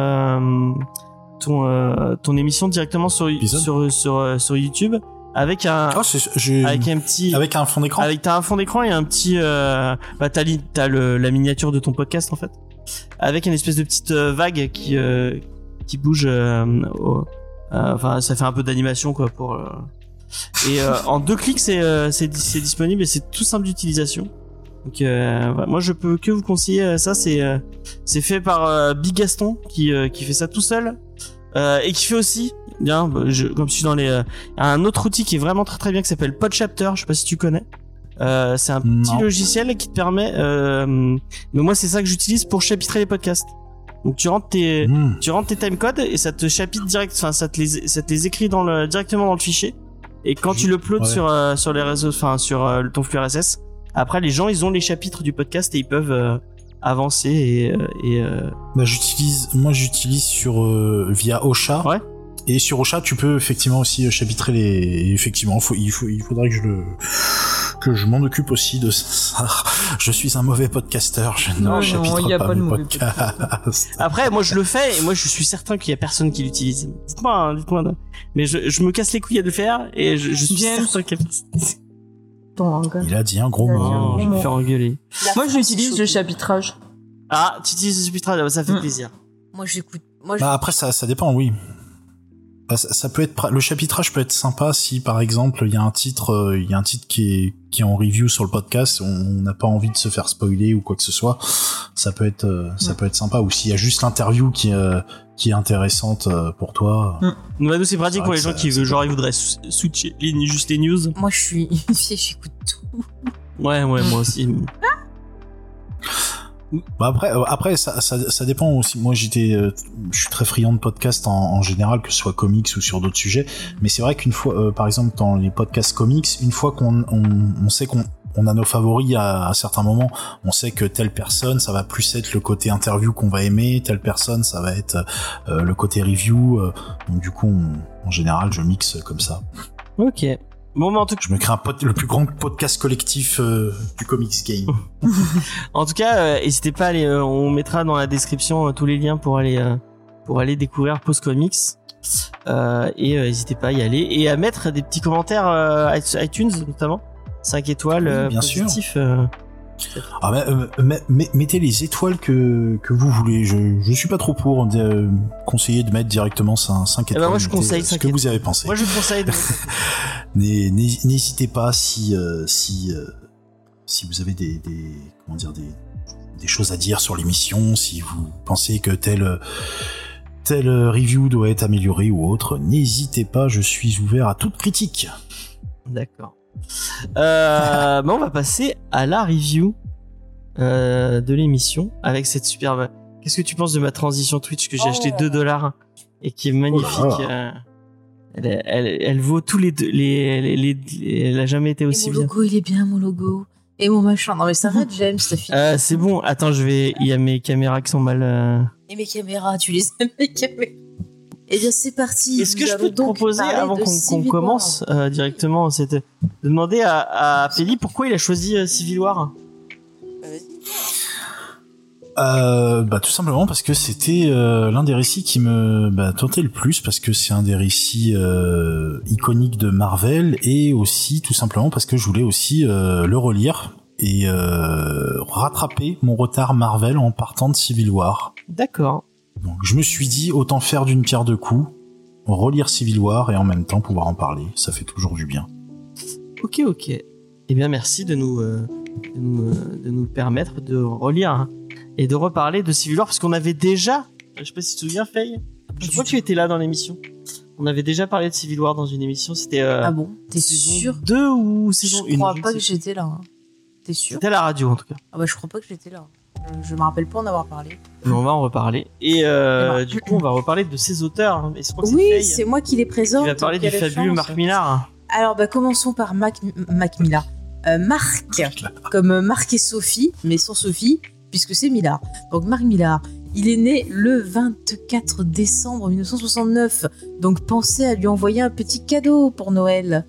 ton émission directement sur YouTube. Avec un fond d'écran. T'as un fond d'écran et un petit t'as la miniature de ton podcast en fait, avec une espèce de petite vague qui bouge. Enfin, ça fait un peu d'animation quoi pour. Et en 2 clics c'est disponible et c'est tout simple d'utilisation. Donc moi je peux que vous conseiller ça. C'est fait par Big Gaston qui fait ça tout seul et qui fait aussi. Bien, comme je suis dans un autre outil qui est vraiment très très bien qui s'appelle Podchapter, je sais pas si tu connais. C'est un petit logiciel qui te permet mais moi c'est ça que j'utilise pour chapitrer les podcasts. Donc tu rentres tes timecodes et ça te chapitre direct, enfin ça te les écrit directement dans le fichier. Et quand tu l'uploades sur les réseaux, enfin sur ton flux RSS, après les gens ils ont les chapitres du podcast et ils peuvent avancer et Bah, j'utilise sur via Ocha. Ouais. Et sur Ocha, tu peux effectivement aussi chapitrer les. Effectivement, il faudrait que je m'en occupe aussi de ça. Je suis un mauvais podcasteur. Je ne chapitre pas mes podcasts. Après, moi je le fais et moi je suis certain qu'il y a personne qui l'utilise. Dites-moi. Mais je me casse les couilles à le faire et je suis certain qu'il y a personne. Il a dit un gros mot. Je vais me faire engueuler. Moi, j'utilise le chapitrage. Ah, tu utilises le chapitrage, ça fait plaisir. Moi, j'écoute. Bah, après, ça dépend, oui. Ça peut être le chapitrage peut être sympa si par exemple il y a un titre qui est en review sur le podcast, on n'a pas envie de se faire spoiler ou quoi que ce soit, ça peut être sympa, ou s'il y a juste l'interview qui est intéressante pour toi. Nous c'est pratique pour les gens qui ils voudraient switcher juste les news. Moi je suis une fille, j'écoute tout. Ouais, moi aussi. Bah après ça dépend aussi. Moi je suis très friand de podcasts en général, que ce soit comics ou sur d'autres sujets, mais c'est vrai qu'une fois par exemple dans les podcasts comics, une fois qu'on sait qu'on a nos favoris à certains moments, on sait que telle personne ça va plus être le côté interview qu'on va aimer, telle personne ça va être le côté review, donc du coup en général je mixe comme ça. Ok. Bon, mais en tout cas, je me crée le plus grand podcast collectif du comics game. En tout cas, n'hésitez pas à aller. On mettra dans la description tous les liens pour aller découvrir Post Comics. Et n'hésitez pas à y aller et à mettre des petits commentaires iTunes notamment. 5 étoiles bien positifs. Mettez les étoiles que vous voulez. Je suis pas trop pour conseiller de mettre directement 5 étoiles. Moi je conseille ce que vous avez pensé. Moi je conseille. N'hésitez pas si vous avez des choses à dire sur l'émission, si vous pensez que telle review doit être améliorée ou autre, n'hésitez pas, je suis ouvert à toute critique. D'accord. On va passer à la review de l'émission avec cette superbe. Qu'est-ce que tu penses de ma transition Twitch que j'ai acheté $2 et qui est magnifique. Elle vaut tous les deux. Elle a jamais été aussi bien. Mon logo, il est bien, mon logo. Et mon machin. Non mais ça va, James, ta fille. C'est bon. Attends, il y a mes caméras qui sont mal. Et mes caméras, tu les aimes, mes caméras. Eh bien, c'est parti. Est-ce que je peux te proposer, avant qu'on commence directement, c'est de demander à Feli pourquoi il a choisi Civil War. Tout simplement parce que c'était l'un des récits qui me tentait le plus, parce que c'est un des récits iconiques de Marvel, et aussi tout simplement parce que je voulais aussi le relire et rattraper mon retard Marvel en partant de Civil War. D'accord. Donc je me suis dit autant faire d'une pierre deux coups, relire Civil War et en même temps pouvoir en parler, ça fait toujours du bien. Ok. Eh bien merci de nous permettre de relire et de reparler de Civil War, parce qu'on avait déjà, je sais pas si tu te souviens Faye, je crois que tu étais là dans l'émission. On avait déjà parlé de Civil War dans une émission, c'était ah bon, t'es sûr 2 ou saison 1? Je crois pas que j'étais là. T'es sûr? C'était à la radio en tout cas. Ah bah je crois pas que j'étais là. Je me rappelle pas en avoir parlé. Mais on va en reparler. Et du coup, on va reparler de ces auteurs. Et oui, c'est moi qui les présente. Qui va parler du fabuleux Mark Millar. Alors, commençons par Mac Millar. Marc, comme Marc et Sophie, mais sans Sophie, puisque c'est Millar. Donc, Mark Millar, il est né le 24 décembre 1969. Donc, pensez à lui envoyer un petit cadeau pour Noël.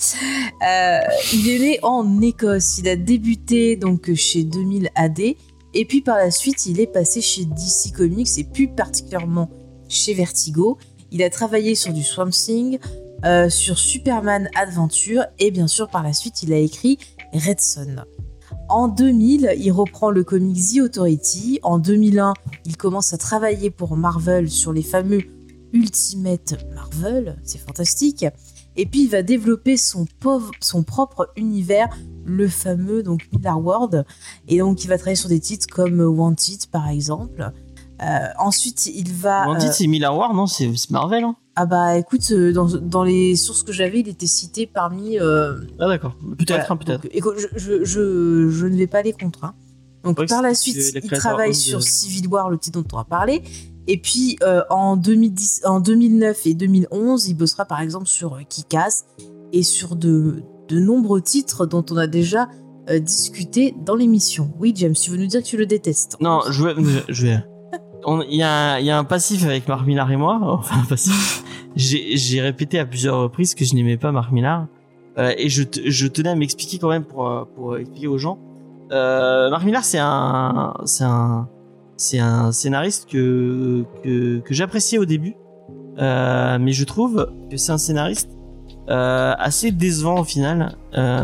Il est né en Écosse. Il a débuté donc chez 2000 AD. Et puis par la suite, il est passé chez DC Comics et plus particulièrement chez Vertigo. Il a travaillé sur du Swamp Thing, sur Superman Adventure, et bien sûr par la suite, il a écrit Red Son. En 2000, il reprend le comic The Authority. En 2001, il commence à travailler pour Marvel sur les fameux Ultimate Marvel, c'est fantastique. Et puis il va développer son propre univers, le fameux donc Millar World, et donc il va travailler sur des titres comme Wanted par exemple. Ensuite il va Wanted c'est Millar World, non, c'est Marvel hein. Ah bah écoute, dans les sources que j'avais, il était cité parmi ah d'accord, peut-être voilà. Peut-être. Donc, écoute, je ne vais pas les contre hein. Donc par la suite il travaille sur Civil War, le titre dont on a parlé. Et puis en 2009 et 2011, il bossera par exemple sur Kick-Ass et sur de nombreux titres dont on a déjà discuter dans l'émission. Oui, James, tu veux nous dire que tu le détestes? Non, je vais. Il y a un passif avec Marc Millar et moi. Enfin, un passif. J'ai répété à plusieurs reprises que je n'aimais pas Marc Millar. Et je tenais à m'expliquer quand même pour expliquer aux gens. Marc Millar, c'est un scénariste que j'appréciais au début. Mais je trouve que c'est un scénariste assez décevant au final.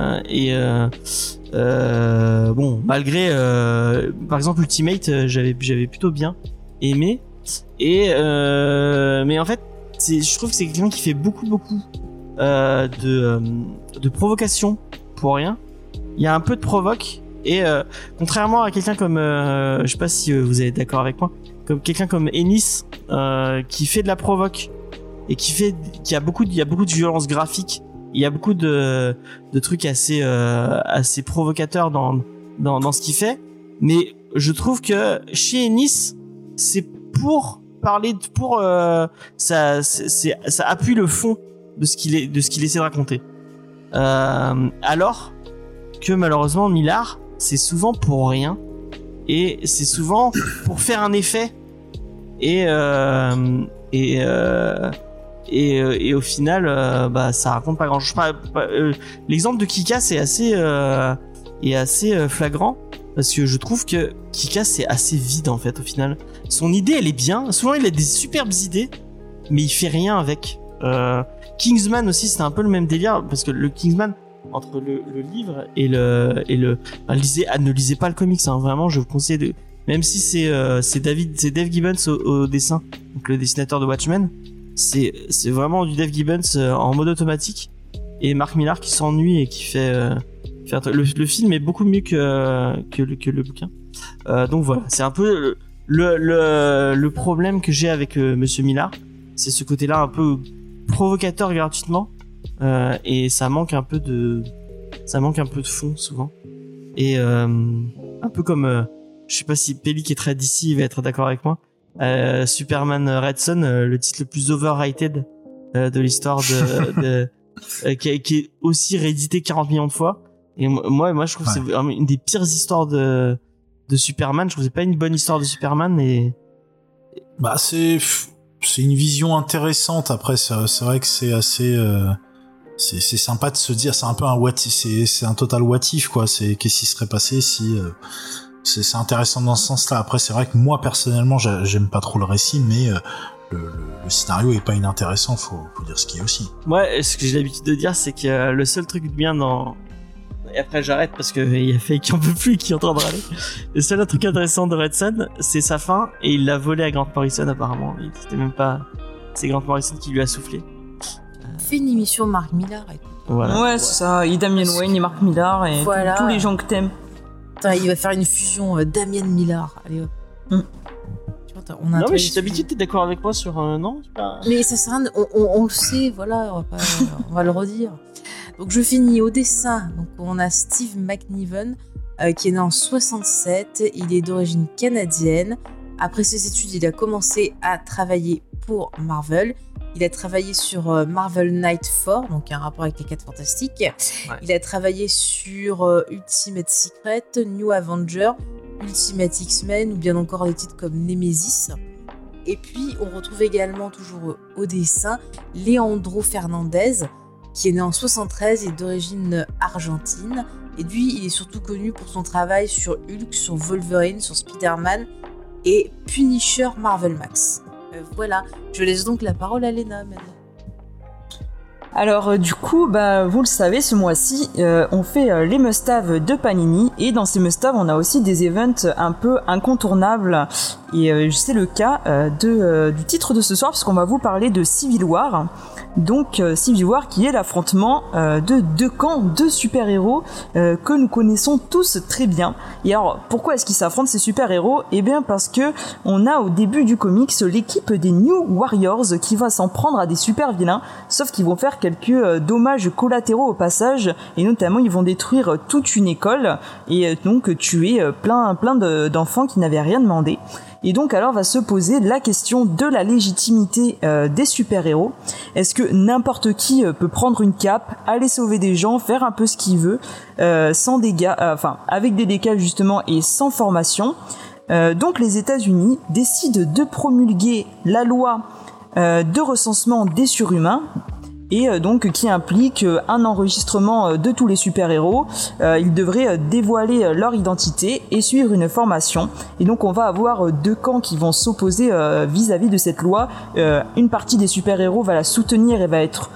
Bon, malgré par exemple Ultimate, j'avais plutôt bien aimé. Mais en fait, je trouve que c'est quelqu'un qui fait beaucoup de provocation pour rien. Il y a un peu de provoque et contrairement à quelqu'un comme je sais pas si vous êtes d'accord avec moi, comme quelqu'un comme Ennis qui fait de la provoque et qui a beaucoup de violence graphique, il y a beaucoup de trucs assez provocateurs dans ce qu'il fait, mais je trouve que chez Ennis c'est pour parler ça appuie le fond de ce qu'il essaie de raconter, alors que malheureusement Millar c'est souvent pour rien et c'est souvent pour faire un effet et au final ça raconte pas grand chose. L'exemple de Kick-Ass est assez flagrant parce que je trouve que Kick-Ass c'est assez vide en fait au final. Son idée elle est bien, souvent il a des superbes idées mais il fait rien avec. Kingsman aussi c'était un peu le même délire parce que le Kingsman entre le livre et ne lisez pas le comics hein, vraiment je vous conseille même si c'est Dave Gibbons au dessin, donc le dessinateur de Watchmen, c'est vraiment du Dave Gibbons en mode automatique et Marc Millar qui s'ennuie et qui fait le film est beaucoup mieux que le bouquin. Donc voilà, c'est un peu le problème que j'ai avec Monsieur Millar, c'est ce côté-là un peu provocateur gratuitement. Et ça manque un peu de fond souvent et un peu comme je sais pas si Pelli qui est très d'ici va être d'accord avec moi, Superman Red Son, le titre le plus overrated de l'histoire qui est aussi réédité 40 millions de fois et moi je trouve que c'est vraiment une des pires histoires de Superman. Je trouve que c'est pas une bonne histoire de Superman et c'est une vision intéressante. Après c'est vrai que c'est assez c'est sympa de se dire, c'est un peu un what if, c'est un total what if quoi, c'est qu'est-ce qui serait passé si c'est intéressant dans ce sens-là. Après c'est vrai que moi personnellement j'aime pas trop le récit, mais le scénario est pas inintéressant, faut dire ce qu'il y a aussi. Ouais, ce que j'ai l'habitude de dire c'est que le seul truc bien dans et après j'arrête parce que il y a Faye qui en peut plus, qui est en train de râler. Le seul truc intéressant de Red Son, c'est sa fin et il l'a volé à Grant Morrison apparemment. C'était même pas, c'est Grant Morrison qui lui a soufflé. Fait une émission Marc Millar. Voilà. Ouais, c'est ça. Et Damien Wayne et Marc Millar et voilà. Tous les gens que t'aimes. Attends, il va faire une fusion Damien Millar. Allez hop. Non mais j'ai d'habitude t'es d'accord avec moi sur non pas... Mais ça sert à rien, on le sait, voilà, on va le redire. Donc je finis au dessin. Donc on a Steve McNiven qui est né en 67, il est d'origine canadienne. Après ses études, il a commencé à travailler pour Marvel. Il a travaillé sur Marvel Knight 4, donc un rapport avec les 4 Fantastiques. Ouais. Il a travaillé sur Ultimate Secret, New Avenger, Ultimate X-Men ou bien encore des titres comme Nemesis. Et puis on retrouve également toujours au dessin Leandro Fernandez qui est né en 73 et d'origine argentine. Et lui, il est surtout connu pour son travail sur Hulk, sur Wolverine, sur Spider-Man et Punisher Marvel Max. Voilà, je laisse donc la parole à Léna maintenant. Alors du coup, vous le savez, ce mois-ci, on fait les must-have de Panini et dans ces must-have, on a aussi des events un peu incontournables et c'est le cas du titre de ce soir puisqu'on va vous parler de Civil War. Donc Civil War qui est l'affrontement de deux camps, deux super-héros que nous connaissons tous très bien. Et alors pourquoi est-ce qu'ils s'affrontent ces super-héros ? Eh bien parce que on a au début du comics l'équipe des New Warriors qui va s'en prendre à des super-vilains, sauf qu'ils vont faire quelques dommages collatéraux au passage et notamment ils vont détruire toute une école et donc tuer plein d'enfants qui n'avaient rien demandé. Et donc alors va se poser la question de la légitimité des super-héros. est-ce que n'importe qui peut prendre une cape, aller sauver des gens, faire un peu ce qu'il veut, sans dégâts, avec des dégâts justement et sans formation. Donc les États-Unis décident de promulguer la loi de recensement des surhumains, et donc qui implique un enregistrement de tous les super-héros. Ils devraient dévoiler leur identité et suivre une formation. Et donc on va avoir deux camps qui vont s'opposer vis-à-vis de cette loi. Une partie des super-héros va la soutenir et va être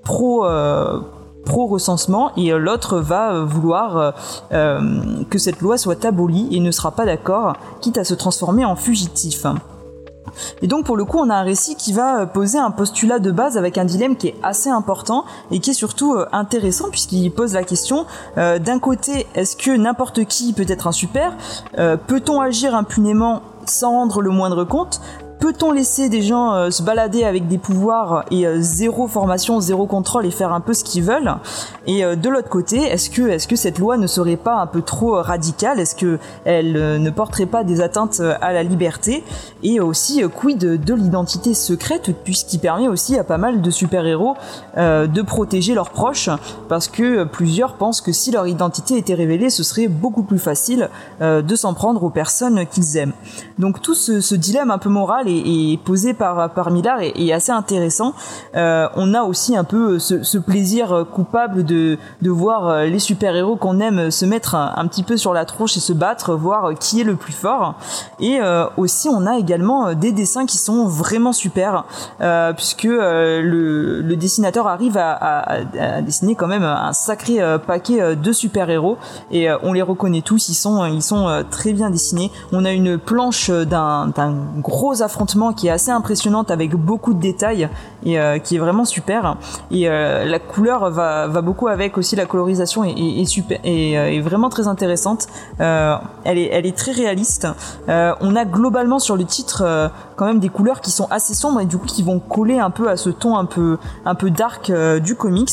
pro-recensement, et l'autre va vouloir que cette loi soit abolie et ne sera pas d'accord, quitte à se transformer en fugitif. Et donc pour le coup on a un récit qui va poser un postulat de base avec un dilemme qui est assez important et qui est surtout intéressant, puisqu'il pose la question d'un côté, est-ce que n'importe qui peut être un super, peut-on agir impunément sans rendre le moindre compte, peut-on laisser des gens se balader avec des pouvoirs et zéro formation, zéro contrôle et faire un peu ce qu'ils veulent? Et de l'autre côté, est-ce que cette loi ne serait pas un peu trop radicale? Est-ce que elle ne porterait pas des atteintes à la liberté? Et aussi, quid de l'identité secrète, puisqu'il permet aussi à pas mal de super-héros de protéger leurs proches, parce que plusieurs pensent que si leur identité était révélée, ce serait beaucoup plus facile de s'en prendre aux personnes qu'ils aiment. Donc tout ce dilemme un peu moral est posé par Millar est assez intéressant. On a aussi un peu ce plaisir coupable de voir les super-héros qu'on aime se mettre un petit peu sur la tronche et se battre, voir qui est le plus fort. Et aussi on a également des dessins qui sont vraiment super, puisque le dessinateur arrive à dessiner quand même un sacré paquet de super-héros, et on les reconnaît tous, ils sont très bien dessinés. On a une planche d'un gros affrontement qui est assez impressionnante avec beaucoup de détails et qui est vraiment super, et la couleur va beaucoup avec aussi, la colorisation est super et vraiment très intéressante. Elle est très réaliste. On a globalement sur le titre quand même des couleurs qui sont assez sombres et du coup qui vont coller un peu à ce ton un peu dark du comics.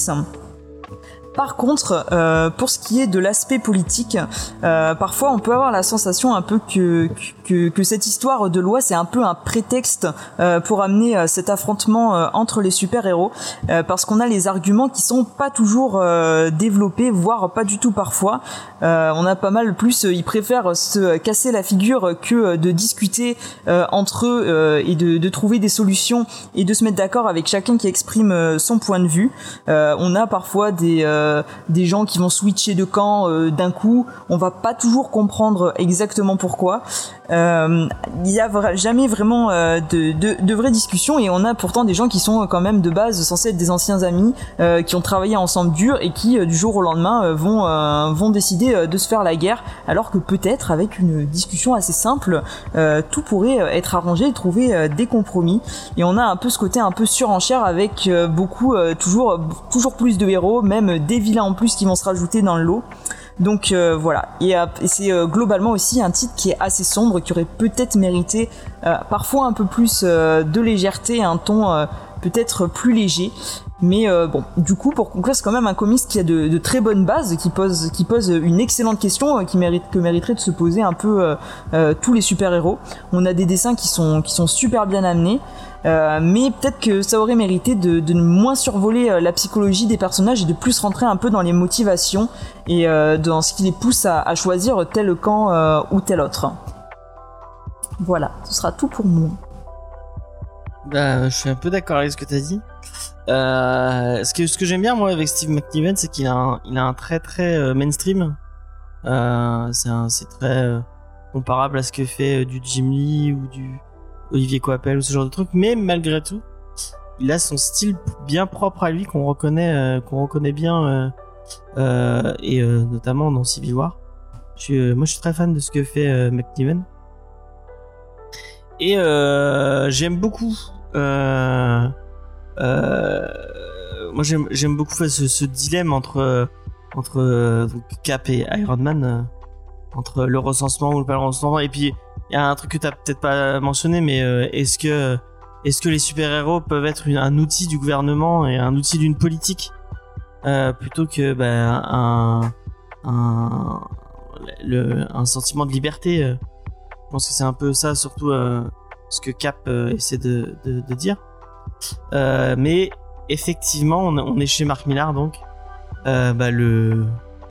Par contre, pour ce qui est de l'aspect politique, parfois on peut avoir la sensation un peu que cette histoire de loi, c'est un peu un prétexte pour amener cet affrontement entre les super-héros, parce qu'on a les arguments qui sont pas toujours développés, voire pas du tout parfois. On a pas mal plus, ils préfèrent se casser la figure que de discuter entre eux et de trouver des solutions et de se mettre d'accord avec chacun qui exprime son point de vue. On a parfois des gens qui vont switcher de camp d'un coup, on va pas toujours comprendre exactement pourquoi. Il y a jamais vraiment de vraies discussions, et on a pourtant des gens qui sont quand même de base censés être des anciens amis, qui ont travaillé ensemble dur et qui du jour au lendemain vont décider de se faire la guerre, alors que peut-être avec une discussion assez simple tout pourrait être arrangé et trouver des compromis. Et on a un peu ce côté un peu surenchère avec beaucoup toujours plus de héros, même des vilains en plus qui vont se rajouter dans le lot. Donc voilà, et c'est globalement aussi un titre qui est assez sombre, qui aurait peut-être mérité parfois un peu plus de légèreté, un ton peut-être plus léger. Mais bon, du coup, pour conclure, c'est quand même un comics qui a de très bonnes bases, qui pose une excellente question que mériterait de se poser un peu tous les super-héros. On a des dessins qui sont super bien amenés, mais peut-être que ça aurait mérité de moins survoler la psychologie des personnages et de plus rentrer un peu dans les motivations et dans ce qui les pousse à choisir tel camp ou tel autre. Voilà, ce sera tout pour moi. Bah, je suis un peu d'accord avec ce que t'as dit. Ce que j'aime bien moi avec Steve McNiven, c'est qu'il a un trait très mainstream. C'est très comparable à ce que fait du Jim Lee ou du Olivier Coipel ou ce genre de truc, mais malgré tout, il a son style bien propre à lui qu'on reconnaît bien, et notamment dans Civil War. Moi, je suis très fan de ce que fait McNiven. Et j'aime beaucoup. Moi, j'aime beaucoup ce dilemme entre donc Cap et Iron Man, entre le recensement ou pas le recensement. Et puis il y a un truc que t'as peut-être pas mentionné, mais est-ce que les super-héros peuvent être un outil du gouvernement et un outil d'une politique plutôt que un sentiment de liberté. Je pense que c'est un peu ça surtout ce que Cap essaie de dire. Mais effectivement, on est chez Mark Millar, donc le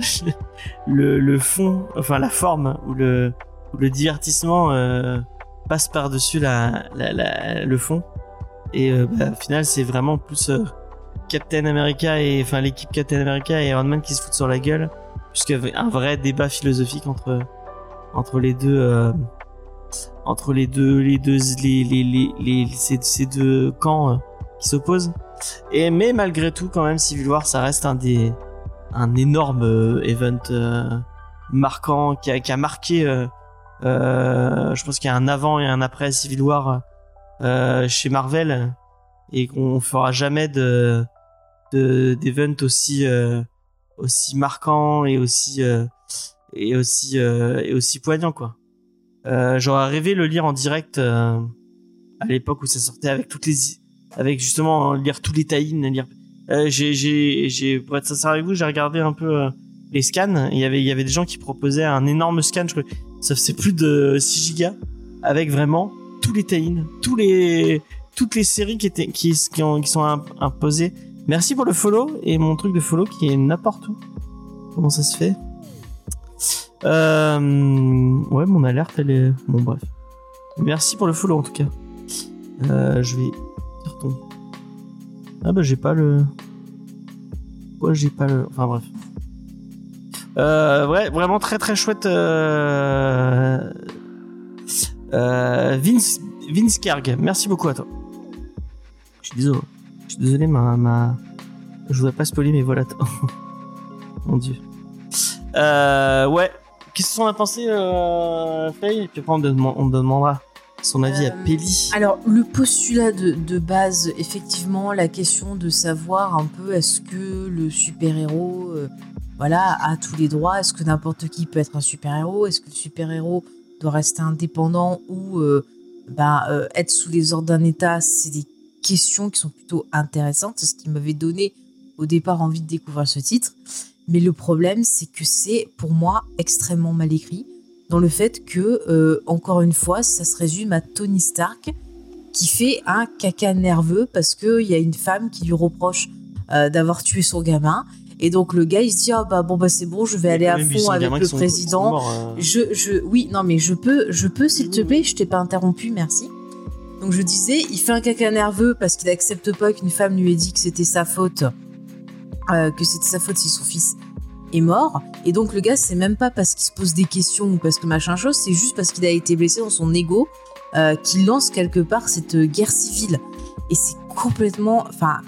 fond, enfin la forme ou le divertissement passe par-dessus le fond. Et au final, c'est vraiment plus Captain America et enfin l'équipe Captain America et Iron Man qui se foutent sur la gueule, puisqu'il y avait un vrai débat philosophique entre les deux ces deux camps qui s'opposent. Mais malgré tout, quand même, Civil War, ça reste un énorme event marquant qui a marqué. Je pense qu'il y a un avant et un après Civil War chez Marvel, et qu'on fera jamais d'event aussi marquant et aussi poignant, quoi. J'aurais rêvé le lire en direct à l'époque où ça sortait, avec justement lire tous les tie-in, lire. Pour être sincère avec vous, j'ai regardé un peu les scans. Il y avait des gens qui proposaient un énorme scan. Je crois ça faisait plus de 6 gigas avec vraiment tous les tie-in, toutes les séries qui sont imposées. Merci pour le follow, et mon truc de follow qui est n'importe où. Comment ça se fait? Ouais, mon alerte elle est... Bon, bref. Merci pour le follow en tout cas. Je vais dire ton... Ah bah j'ai pas le... Ouais, j'ai pas le... Enfin bref. Ouais, vraiment très très chouette. Vince Kerg, merci beaucoup à toi. Je suis désolé, je voudrais pas spoiler, mais voilà. Mon dieu. Ouais. Qu'est-ce qu'on a pensé, Faye? Et puis après, on demandera son avis à Pelli. Alors, le postulat de base, effectivement, la question de savoir un peu est-ce que le super-héros a tous les droits, est-ce que n'importe qui peut être un super-héros, est-ce que le super-héros doit rester indépendant ou être sous les ordres d'un État, c'est des questions qui sont plutôt intéressantes, c'est ce qui m'avait donné au départ envie de découvrir ce titre. Mais le problème, c'est que c'est, pour moi, extrêmement mal écrit, dans le fait que, encore une fois, ça se résume à Tony Stark qui fait un caca nerveux parce qu'il y a une femme qui lui reproche d'avoir tué son gamin. Et donc, le gars, il se dit, c'est bon, je vais aller à fond avec le président. Je peux, s'il te plaît, je t'ai pas interrompu, merci. Donc, je disais, il fait un caca nerveux parce qu'il accepte pas qu'une femme lui ait dit que c'était sa faute. Si son fils est mort. Et donc le gars, c'est même pas parce qu'il se pose des questions ou parce que machin chose, c'est juste parce qu'il a été blessé dans son ego qu'il lance quelque part cette guerre civile. Et c'est complètement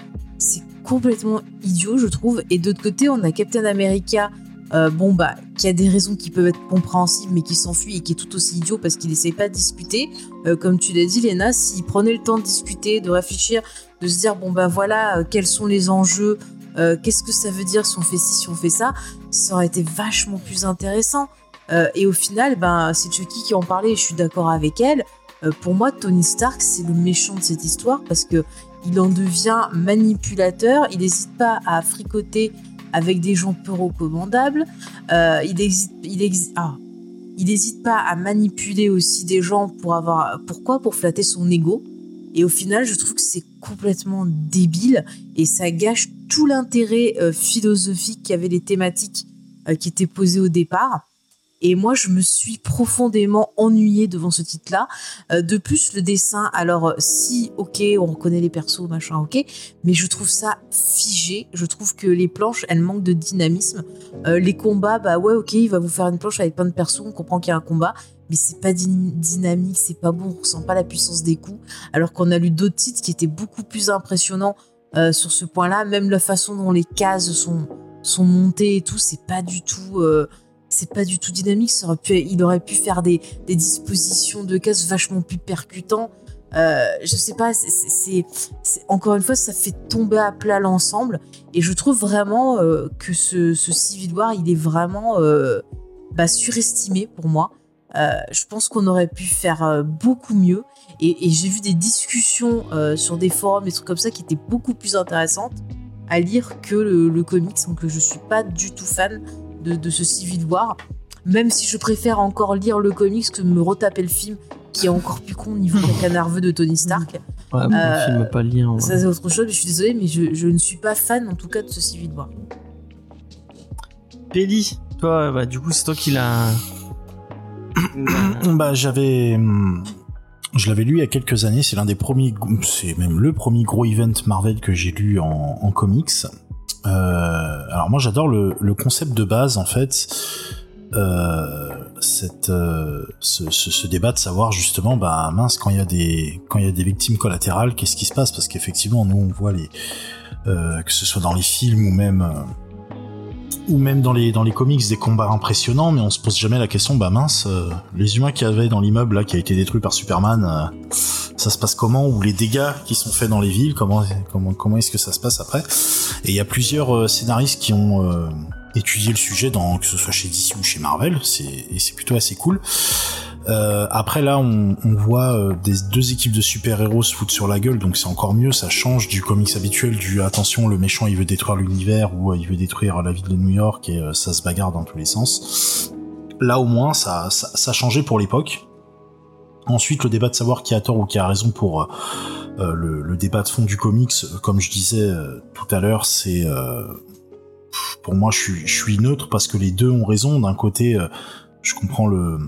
idiot, je trouve. Et d'autre côté, on a Captain America qui a des raisons qui peuvent être compréhensibles mais qui s'enfuit et qui est tout aussi idiot parce qu'il essaie pas de discuter. Comme tu l'as dit, Léna, s'il prenait le temps de discuter, de réfléchir, de se dire quels sont les enjeux, qu'est-ce que ça veut dire si on fait ci, si on fait ça, ça aurait été vachement plus intéressant. Et au final, c'est Chucky qui en parlait et je suis d'accord avec elle. Pour moi, Tony Stark, c'est le méchant de cette histoire parce que il en devient manipulateur, il n'hésite pas à fricoter avec des gens peu recommandables, il n'hésite pas à manipuler aussi des gens pour flatter son ego. Et au final, je trouve que c'est complètement débile et ça gâche tout l'intérêt philosophique qu'avaient les thématiques qui étaient posées au départ. Et moi, je me suis profondément ennuyée devant ce titre-là. De plus, le dessin, alors si, ok, on reconnaît les persos, machin, ok, mais je trouve ça figé. Je trouve que les planches, elles manquent de dynamisme. Les combats, ok, il va vous faire une planche avec plein de persos, on comprend qu'il y a un combat, mais c'est pas dynamique, c'est pas bon, on ressent pas la puissance des coups, alors qu'on a lu d'autres titres qui étaient beaucoup plus impressionnants sur ce point-là. Même la façon dont les cases sont montées et tout, c'est pas du tout dynamique. Il aurait pu faire des dispositions de cases vachement plus percutantes. Je sais pas, c'est encore une fois, ça fait tomber à plat l'ensemble. Et je trouve vraiment que ce Civil War, il est vraiment surestimé pour moi. Je pense qu'on aurait pu faire beaucoup mieux. Et j'ai vu des discussions sur des forums, des trucs comme ça, qui étaient beaucoup plus intéressantes à lire que le comics. Donc je suis pas du tout fan de ce Civil War, même si je préfère encore lire le comics que me retaper le film qui est encore plus con au niveau caca nerveux de Tony Stark. Ouais, mon film pas le lien. Ouais. Ça c'est autre chose, mais je suis désolée, mais je ne suis pas fan en tout cas de ce Civil War. Péli, toi, bah du coup c'est toi qui l'as. Bah je l'avais lu il y a quelques années, c'est même le premier gros event Marvel que j'ai lu en comics. Alors moi j'adore le concept de base en fait, ce débat de savoir justement bah mince quand il y a des victimes collatérales qu'est-ce qui se passe, parce qu'effectivement nous on voit que ce soit dans les films ou même dans les comics des combats impressionnants, mais on se pose jamais la question bah mince les humains qu'il y avait dans l'immeuble là qui a été détruit par Superman, ça se passe comment, ou les dégâts qui sont faits dans les villes, comment est-ce que ça se passe après. Et il y a plusieurs scénaristes qui ont étudié le sujet que ce soit chez DC ou chez Marvel, et c'est plutôt assez cool. Après là on voit deux équipes de super-héros se foutre sur la gueule, donc c'est encore mieux, ça change du comics habituel du attention le méchant il veut détruire l'univers ou il veut détruire la ville de New York et ça se bagarre dans tous les sens. Là au moins ça a changé pour l'époque. Ensuite le débat de savoir qui a tort ou qui a raison pour le débat de fond du comics, comme je disais tout à l'heure, c'est pour moi je suis neutre parce que les deux ont raison. D'un côté je comprends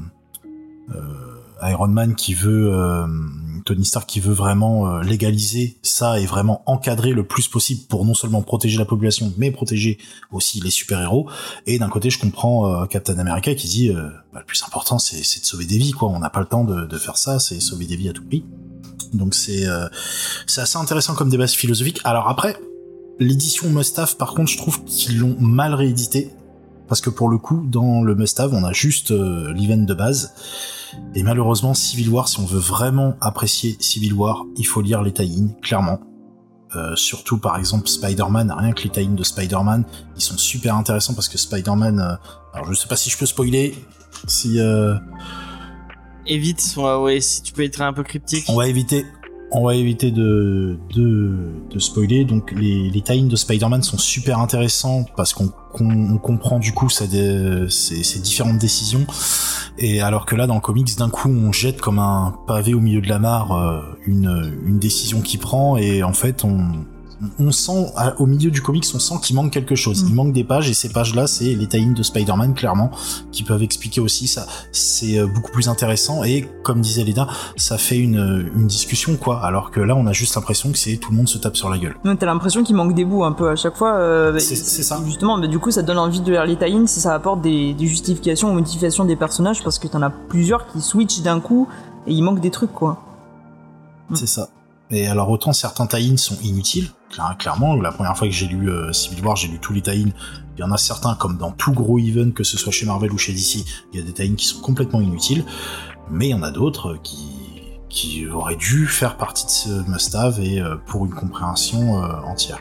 Iron Man qui veut Tony Stark qui veut vraiment légaliser ça et vraiment encadrer le plus possible pour non seulement protéger la population mais protéger aussi les super-héros. Et d'un côté je comprends Captain America qui dit le plus important c'est de sauver des vies quoi, on n'a pas le temps de faire ça, c'est sauver des vies à tout prix. Donc c'est assez intéressant comme débat philosophique. Alors après l'édition Must-Have par contre je trouve qu'ils l'ont mal réédité, parce que pour le coup dans le Must-Have on a juste l'event de base. Et malheureusement, Civil War, si on veut vraiment apprécier Civil War, il faut lire les tie-in, clairement. Surtout, par exemple, Spider-Man, rien que les tie-in de Spider-Man, ils sont super intéressants parce que Spider-Man... alors, je sais pas si je peux spoiler, si... Évite, ouais, si tu peux être un peu cryptique. On va éviter de spoiler. Donc les tie-in de Spider-Man sont super intéressants parce qu'on comprend du coup ces différentes décisions. Et alors que là dans le comics d'un coup on jette comme un pavé au milieu de la mare une décision qu'il prend, et en fait on sent au milieu du comics on sent qu'il manque quelque chose. Il manque des pages, et ces pages là c'est les tie-in de Spider-Man clairement qui peuvent expliquer aussi ça. C'est beaucoup plus intéressant, et comme disait Leda, ça fait une discussion quoi, alors que là on a juste l'impression que c'est tout le monde se tape sur la gueule. Ouais, t'as l'impression qu'il manque des bouts un peu à chaque fois. C'est ça Justement, mais du coup ça te donne envie de lire les tie-in si ça apporte des justifications ou modifications des personnages, parce que t'en as plusieurs qui switchent d'un coup et il manque des trucs quoi. C'est ça. Et alors autant certains tie-in sont inutiles, clairement, la première fois que j'ai lu Civil War, j'ai lu tous les tie-in, il y en a certains, comme dans tout gros event, que ce soit chez Marvel ou chez DC, il y a des tie-in qui sont complètement inutiles, mais il y en a d'autres qui auraient dû faire partie de ce must-have et pour une compréhension entière.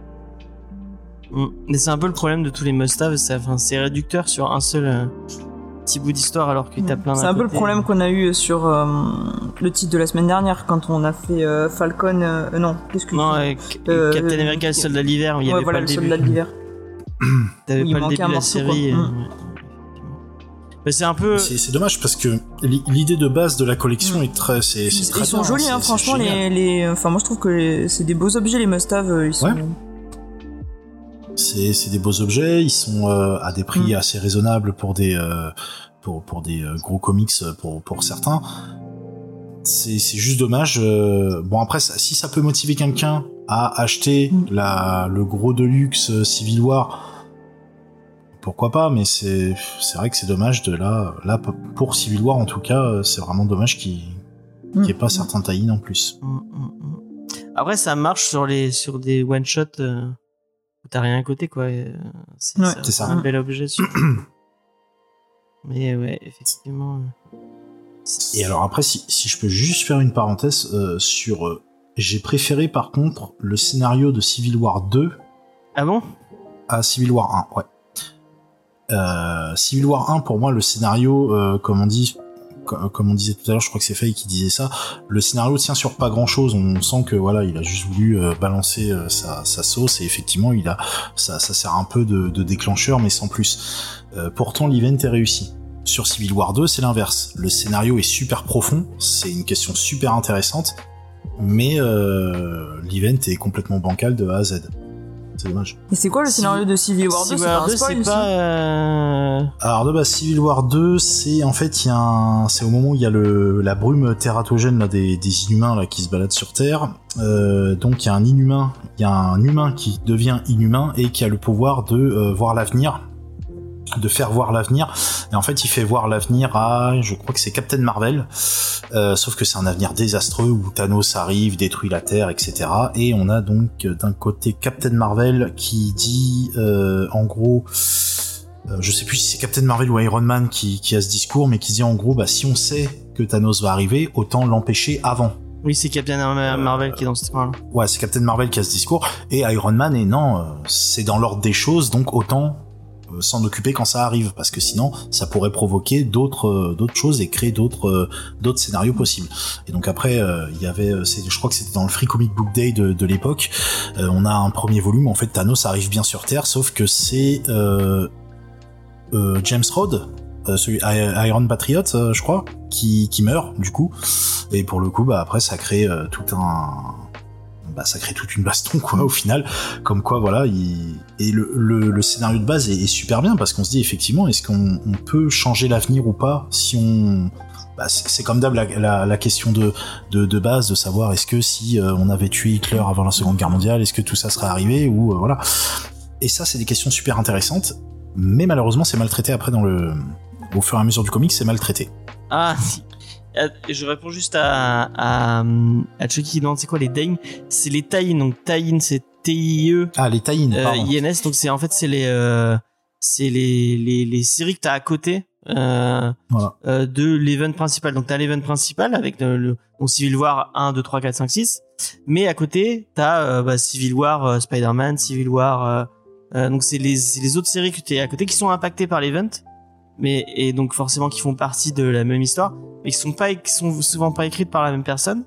Mais c'est un peu le problème de tous les must-have, c'est réducteur sur un seul petit bout d'histoire alors que t'as plein. C'est un peu le problème qu'on a eu sur le titre de la semaine dernière quand on a fait Falcon. Non, qu'est-ce que Captain America, le soldat de l'hiver, où il y avait voilà, pas le début. Soldat de l'hiver. T'avais pas le début de la série. Mais c'est un peu. C'est dommage parce que l'idée de base de la collection est très. C'est très ils sont jolis, hein, franchement. Enfin, moi je trouve que c'est des beaux objets les must-have. Ils sont. Ouais. C'est des beaux objets, ils sont à des prix assez raisonnables pour des gros comics pour certains. C'est juste dommage. Bon après, si ça peut motiver quelqu'un à acheter le gros Deluxe Civil War, pourquoi pas, mais c'est vrai que c'est dommage de là pour Civil War en tout cas, c'est vraiment dommage qu'il n'y ait pas certains tie-in en plus. Après ça marche sur des one shot. T'as rien à côté quoi. C'est ça. Un bel objet. Mais ouais, effectivement. Et alors après, si je peux juste faire une parenthèse sur, j'ai préféré par contre le scénario de Civil War 2. Ah bon? À Civil War 1, ouais. Civil War 1 pour moi le scénario, comme on disait tout à l'heure, je crois que c'est Faye qui disait ça, le scénario tient sur pas grand chose, on sent que voilà, il a juste voulu balancer sa sauce, et effectivement ça sert un peu de déclencheur mais sans plus. Pourtant l'event est réussi. Sur Civil War 2 c'est l'inverse, le scénario est super profond, c'est une question super intéressante, mais l'event est complètement bancal de A à Z. C'est dommage. Et c'est quoi le scénario de Civil War 2? Civil War 2, c'est pas... Alors de base, Civil War 2, c'est en fait c'est au moment où il y a la brume tératogène là, des inhumains là qui se baladent sur Terre. Donc il y a un humain qui devient inhumain et qui a le pouvoir de voir l'avenir, de faire voir l'avenir. Et en fait, il fait voir l'avenir à, je crois que c'est Captain Marvel, sauf que c'est un avenir désastreux où Thanos arrive, détruit la Terre, etc. Et on a donc d'un côté Captain Marvel qui dit, en gros, je sais plus si c'est Captain Marvel ou Iron Man qui a ce discours, mais qui dit en gros, bah si on sait que Thanos va arriver, autant l'empêcher avant. Oui, c'est Captain Marvel qui est dans ce point-là. Ouais, c'est Captain Marvel qui a ce discours, et Iron Man, et non, c'est dans l'ordre des choses, donc autant s'en occuper quand ça arrive, parce que sinon ça pourrait provoquer d'autres choses et créer d'autres scénarios possibles. Et donc après il y avait, je crois que c'était dans le Free Comic Book Day de l'époque, on a un premier volume, en fait Thanos arrive bien sur Terre, sauf que c'est James Rhodes, celui Iron Patriot, je crois, qui meurt du coup, et pour le coup bah après ça crée ça crée toute une baston quoi au final, comme quoi voilà, et le scénario de base est super bien, parce qu'on se dit effectivement, est-ce qu'on peut changer l'avenir ou pas, si on c'est comme d'hab la question de base, de savoir est-ce que si on avait tué Hitler avant la Seconde Guerre mondiale, est-ce que tout ça serait arrivé, ou voilà. Et ça c'est des questions super intéressantes, mais malheureusement c'est maltraité après au fur et à mesure du comic, c'est maltraité. Ah si. Je réponds juste à Chucky qui demande c'est quoi les tie-in. C'est les tie-in, donc tie-in c'est T-I-E. Ah, les tie-in, pardon. INS, donc c'est en fait c'est les séries que t'as à côté voilà. De l'event principal. Donc t'as l'event principal avec donc Civil War 1, 2, 3, 4, 5, 6, mais à côté t'as Civil War, Spider-Man, Civil War, donc c'est les autres séries que t'es à côté qui sont impactées par l'event, et donc forcément qui font partie de la même histoire, mais qui sont souvent pas écrites par la même personne,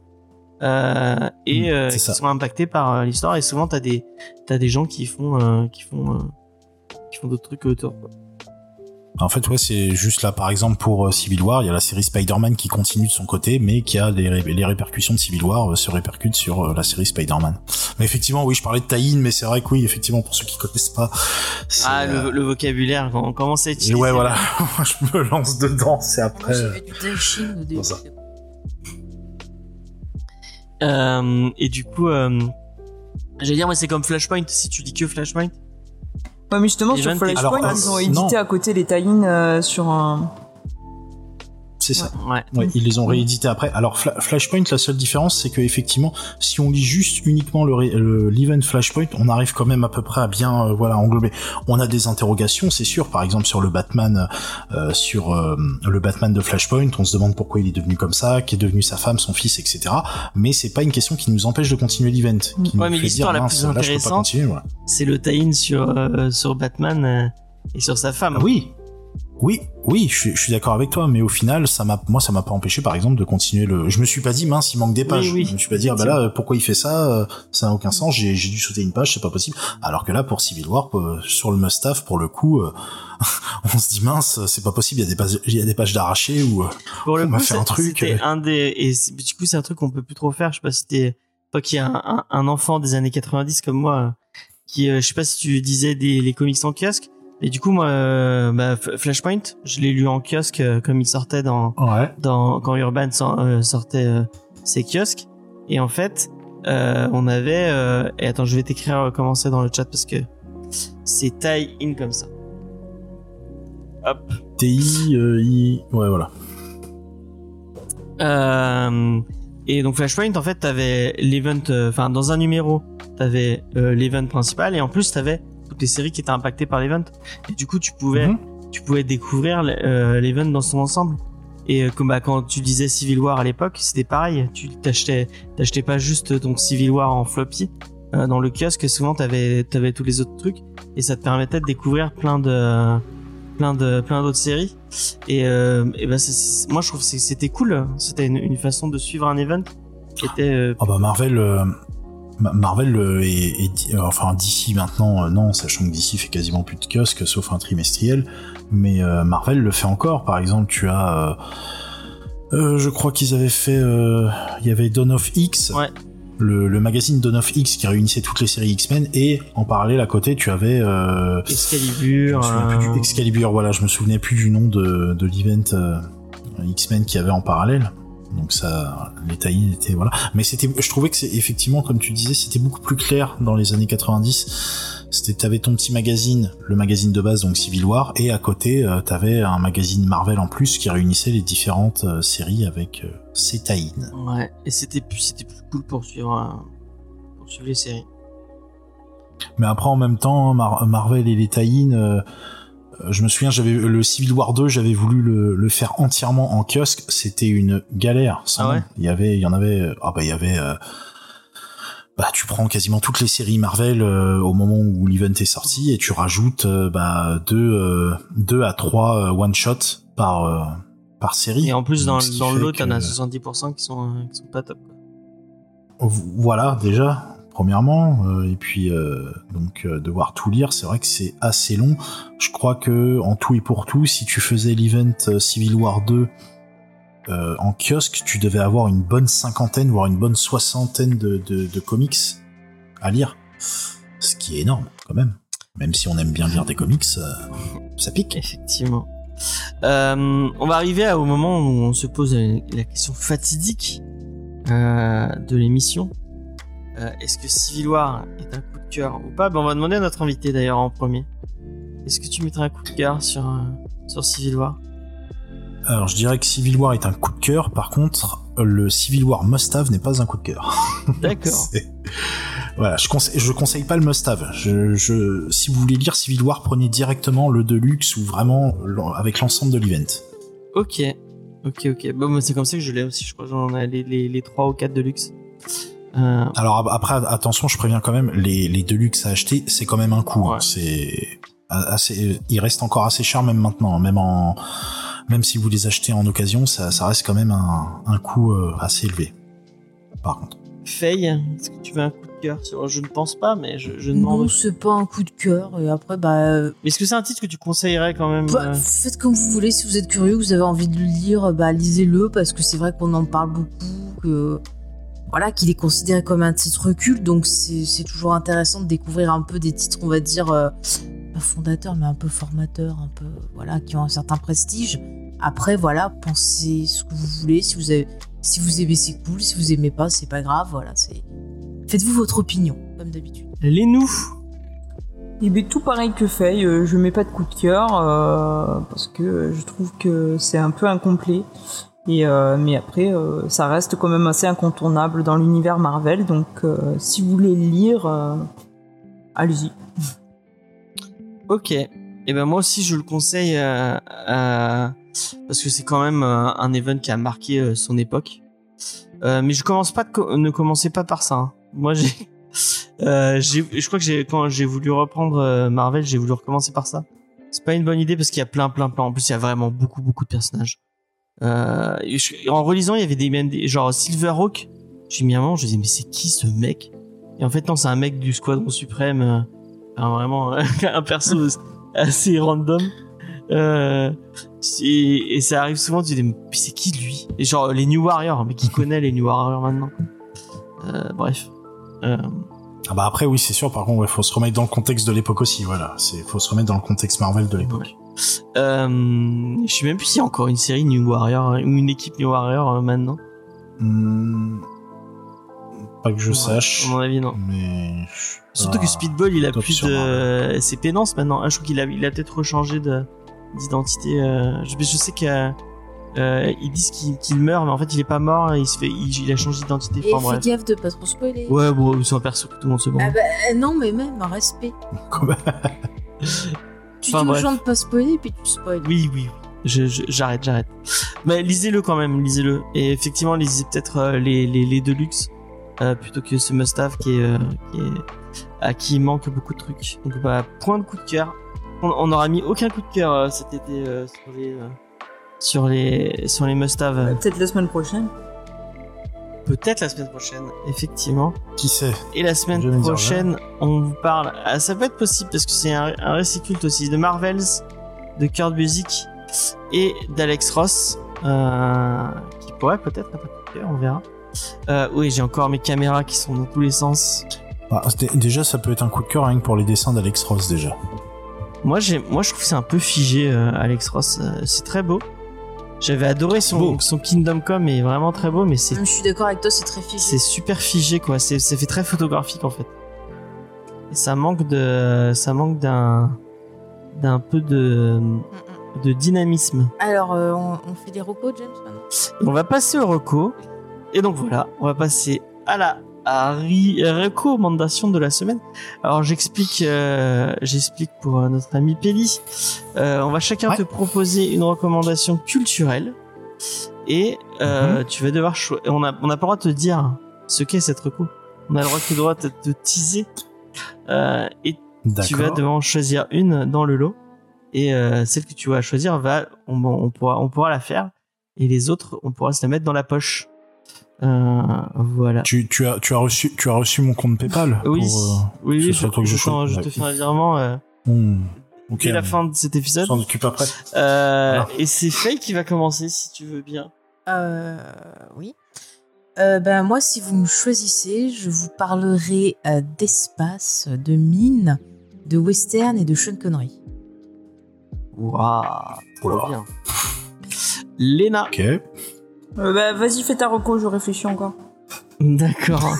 qui sont impactées par l'histoire, et souvent t'as des gens qui font d'autres trucs autour, quoi. En fait, ouais, c'est juste là, par exemple, pour Civil War, il y a la série Spider-Man qui continue de son côté, mais qui a les répercussions de Civil War se répercutent sur la série Spider-Man. Mais effectivement, oui, je parlais de tie-in, mais c'est vrai que oui, effectivement, pour ceux qui connaissent pas, le vocabulaire, quand on commence à utiliser. Ouais, voilà, je me lance dedans, c'est après. Moi, j'avais du tie-in au début. Et du coup, j'allais dire, moi, c'est comme Flashpoint, si tu dis que Flashpoint. Ouais, mais justement, sur Flashpoint, ils ont édité à côté les tie-in sur un... C'est ça. Ouais. Ouais, ils les ont réédités après. Alors Flashpoint, la seule différence, c'est que effectivement, si on lit juste uniquement l'event Flashpoint, on arrive quand même à peu près à bien englober. On a des interrogations, c'est sûr. Par exemple, sur le Batman, le Batman de Flashpoint, on se demande pourquoi il est devenu comme ça, qu'est devenu sa femme, son fils, etc. Mais c'est pas une question qui nous empêche de continuer l'event. Ouais, mais l'histoire la plus intéressante, c'est le tie-in sur Batman et sur sa femme. Ah, oui, je suis d'accord avec toi, mais au final, ça m'a pas empêché, par exemple, de continuer je me suis pas dit, mince, il manque des pages. Oui, je me suis pas dit, là, pourquoi il fait ça, ça n'a aucun sens, j'ai dû sauter une page, c'est pas possible. Alors que là, pour Civil War, sur le must-have, pour le coup, on se dit, mince, c'est pas possible, il y a des pages d'arrachées où pour le on coup, m'a fait un truc. C'était du coup, c'est un truc qu'on peut plus trop faire. Je sais pas si toi qui es un enfant des années 90 comme moi, je sais pas si tu disais les comics en kiosque. Et du coup, moi, Flashpoint, je l'ai lu en kiosque comme il sortait quand Urban sortait ses kiosques. Et en fait, on avait... et attends, je vais t'écrire comment c'est dans le chat parce que c'est tie-in comme ça. Hop. T-I-I... Ouais, voilà. Et donc Flashpoint, en fait, t'avais l'event... Enfin, dans un numéro, t'avais l'event principal, et en plus, t'avais toutes les séries qui étaient impactées par l'event, et du coup tu pouvais découvrir l'event dans son ensemble. Et comme quand tu disais Civil War à l'époque, c'était pareil, tu t'achetais pas juste donc Civil War en floppy dans le kiosque, souvent t'avais tous les autres trucs, et ça te permettait de découvrir plein d'autres séries. Et moi je trouve que c'était cool, c'était une façon de suivre un event qui était Marvel enfin DC maintenant, non, sachant que DC fait quasiment plus de kiosques sauf un trimestriel, mais Marvel le fait encore. Par exemple, tu as Je crois qu'ils avaient fait... Il y avait Dawn of X, Ouais. le magazine Dawn of X qui réunissait toutes les séries X-Men, et en parallèle à côté tu avais... Excalibur. Excalibur, voilà, je me souvenais plus du nom de l'event X-Men qu'il y avait en parallèle. Donc ça, les tie-ins étaient... Voilà. Mais je trouvais que c'est effectivement, comme tu disais, c'était beaucoup plus clair dans les années 90. T'avais ton petit magazine, le magazine de base, donc Civil War, et à côté, t'avais un magazine Marvel en plus qui réunissait les différentes séries avec ses tie-ins. Ouais, et c'était plus cool pour suivre les séries. Mais après, en même temps, Marvel et les tie-ins, je me souviens, j'avais le Civil War 2, j'avais voulu le faire entièrement en kiosque, c'était une galère. Ah ouais. Il y avait tu prends quasiment toutes les séries Marvel au moment où l'event est sorti et tu rajoutes 2 à 3 one shot par série. Et en plus, dans le lot, t'en as que... 70% qui sont pas top. Voilà, déjà, premièrement. Et puis, devoir tout lire, c'est vrai que c'est assez long. Je crois que, en tout et pour tout, si tu faisais l'event Civil War 2 en kiosque, tu devais avoir une bonne 50aine, voire une bonne 60aine de comics à lire. Ce qui est énorme, quand même. Même si on aime bien lire des comics, ça pique. Effectivement. On va arriver au moment où on se pose la question fatidique de l'émission. Est-ce que Civil War est un coup de cœur ou pas? On va demander à notre invité d'ailleurs en premier. Est-ce que tu mettrais un coup de cœur sur Civil War? Alors, je dirais que Civil War est un coup de cœur. Par contre, le Civil War Must-Have n'est pas un coup de cœur. D'accord. Voilà, je conseille pas le Must-Have. Si vous voulez lire Civil War, prenez directement le Deluxe ou vraiment avec l'ensemble de l'event. Ok. Bon, c'est comme ça que je l'ai aussi. Je crois que j'en ai les 3 ou 4 Deluxe. Alors après, attention, je préviens quand même, les Deluxe à acheter, c'est quand même un coût. Ouais. Hein. C'est assez, il reste encore assez cher même maintenant, même si vous les achetez en occasion, ça reste quand même un coût assez élevé. Par contre. Faye, est-ce que tu veux un coup de cœur sur... Je ne pense pas, mais je demande. Non, c'est pas un coup de cœur. Et après, Mais est-ce que c'est un titre que tu conseillerais quand même faites comme vous voulez. Si vous êtes curieux, que vous avez envie de le lire, lisez-le parce que c'est vrai qu'on en parle beaucoup. Voilà, qu'il est considéré comme un titre culte, donc c'est toujours intéressant de découvrir un peu des titres, on va dire, pas fondateurs, mais un peu formateurs, un peu, voilà, qui ont un certain prestige. Après, voilà, pensez ce que vous voulez. Si vous aimez, c'est cool. Si vous aimez pas, c'est pas grave. Voilà, faites-vous votre opinion, comme d'habitude. Les nous. Et bien tout pareil que Faye, je mets pas de coup de cœur parce que je trouve que c'est un peu incomplet. Mais après, ça reste quand même assez incontournable dans l'univers Marvel. Donc, si vous voulez le lire, allez-y. Ok. Et ben moi aussi, je le conseille parce que c'est quand même un event qui a marqué son époque. Mais ne commencez pas par ça. Hein. Moi, je crois que quand j'ai voulu reprendre Marvel, j'ai voulu recommencer par ça. C'est pas une bonne idée parce qu'il y a plein. En plus, il y a vraiment beaucoup de personnages. En relisant, il y avait genre Silverhawk. J'ai mis un moment, je me disais mais c'est qui ce mec? Et en fait non, c'est un mec du Squadron Suprême, vraiment un perso assez random. Et ça arrive souvent, tu te dis mais c'est qui lui? Et genre les New Warriors, mais qui connaît les New Warriors maintenant? Bref. Après oui, c'est sûr. Par contre, faut se remettre dans le contexte de l'époque aussi. Voilà, faut se remettre dans le contexte Marvel de l'époque. Ouais. Je sais même plus s'il y a encore une série New Warrior ou une équipe New Warrior maintenant. Pas que je sache. À mon avis, non. Mais surtout que Speedball, il a plus de. C'est Pénance maintenant. Je crois qu'il a peut-être rechangé d'identité. Je sais qu'ils disent qu'il meurt, mais en fait, il est pas mort. Il a changé d'identité. Et fais gaffe de pas trop spoiler. Ouais, bon, c'est un perso que tout le monde se branle. Non, mais même un respect. Tu dis aux gens de pas spoiler, puis tu spoil. Oui. J'arrête. Mais lisez-le quand même, lisez-le. Et effectivement, lisez peut-être les Deluxe plutôt que ce Must-Have à qui il manque beaucoup de trucs. Donc, point de coup de cœur. On n'aura mis aucun coup de cœur cet été sur les Must-Have. Peut-être la semaine prochaine. Peut-être la semaine prochaine, effectivement. Qui sait? Et la semaine prochaine, on vous parle. Ça peut être possible parce que c'est un récit culte aussi de Marvels, de Kurt Busiek et d'Alex Ross, qui Ouais, peut-être, on verra. Oui, j'ai encore mes caméras qui sont dans tous les sens. Ah, déjà, ça peut être un coup de cœur rien que pour les dessins d'Alex Ross déjà. Moi, je trouve que c'est un peu figé, Alex Ross. C'est très beau. J'avais adoré son Kingdom Come, est vraiment très beau, mais c'est. Je suis d'accord avec toi, c'est très figé. C'est super figé, quoi. C'est fait très photographique, en fait. Et ça manque d'un peu de dynamisme. Alors, on fait des recos, James, maintenant. On va passer au reco. Et donc voilà, on va passer à la recommandation de la semaine. Alors j'explique pour notre ami Pelli. On va chacun te proposer une recommandation culturelle et tu vas devoir on n'a pas le droit de te dire ce qu'est cette reco. On a le droit de te teaser et tu vas devoir choisir une dans le lot et celle que tu vas choisir on pourra la faire et les autres on pourra se la mettre dans la poche. Voilà. Tu as reçu mon compte PayPal. Oui, oui, je te fais un virement dès la fin de cet épisode. S'en occupe après. Voilà. Et c'est Faye qui va commencer si tu veux bien. Oui. Moi, si vous me choisissez, je vous parlerai d'espace, de mine, de western et de Sean Connery. Waouh, trop bien. Léna. Ok. Vas-y, fais ta reco, je réfléchis encore. D'accord.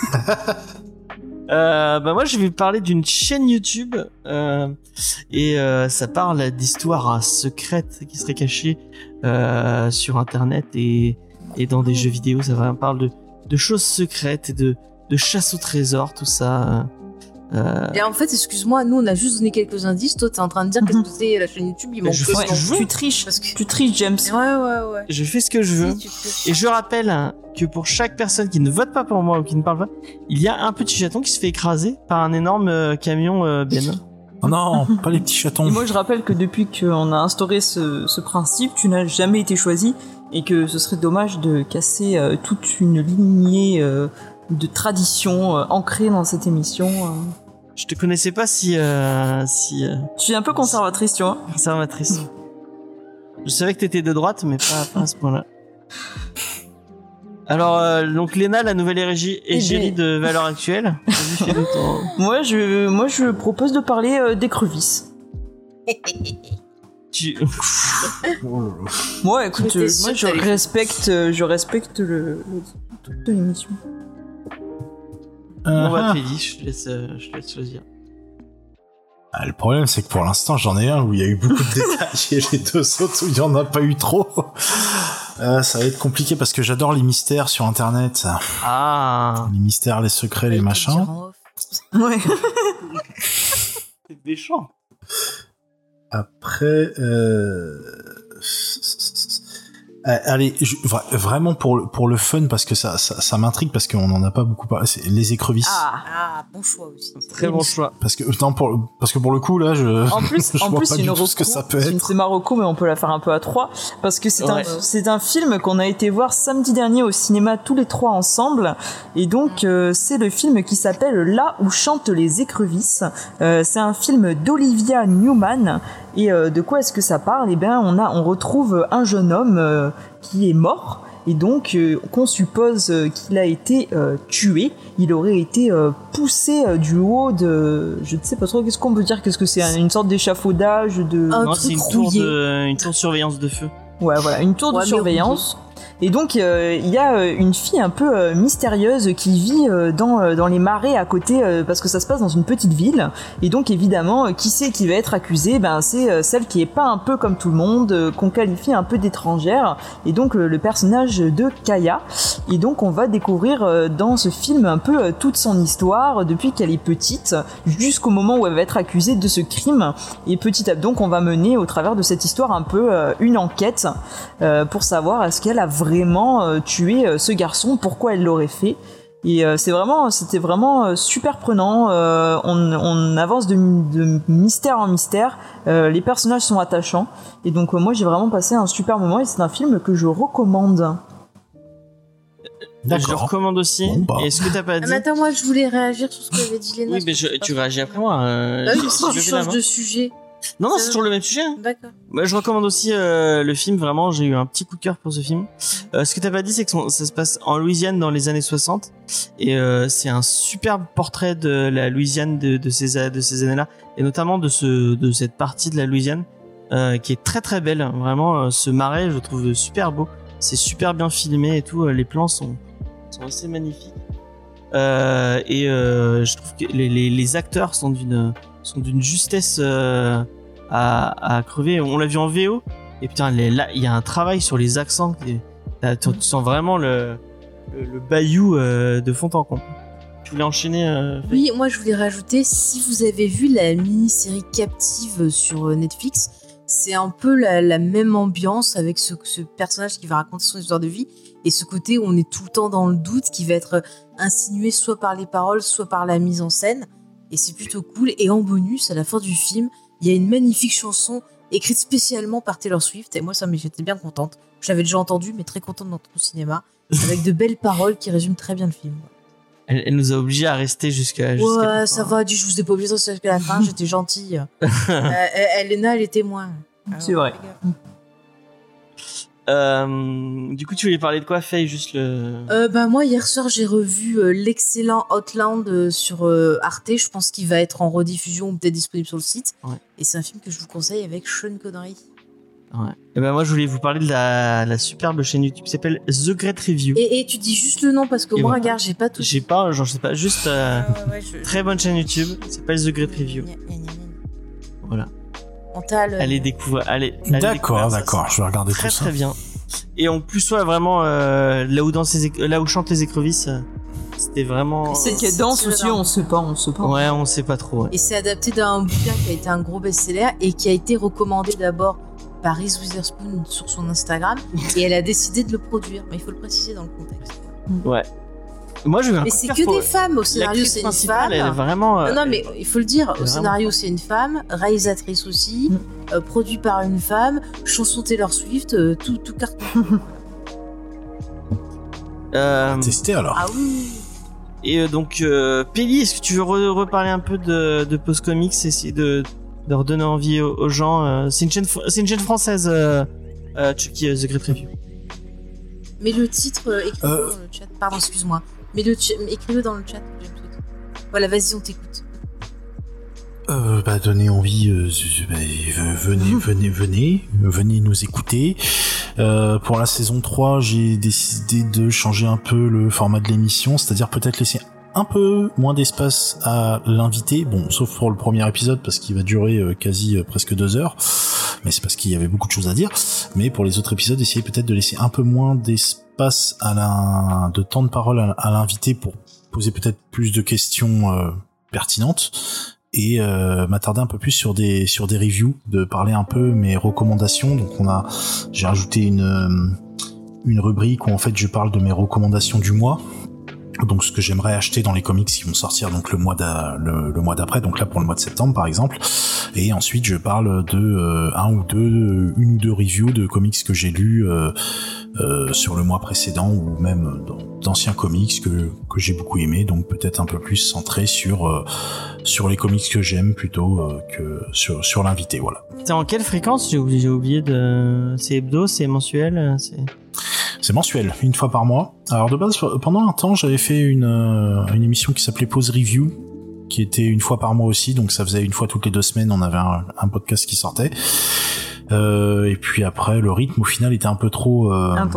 Moi, je vais parler d'une chaîne YouTube et ça parle d'histoires secrètes qui seraient cachées sur Internet et dans des jeux vidéo. Ça parle de choses secrètes et de chasse au trésor, tout ça. Et en fait, excuse-moi, nous on a juste donné quelques indices. Toi, t'es en train de dire qu'est-ce que c'est la chaîne YouTube. Il manque je fais ce que je veux. Tu triches, tu triches, James. Ouais. Je fais ce que je veux. Et je rappelle que pour chaque personne qui ne vote pas pour moi ou qui ne parle pas, il y a un petit chaton qui se fait écraser par un énorme camion Ben. Oh non, pas les petits chatons. Et moi, je rappelle que depuis qu'on a instauré ce principe, tu n'as jamais été choisi et que ce serait dommage de casser toute une lignée de traditions ancrées dans cette émission. Je te connaissais pas si Je suis un peu conservatrice, tu vois. Conservatrice. Je savais que t'étais de droite, mais pas à ce point-là. Alors, donc Léna, la nouvelle égérie de Valeurs Actuelles. Moi, je propose de parler d'écrevisses. Moi, écoute, moi je respecte toute l'émission. On va Félix, je te laisse choisir. Le problème, c'est que pour l'instant, j'en ai un où il y a eu beaucoup de détails et les deux autres où il y en a pas eu trop. Ça va être compliqué parce que j'adore les mystères sur Internet. Ah. Les mystères, les secrets, les machins. Ouais. C'est méchant. Après, allez, vraiment pour le fun parce que ça m'intrigue parce qu'on en a pas beaucoup parlé. C'est les écrevisses. Ah, bon choix aussi. Très bon choix. Parce que pour le coup là, En plus, c'est une ce que ça peut être. C'est Marocco, mais on peut la faire un peu à trois parce que c'est un film qu'on a été voir samedi dernier au cinéma tous les trois ensemble. Et donc c'est le film qui s'appelle Là où chantent les écrevisses. C'est un film d'Olivia Newman. Et de quoi est-ce que ça parle ? Eh bien, on retrouve un jeune homme qui est mort et donc qu'on suppose qu'il a été tué. Il aurait été poussé du haut de, je ne sais pas trop, qu'est-ce qu'on peut dire, qu'est-ce que c'est, une sorte d'échafaudage de. Non, c'est une tour de surveillance de feu. Ouais, voilà, une tour de surveillance. Et donc il y a une fille un peu mystérieuse qui vit dans les marais à côté parce que ça se passe dans une petite ville. Et donc évidemment, qui c'est qui va être accusée ? Ben c'est celle qui est pas un peu comme tout le monde, qu'on qualifie un peu d'étrangère. Et donc le personnage de Kaya. Et donc on va découvrir dans ce film un peu toute son histoire depuis qu'elle est petite jusqu'au moment où elle va être accusée de ce crime. Et petit à petit, donc on va mener au travers de cette histoire un peu une enquête pour savoir est-ce qu'elle a vraiment tué ce garçon, pourquoi elle l'aurait fait. Et c'était vraiment super prenant. On avance de mystère en mystère. Les personnages sont attachants. Et donc moi j'ai vraiment passé un super moment et c'est un film que je recommande. D'accord. Je le recommande aussi. Bon, Est-ce que t'as pas dit mais attends, moi je voulais réagir sur ce que avait dit Léna. Oui, mais tu réagis après moi. Si tu changes de sujet. Non, c'est toujours le même sujet. Hein. D'accord. Bah, je recommande aussi le film. Vraiment, j'ai eu un petit coup de cœur pour ce film. Ce que t'as pas dit, c'est que ça se passe en Louisiane dans les années 60. Et c'est un superbe portrait de la Louisiane de ces années-là. Et notamment de cette partie de la Louisiane qui est très très belle. Vraiment, ce marais, je le trouve super beau. C'est super bien filmé et tout. Les plans sont assez magnifiques. Je trouve que les acteurs sont d'une justesse à crever. On l'a vu en VO et putain là il y a un travail sur les accents. Tu sens vraiment le bayou de fond en comble. Tu voulais enchaîner Oui, moi je voulais rajouter, si vous avez vu la mini-série Captive sur Netflix, c'est un peu la même ambiance avec ce personnage qui va raconter son histoire de vie et ce côté où on est tout le temps dans le doute qui va être insinué soit par les paroles soit par la mise en scène. Et c'est plutôt cool. Et en bonus, à la fin du film, il y a une magnifique chanson écrite spécialement par Taylor Swift. Et moi, j'étais bien contente. Je l'avais déjà entendue, mais très contente d'entrer au cinéma. Avec de belles paroles qui résument très bien le film. Elle nous a obligés à rester jusqu'à ouais, ça va. Je vous ai pas obligé de rester jusqu'à la fin. J'étais gentille. Elena, elle est témoin. C'est vrai. Du coup, tu voulais parler de quoi, Faye, juste moi, hier soir, j'ai revu l'excellent Outland sur Arte. Je pense qu'il va être en rediffusion ou peut-être disponible sur le site. Ouais. Et c'est un film que je vous conseille avec Sean Connery. Ouais. Et moi, je voulais vous parler de la superbe chaîne YouTube qui s'appelle The Great Review. Et tu dis juste le nom parce que moi, regarde, j'ai pas tout. J'ai pas, je sais pas, juste très bonne chaîne YouTube. Ça s'appelle The Great Review. Voilà. Allez découvrir. D'accord, je vais regarder très, tout ça. Très bien. Et en plus, ouais, vraiment, là où chantent les écrevisses, c'était vraiment. C'est qu'elle danse aussi, on sait pas. Ouais, on sait pas trop. Ouais. Et c'est adapté d'un bouquin qui a été un gros best-seller et qui a été recommandé d'abord par Reese Witherspoon sur son Instagram et elle a décidé de le produire. Mais il faut le préciser dans le contexte. Ouais. Moi, je veux un mais c'est que des femmes au scénario, c'est une femme. Elle est vraiment. Non, mais il faut le dire, au scénario, c'est une femme, réalisatrice aussi, produit par une femme, chanson Taylor Swift, tout carton. Tester alors. Ah oui. Et donc, Péli, est-ce que tu veux reparler un peu de Post Comics, essayer de redonner envie aux gens c'est une chaîne française, Chucky, The Great Review. Mais le titre, écris-le dans le chat. Pardon, excuse-moi. Mais écris-le dans le chat. Voilà, vas-y, on t'écoute. Donnez envie, venez nous écouter. Pour la saison 3, j'ai décidé de changer un peu le format de l'émission, c'est-à-dire peut-être laisser un peu moins d'espace à l'invité, bon, sauf pour le premier épisode parce qu'il va durer presque 2 heures, mais c'est parce qu'il y avait beaucoup de choses à dire. Mais pour les autres épisodes, essayez peut-être de laisser un peu moins d'espace de temps de parole à l'invité pour poser peut-être plus de questions pertinentes et m'attarder un peu plus sur des reviews, de parler un peu mes recommandations. Donc j'ai rajouté une rubrique où en fait je parle de mes recommandations du mois. Donc ce que j'aimerais acheter dans les comics qui vont sortir donc le mois d'après, donc là pour le mois de septembre par exemple, et ensuite je parle de une ou deux reviews de comics que j'ai lus sur le mois précédent ou même d'anciens comics que j'ai beaucoup aimé, donc peut-être un peu plus centré sur les comics que j'aime plutôt que sur l'invité, voilà. C'est en quelle fréquence? J'ai oublié c'est hebdo, c'est mensuel, C'est mensuel, une fois par mois. Alors de base, pendant un temps, j'avais fait une émission qui s'appelait Pause Review, qui était une fois par mois aussi, donc ça faisait une fois toutes les 2 semaines, on avait un podcast qui sortait. Et puis après, le rythme au final était un peu trop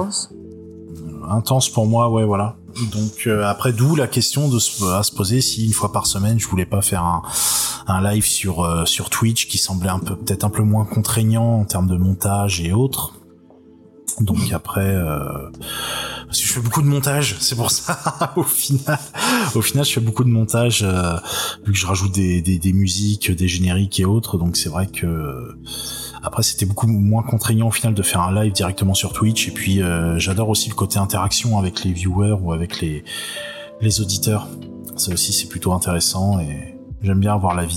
intense pour moi, ouais, voilà. Donc après, d'où la question à se poser si une fois par semaine, je voulais pas faire un live sur Twitch qui semblait peut-être un peu moins contraignant en termes de montage et autres. Donc après, parce que je fais beaucoup de montage, c'est pour ça. Au final, je fais beaucoup de montage vu que je rajoute des musiques, des génériques et autres. Donc c'est vrai que après c'était beaucoup moins contraignant au final de faire un live directement sur Twitch. Et puis j'adore aussi le côté interaction avec les viewers ou avec les auditeurs. Ça aussi c'est plutôt intéressant et j'aime bien avoir l'avis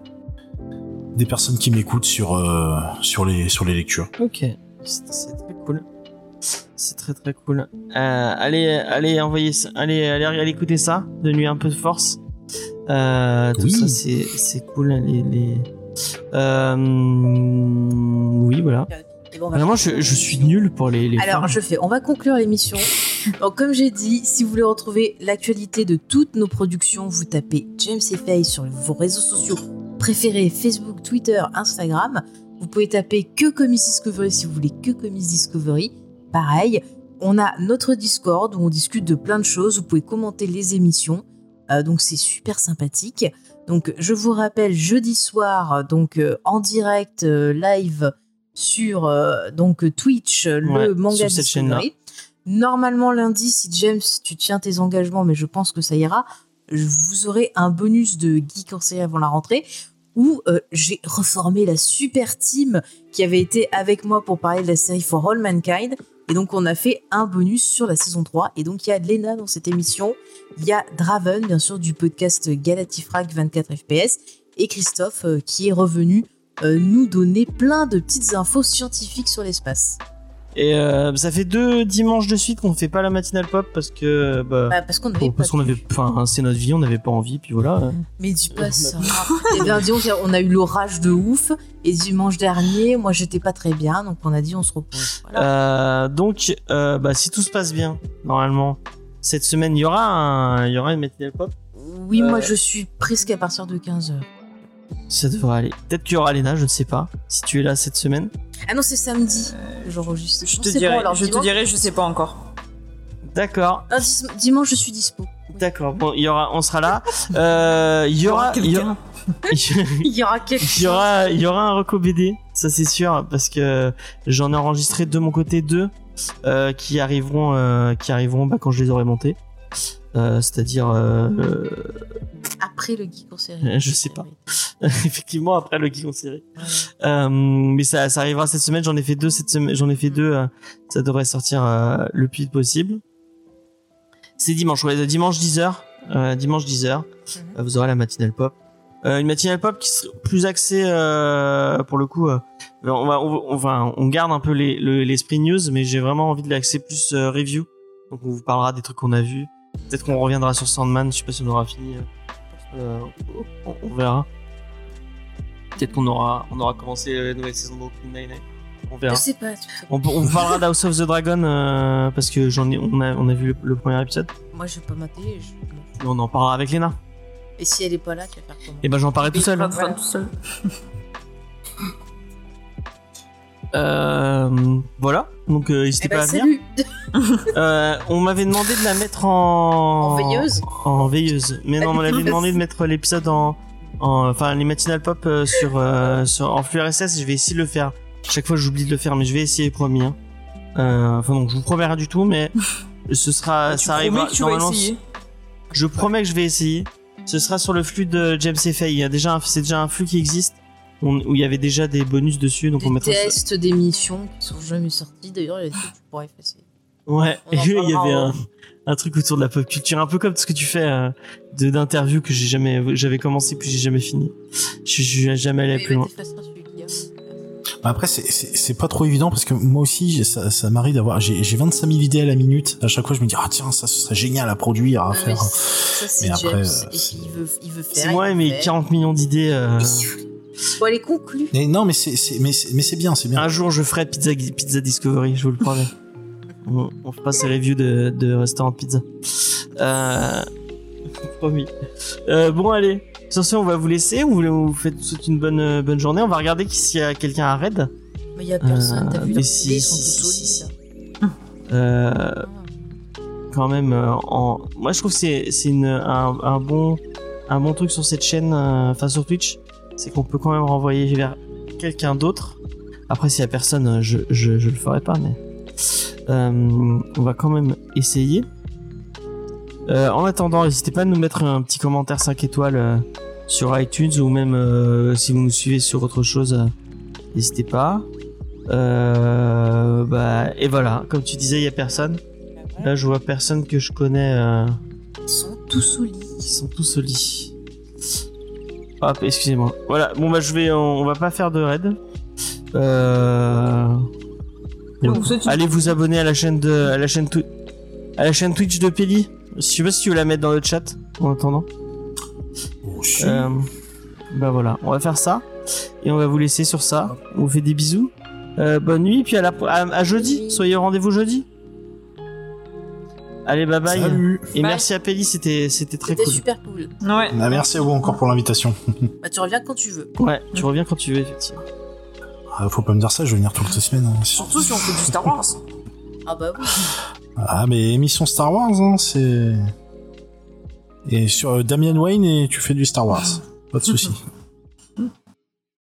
des personnes qui m'écoutent sur les lectures. Ok. C'est très cool. C'est très très cool. Allez envoyer ça. Allez écouter ça. Donne-lui un peu de force. Tout ça c'est cool. Oui, voilà. Et bon, on va Vraiment, je suis nul pour les Alors, films. on va conclure l'émission. Donc, comme j'ai dit, si vous voulez retrouver l'actualité de toutes nos productions, vous tapez James et Faye sur vos réseaux sociaux préférés, Facebook, Twitter, Instagram. Vous pouvez taper que Comics Discovery si vous voulez que Comics Discovery. Pareil, on a notre Discord où on discute de plein de choses. Vous pouvez commenter les émissions. Donc, c'est super sympathique. Donc, je vous rappelle, jeudi soir, donc en direct, live sur donc Twitch, le manga sur cette chaîne-là. Discovery. Normalement, lundi, si James, tu tiens tes engagements, mais je pense que ça ira, vous aurez un bonus de Geek en série avant la rentrée où j'ai reformé la super team qui avait été avec moi pour parler de la série For All Mankind. Et donc, on a fait un bonus sur la saison 3. Et donc, il y a Lena dans cette émission. Il y a Draven, bien sûr, du podcast Galatifrag 24 FPS. Et Christophe, qui est revenu nous donner plein de petites infos scientifiques sur l'espace. Et ça fait 2 dimanches de suite qu'on fait pas la matinale pop parce que Parce qu'on avait parce qu'on avait, enfin, c'est notre vie, on n'avait pas envie, puis voilà. Mais dis pas ça. Et lundi, on a eu l'orage de ouf. Et dimanche dernier, moi, j'étais pas très bien, donc on a dit on se repose. Voilà. Donc, si tout se passe bien, normalement, cette semaine, il y aura une matinale pop. Oui, moi, je suis presque à partir de 15h. Ça devrait aller. Peut-être qu'il y aura Léna, je ne sais pas. Si tu es là cette semaine. Ah non, c'est samedi. J'enregistre. Je te dirai, je sais pas encore. D'accord. Ah, dimanche, je suis dispo. D'accord. Bon, on sera là. Il y aura Il y aura quelque chose. Il y aura un reco BD, ça c'est sûr, parce que j'en ai enregistré de mon côté 2 qui arriveront quand je les aurai montés. C'est-à-dire après le Geek en série. Je sais pas. Effectivement, après le Geek en série. Mais ça arrivera cette semaine. J'en ai fait 2 cette semaine. Ça devrait sortir le plus vite possible. C'est dimanche, dimanche 10h. Dimanche 10h. Vous aurez la matinale pop. Une matinale pop qui serait plus axée pour le coup. On garde un peu l'esprit news, mais j'ai vraiment envie de l'axer plus review. Donc on vous parlera des trucs qu'on a vus. Peut-être qu'on reviendra sur Sandman. Je sais pas si on aura fini. On verra. Peut-être qu'on aura commencé la nouvelle saison de Brooklyn Nine-Nine. On verra. Je sais pas. On parlera d'House of the Dragon parce que on a vu le premier épisode. Moi, je vais pas mater. On en parlera avec Léna. Et si elle est pas là, tu vas faire comment? Et j'en parlerai tout seul. Voilà. Donc n'hésitez pas à venir. On m'avait demandé de la mettre en veilleuse. En veilleuse. Mais non, on m'avait demandé de mettre l'épisode enfin les matinales pop en flux RSS. Je vais essayer de le faire. Chaque fois, j'oublie de le faire, mais je vais essayer, promis. Donc je vous promets rien du tout, mais ça arrivera normalement. Je promets que je vais essayer. Ce sera sur le flux de James et Faye. C'est déjà un flux qui existe. Où il y avait déjà des bonus dessus, donc on mettra des tests d'émissions qui sont jamais sortis. D'ailleurs, il y a des trucs que tu pourrais effacer. Ouais, et il y avait un truc autour de la pop culture, un peu comme ce que tu fais d'interviews que j'avais commencé puis j'ai jamais fini. Je suis jamais allé plus loin. Après, c'est pas trop évident parce que moi aussi, ça m'arrive d'avoir, j'ai 25 000 idées à la minute. À chaque fois, je me dis, ah tiens, ça, ce serait génial à produire, à faire. Ça, c'est mais James, après, il veut faire. C'est moi et mes 40 millions d'idées. Bon, allez, conclue. Non, mais c'est bien, c'est bien. Un jour, je ferai Pizza Discovery, je vous le promets. On fera ces reviews de restaurants de pizza. Promis. Bon, allez. Sur ce, on va vous laisser. Vous faites toute une bonne journée. On va regarder s'il y a quelqu'un à raid. Mais il y a personne. T'as vu mais ils sont tous au lit. Quand même, moi je trouve que c'est un bon truc sur cette chaîne, enfin sur Twitch, c'est qu'on peut quand même renvoyer vers quelqu'un d'autre. Après, s'il y a personne, je le ferai pas, mais on va quand même essayer. En attendant, n'hésitez pas à nous mettre un petit commentaire 5 étoiles sur iTunes, ou même si vous nous suivez sur autre chose, n'hésitez pas. Et voilà, comme tu disais, il y a personne. Là, je vois personne que je connais. Ils sont tous au lit. Hop, excusez-moi. Voilà, bon on va pas faire de raid. Allez vous abonner à la chaîne Twitch de Peli. Je sais pas si tu veux la mettre dans le chat en attendant. Voilà, on va faire ça. Et on va vous laisser sur ça. On vous fait des bisous. Bonne nuit, puis à jeudi. Soyez au rendez-vous jeudi. Allez, bye bye. Salut. Et Bye. merci à Pelli, c'était très C'était cool. super cool. Ouais. Bah, merci à vous encore pour l'invitation. Bah, tu reviens quand tu veux. Ouais, tu reviens quand tu veux, effectivement. Faut pas me dire ça, je vais venir toutes les semaines. Hein. Surtout si on fait du Star Wars. Ah bah oui. Ah, mais émission Star Wars, hein, c'est... Et sur Damian Wayne, et tu fais du Star Wars. Pas de soucis.